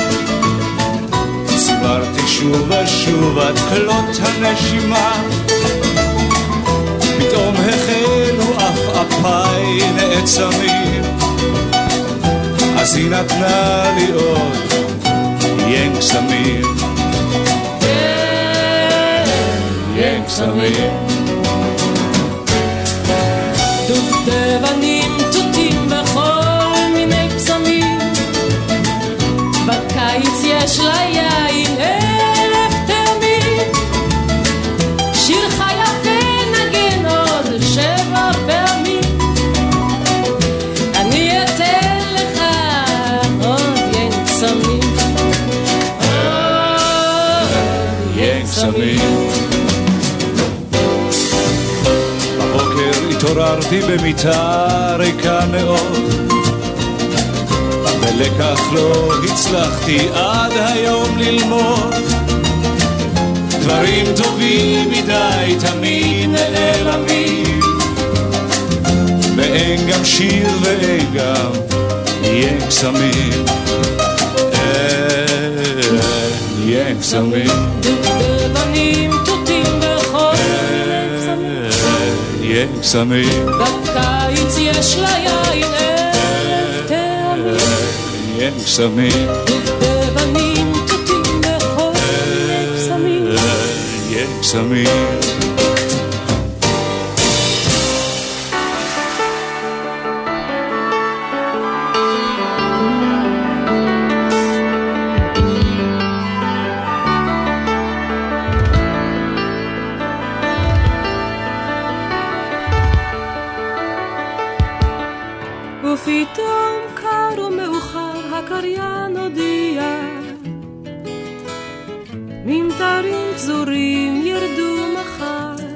סיפרתי שוב ושוב עד כלות הנשימה. פתאום החלו עפעפיי נעצמים, אז היא נתנה לי עוד ין קסמים, ין קסמים. דובדבנים, תותים וכל מיני בשמים. בקיץ יש לה יין אלף טעמים. שירך יפה נגן עוד שבע פעמים. אני אתן לך עוד ין קסמים, ין קסמים. התעוררתי במיטה ריקה מאוד, ולקח לא הצלחתי עד היום ללמוד. דברים טובים מדי תמיד נעלמים, ואין גם שיר ואין גם ין קסמים, ין קסמים. דובדבנים, תותים וכל ין קסמים. בקיץ יש לה יין אלף טעמים. ין קסמים. דובדבנים, תותים וכל מיני בשמים. ין קסמים. ופתאום קר ומאוחר הקריין הודיע, ממטרים פזורים ירדו מחר.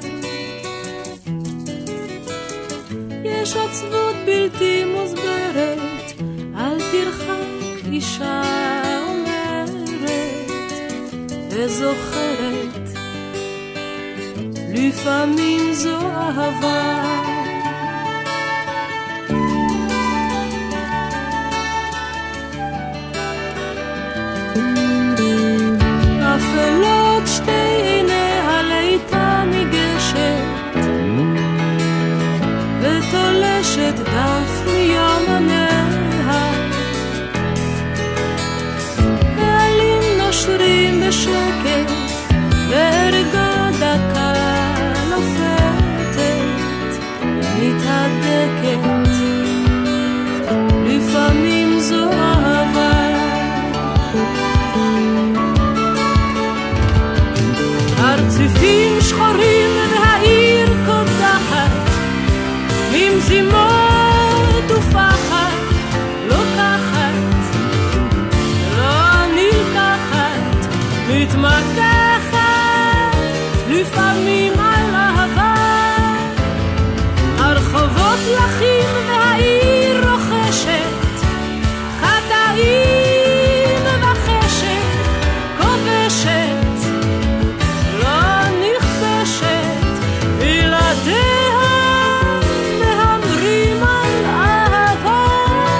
יש עצבות בלתי מוסברת, אל תרחק אישה אומרת וזוכרת, לפעמים זו אהבה. אפלות שתי עיניה לאיתה ניגשת, ותולשת דף מיומניה. העלים נושרים בשקט, וערגה דקה נופתת, מתהדקת, לפעמים זו אהבה. הרציפים שחורים והעיר קודחת, ממזימות ופחד, לוקחת, לא נלקחת, מתמקחת, לפעמים על אהבה. הרחובות לחים והעיר רוכשת, חטאים וחשת, כובשת, בלעדיה מהמרים על אהבה.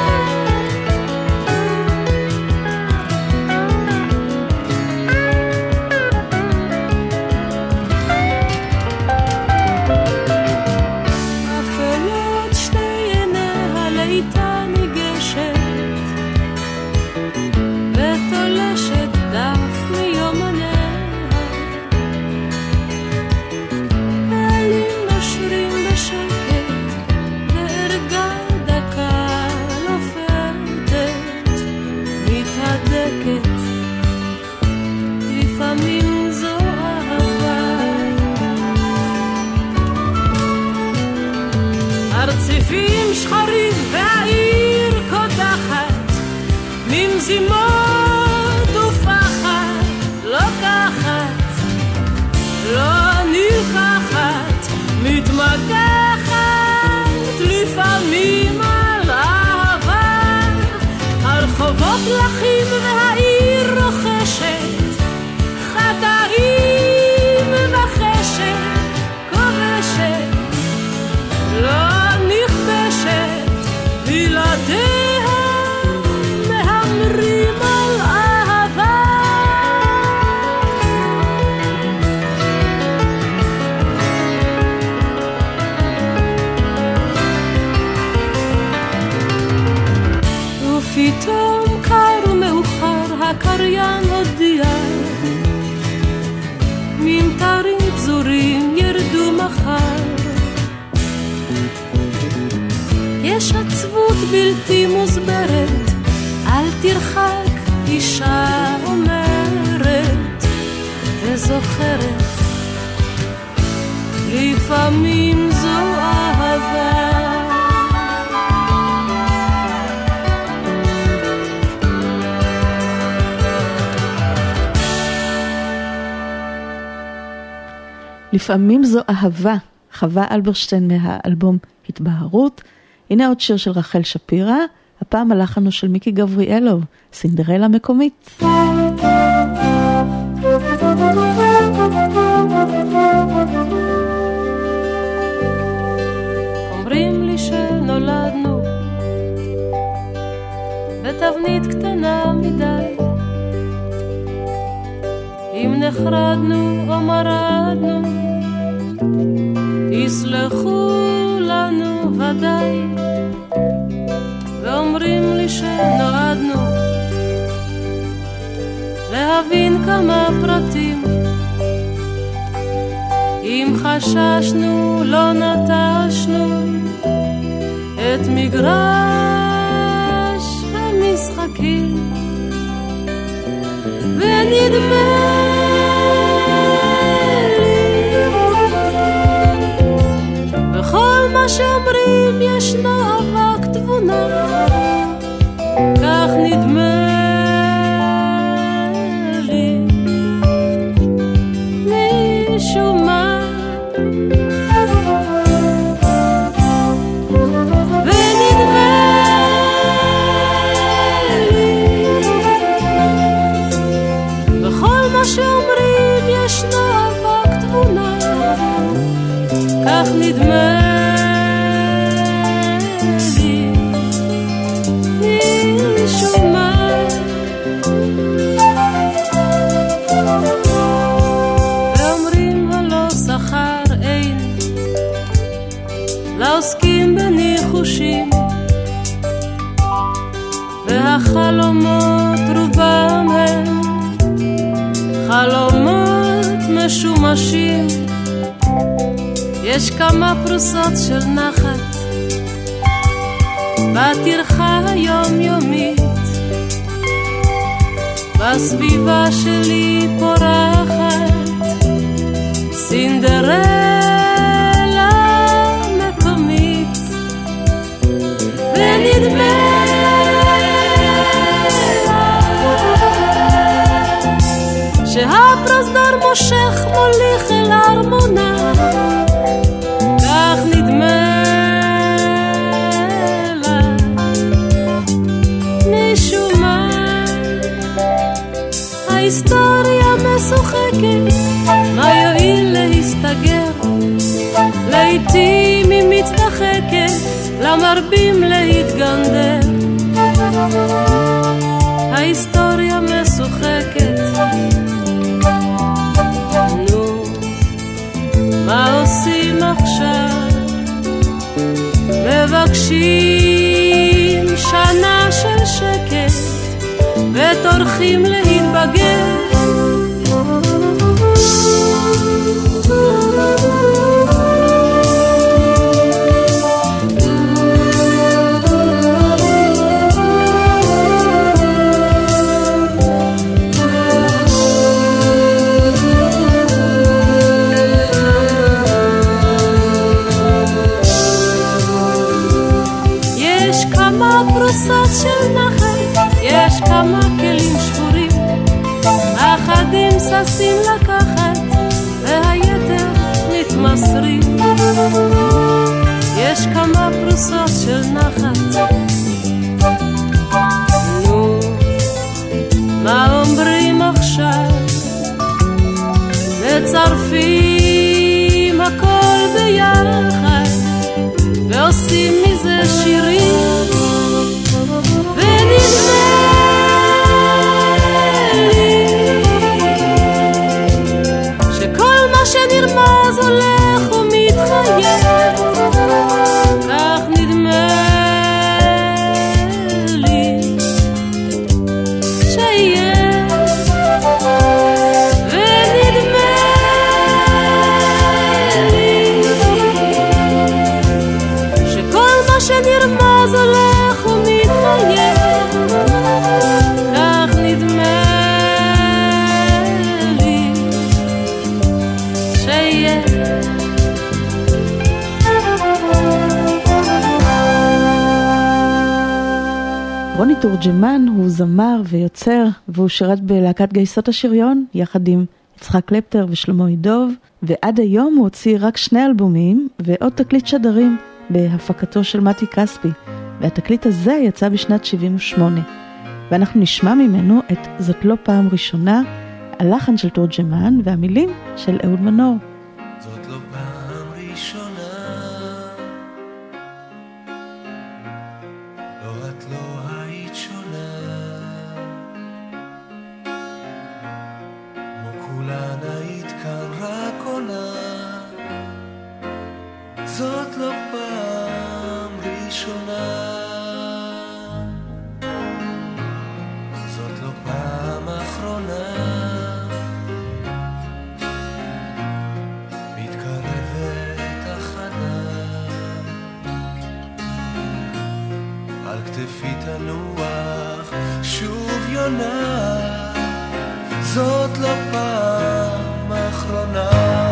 צריפים שחרים והעיר קודחת, ממזימות ופחד, לוקחת, לא נלקחת, מתמקחת לפעמים על אהבה. הרחובות לחים והעיר רוכשת, חטאים וחשת, כובשת, לא נכבשת, בלעדיה מהמרים על אהבה. ופתאום קר ומאוחר הקריין הודיע, ממטרים פזורים ירדו מחר. יש עצבות בלתי מוסברת, אל תרחק, אישה אומרת וזוכרת, לפעמים זו אהבה. לפעמים זו אהבה, חווה אלברשטיין מהאלבום התבהרות. הנה עוד שיר של רחל שפירא, הפעם הלחן הוא של מיקי גבריאלוב, סינדרלה מקומית. אומרים לי שנולדנו בתבנית קטנה מדי, אם נחרדנו או מרדנו יסלחו לנו ודאי. ואומרים לי שנועדנו להבין כמה פרטים, אם חששנו לא נטשנו את מגרש המשחקים. ונדמה בכל מה שאומרים ישנו אבק תבונה, כך נדמה לי משום מה. ונדמה לי בכל מה שאומרים ישנו אבק תבונה, כך נדמה לי משום מה. ואומרים הלא שכר אין לעוסקים בניחושים, והחלומות רובם הם חלומות משומשים. יש כמה פרוסות של נחת בטרחה היומיומית, בסביבה שלי פורחת סינדרלה מקומית. ונדמה שהפרוזדור מושך מוליך אל ארמונה, כך נדמה לה משום מה. ההיסטוריה משוחקת, מה יועיל להסתגר? לעתים היא מצטחקת, למרבים להתגנדר. ההיסטוריה משוחקת, נו, מה עושים עכשיו? מבקשים שנה של שקט וטורחים להתבגר. פרוסות של נחל, יש כמה כלים שבורים, אחדים ססים לקחת, והיתר מתמסרים. יש כמה פרוסות של נחת, נו, מה אומרים עכשיו? מצרפים הכל ביחד, ועושים מזה שירים, ונדמה לי שכל מה שנרמז הולך ומתחייב, כך נדמה לי שיהיה, ונדמה לי שכל מה שנרמז הולך ומתחייב, כך נדמה לי שיהיה. רוני תורג'מן הוא זמר ויוצר, והוא שירת בלהקת גייסות השריון יחד עם יצחק קלפטר ושלמה ידוב, ועד היום הוא הוציא רק שני אלבומים ועוד תקליט שדרים בהפקתו של מתי כספי, והתקליט הזה יצא בשנת שבעים ושמונה, ואנחנו נשמע ממנו את זאת לא פעם ראשונה, הלחן של תורג'מן והמילים של אהוד מנור. זאת לא פעם ראשונה, לא את לא היית שונה, כמו כולן היית כאן רק עונה. זאת לא פעם ראשונה, זאת לא פעם אחרונה, מתקרבת החנה, על כתפי תנוח שוב יונה. זאת לא פעם אחרונה.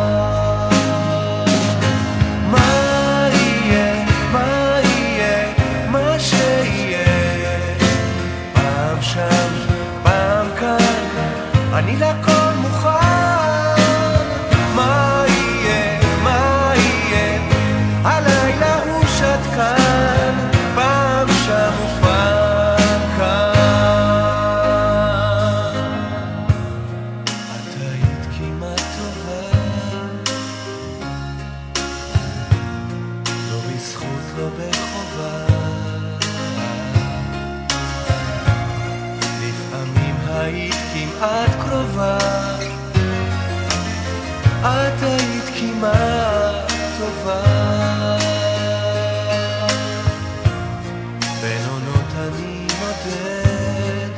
אני לכל מוכן, מה יהיה, מה יהיה, הלילה הוא שתקן, פעם שם ופעם כאן. את היית כמעט טובה, לא בזכות, לא בחובה, לפעמים היית כמעט קרובה, את היית כמעט טובה. בין עונות אני מודד,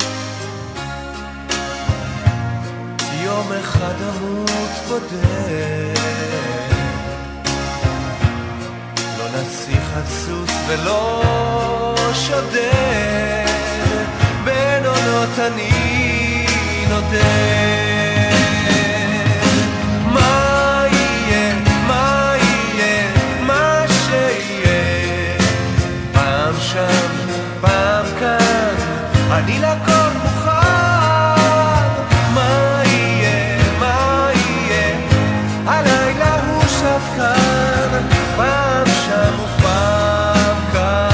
יום אחד אמות בודד, לא נסיך על סוס ולא שודד, בין עונות אני נודד. מה יהיה, מה יהיה, מה שיהיה, פעם שם, פעם כאן, אני לכל מוכן. מה יהיה, מה יהיה, הלילה הוא שתקן, פעם שם ופעם כאן.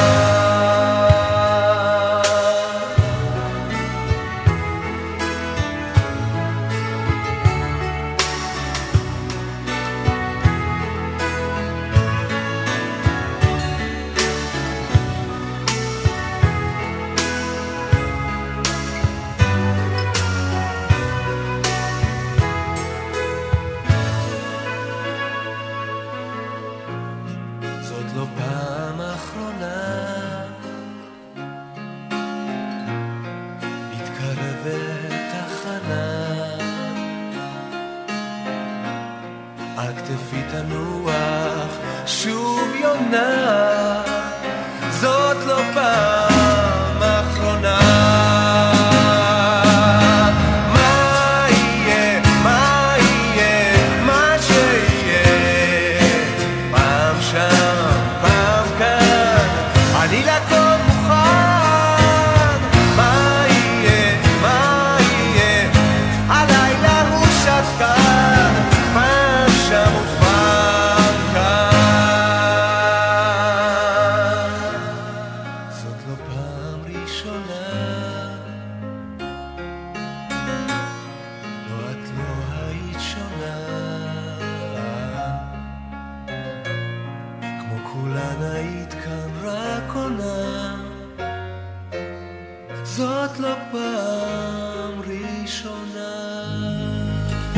כתפי תנוח שוב יונה, זאת לא פעם אחרונה. מה יהיה, מה יהיה, מה שיהיה, פעם שם, פעם כאן, אני לכל מוכן.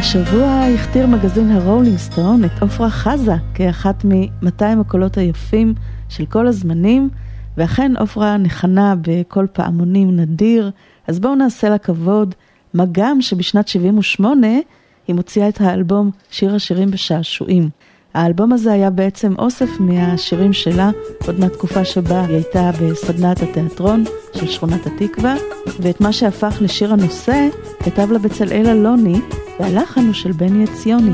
השבוע הכתיר מגזין הרולינג סטון את עופרה חזה כאחת מ-מאתיים הקולות היפים של כל הזמנים, ואכן עופרה נחנה בכל פעמונים נדיר, אז בואו נעשה לה כבוד, מה גם שבשנת שבעים ושמונה היא מוציאה את האלבום שיר השירים בשעשועים. האלבום הזה היה בעצם אוסף מהשירים שלה, עוד מהתקופה שבה היא הייתה בסדנת התיאטרון של שכונת התקווה, ואת מה שהפך לשיר הנושא כתב לה בצלאל אלוני, והלחן הוא של בני עציוני.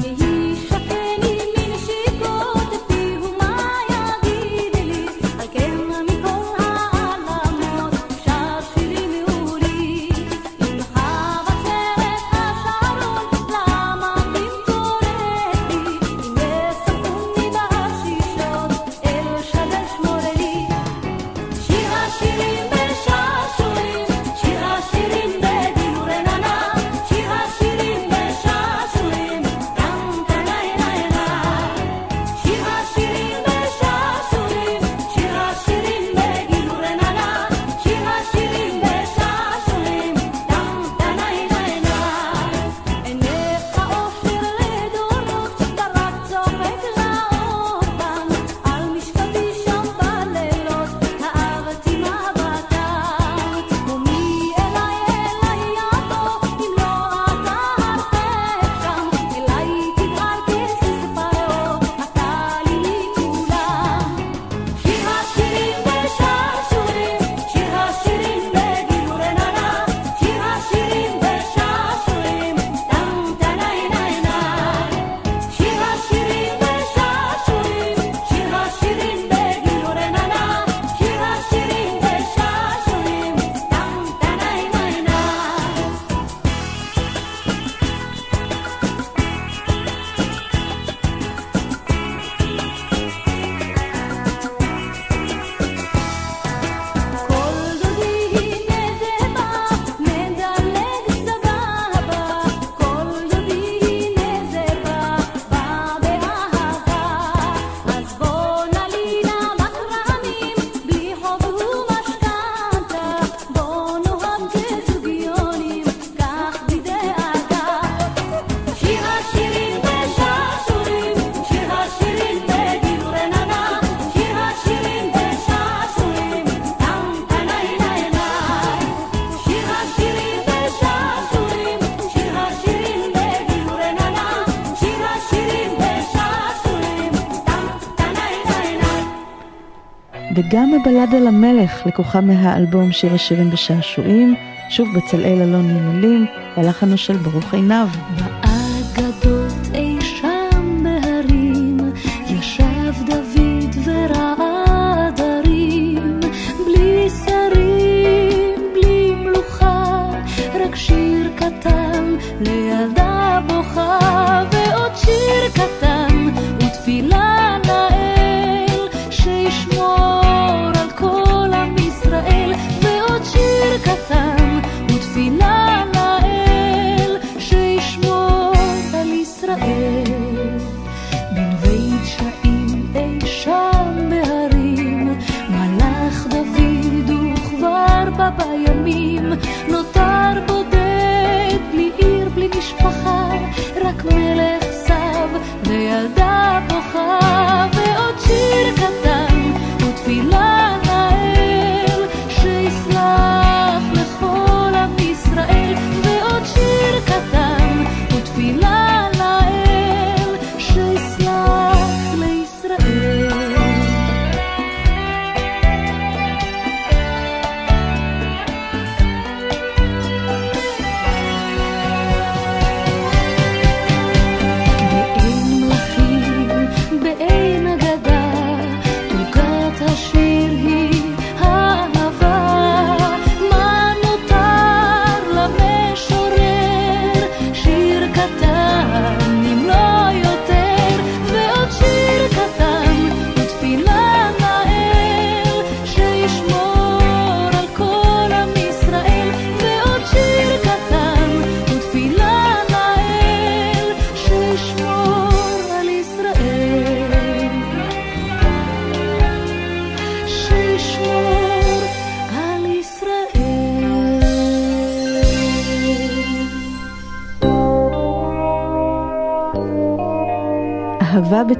וגם הבלד על המלך לקוחה מהאלבום שיר השירים בשעשועים, שוב בצלאל אלוני מילים, והלחן של ברוך עינב. באגדות אי שם בהרים ישב דוד ורעד הרים, בלי שרים, בלי מלוכה, רק שיר קטן לילדה בוכה, ועוד שיר קטן ותפילה נאל שישמור על כל עם ישראל, ועוד שיר קטן ותפילה נאל שישמור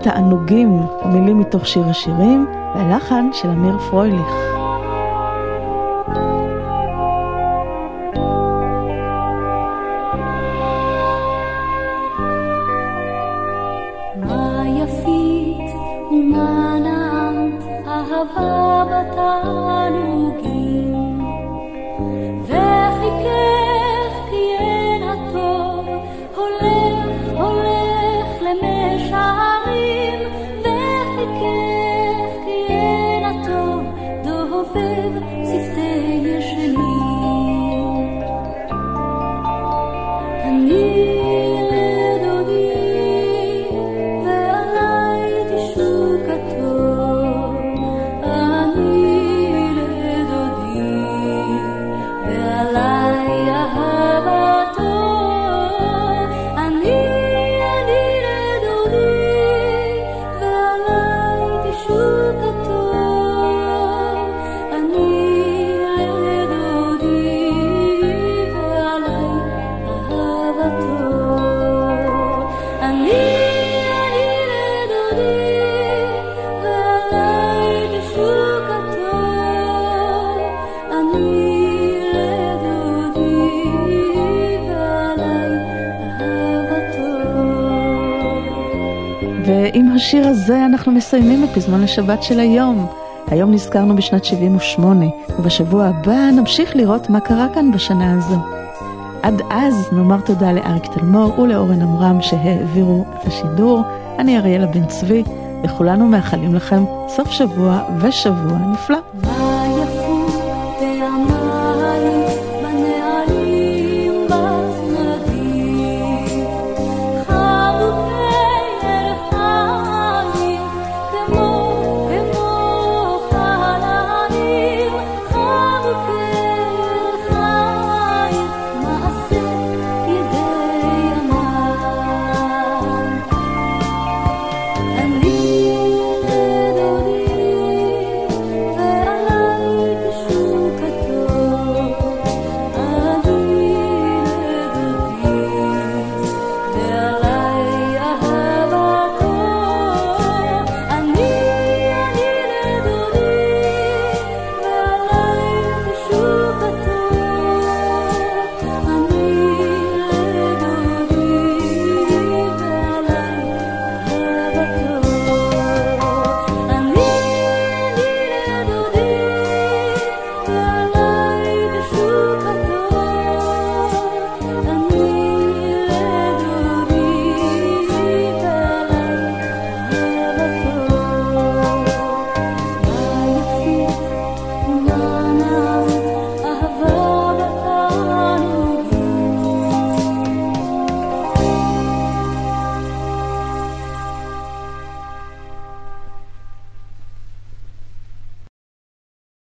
תענוגים, מילים מתוך שיר השירים, והלחן של אמיר פרויליך. מה יפית ומה נעמת, אהבה בתענוגים, וחיכך כי אין הטוב, הולך הולך למשערים, וחיכך כי אין הטוב, דובב שפתי ישנים. אני ועם השיר הזה אנחנו מסיימים את פזמון השבת של היום. היום נזכרנו בשנת שבעים ושמונה, ובשבוע הבא נמשיך לראות מה קרה כאן בשנה הזו. עד אז נאמר תודה לאריק תלמור ולאורן אמרם שהעבירו את השידור. אני אריאלה בן צבי, וכולנו מאחלים לכם סוף שבוע ושבוע נפלא.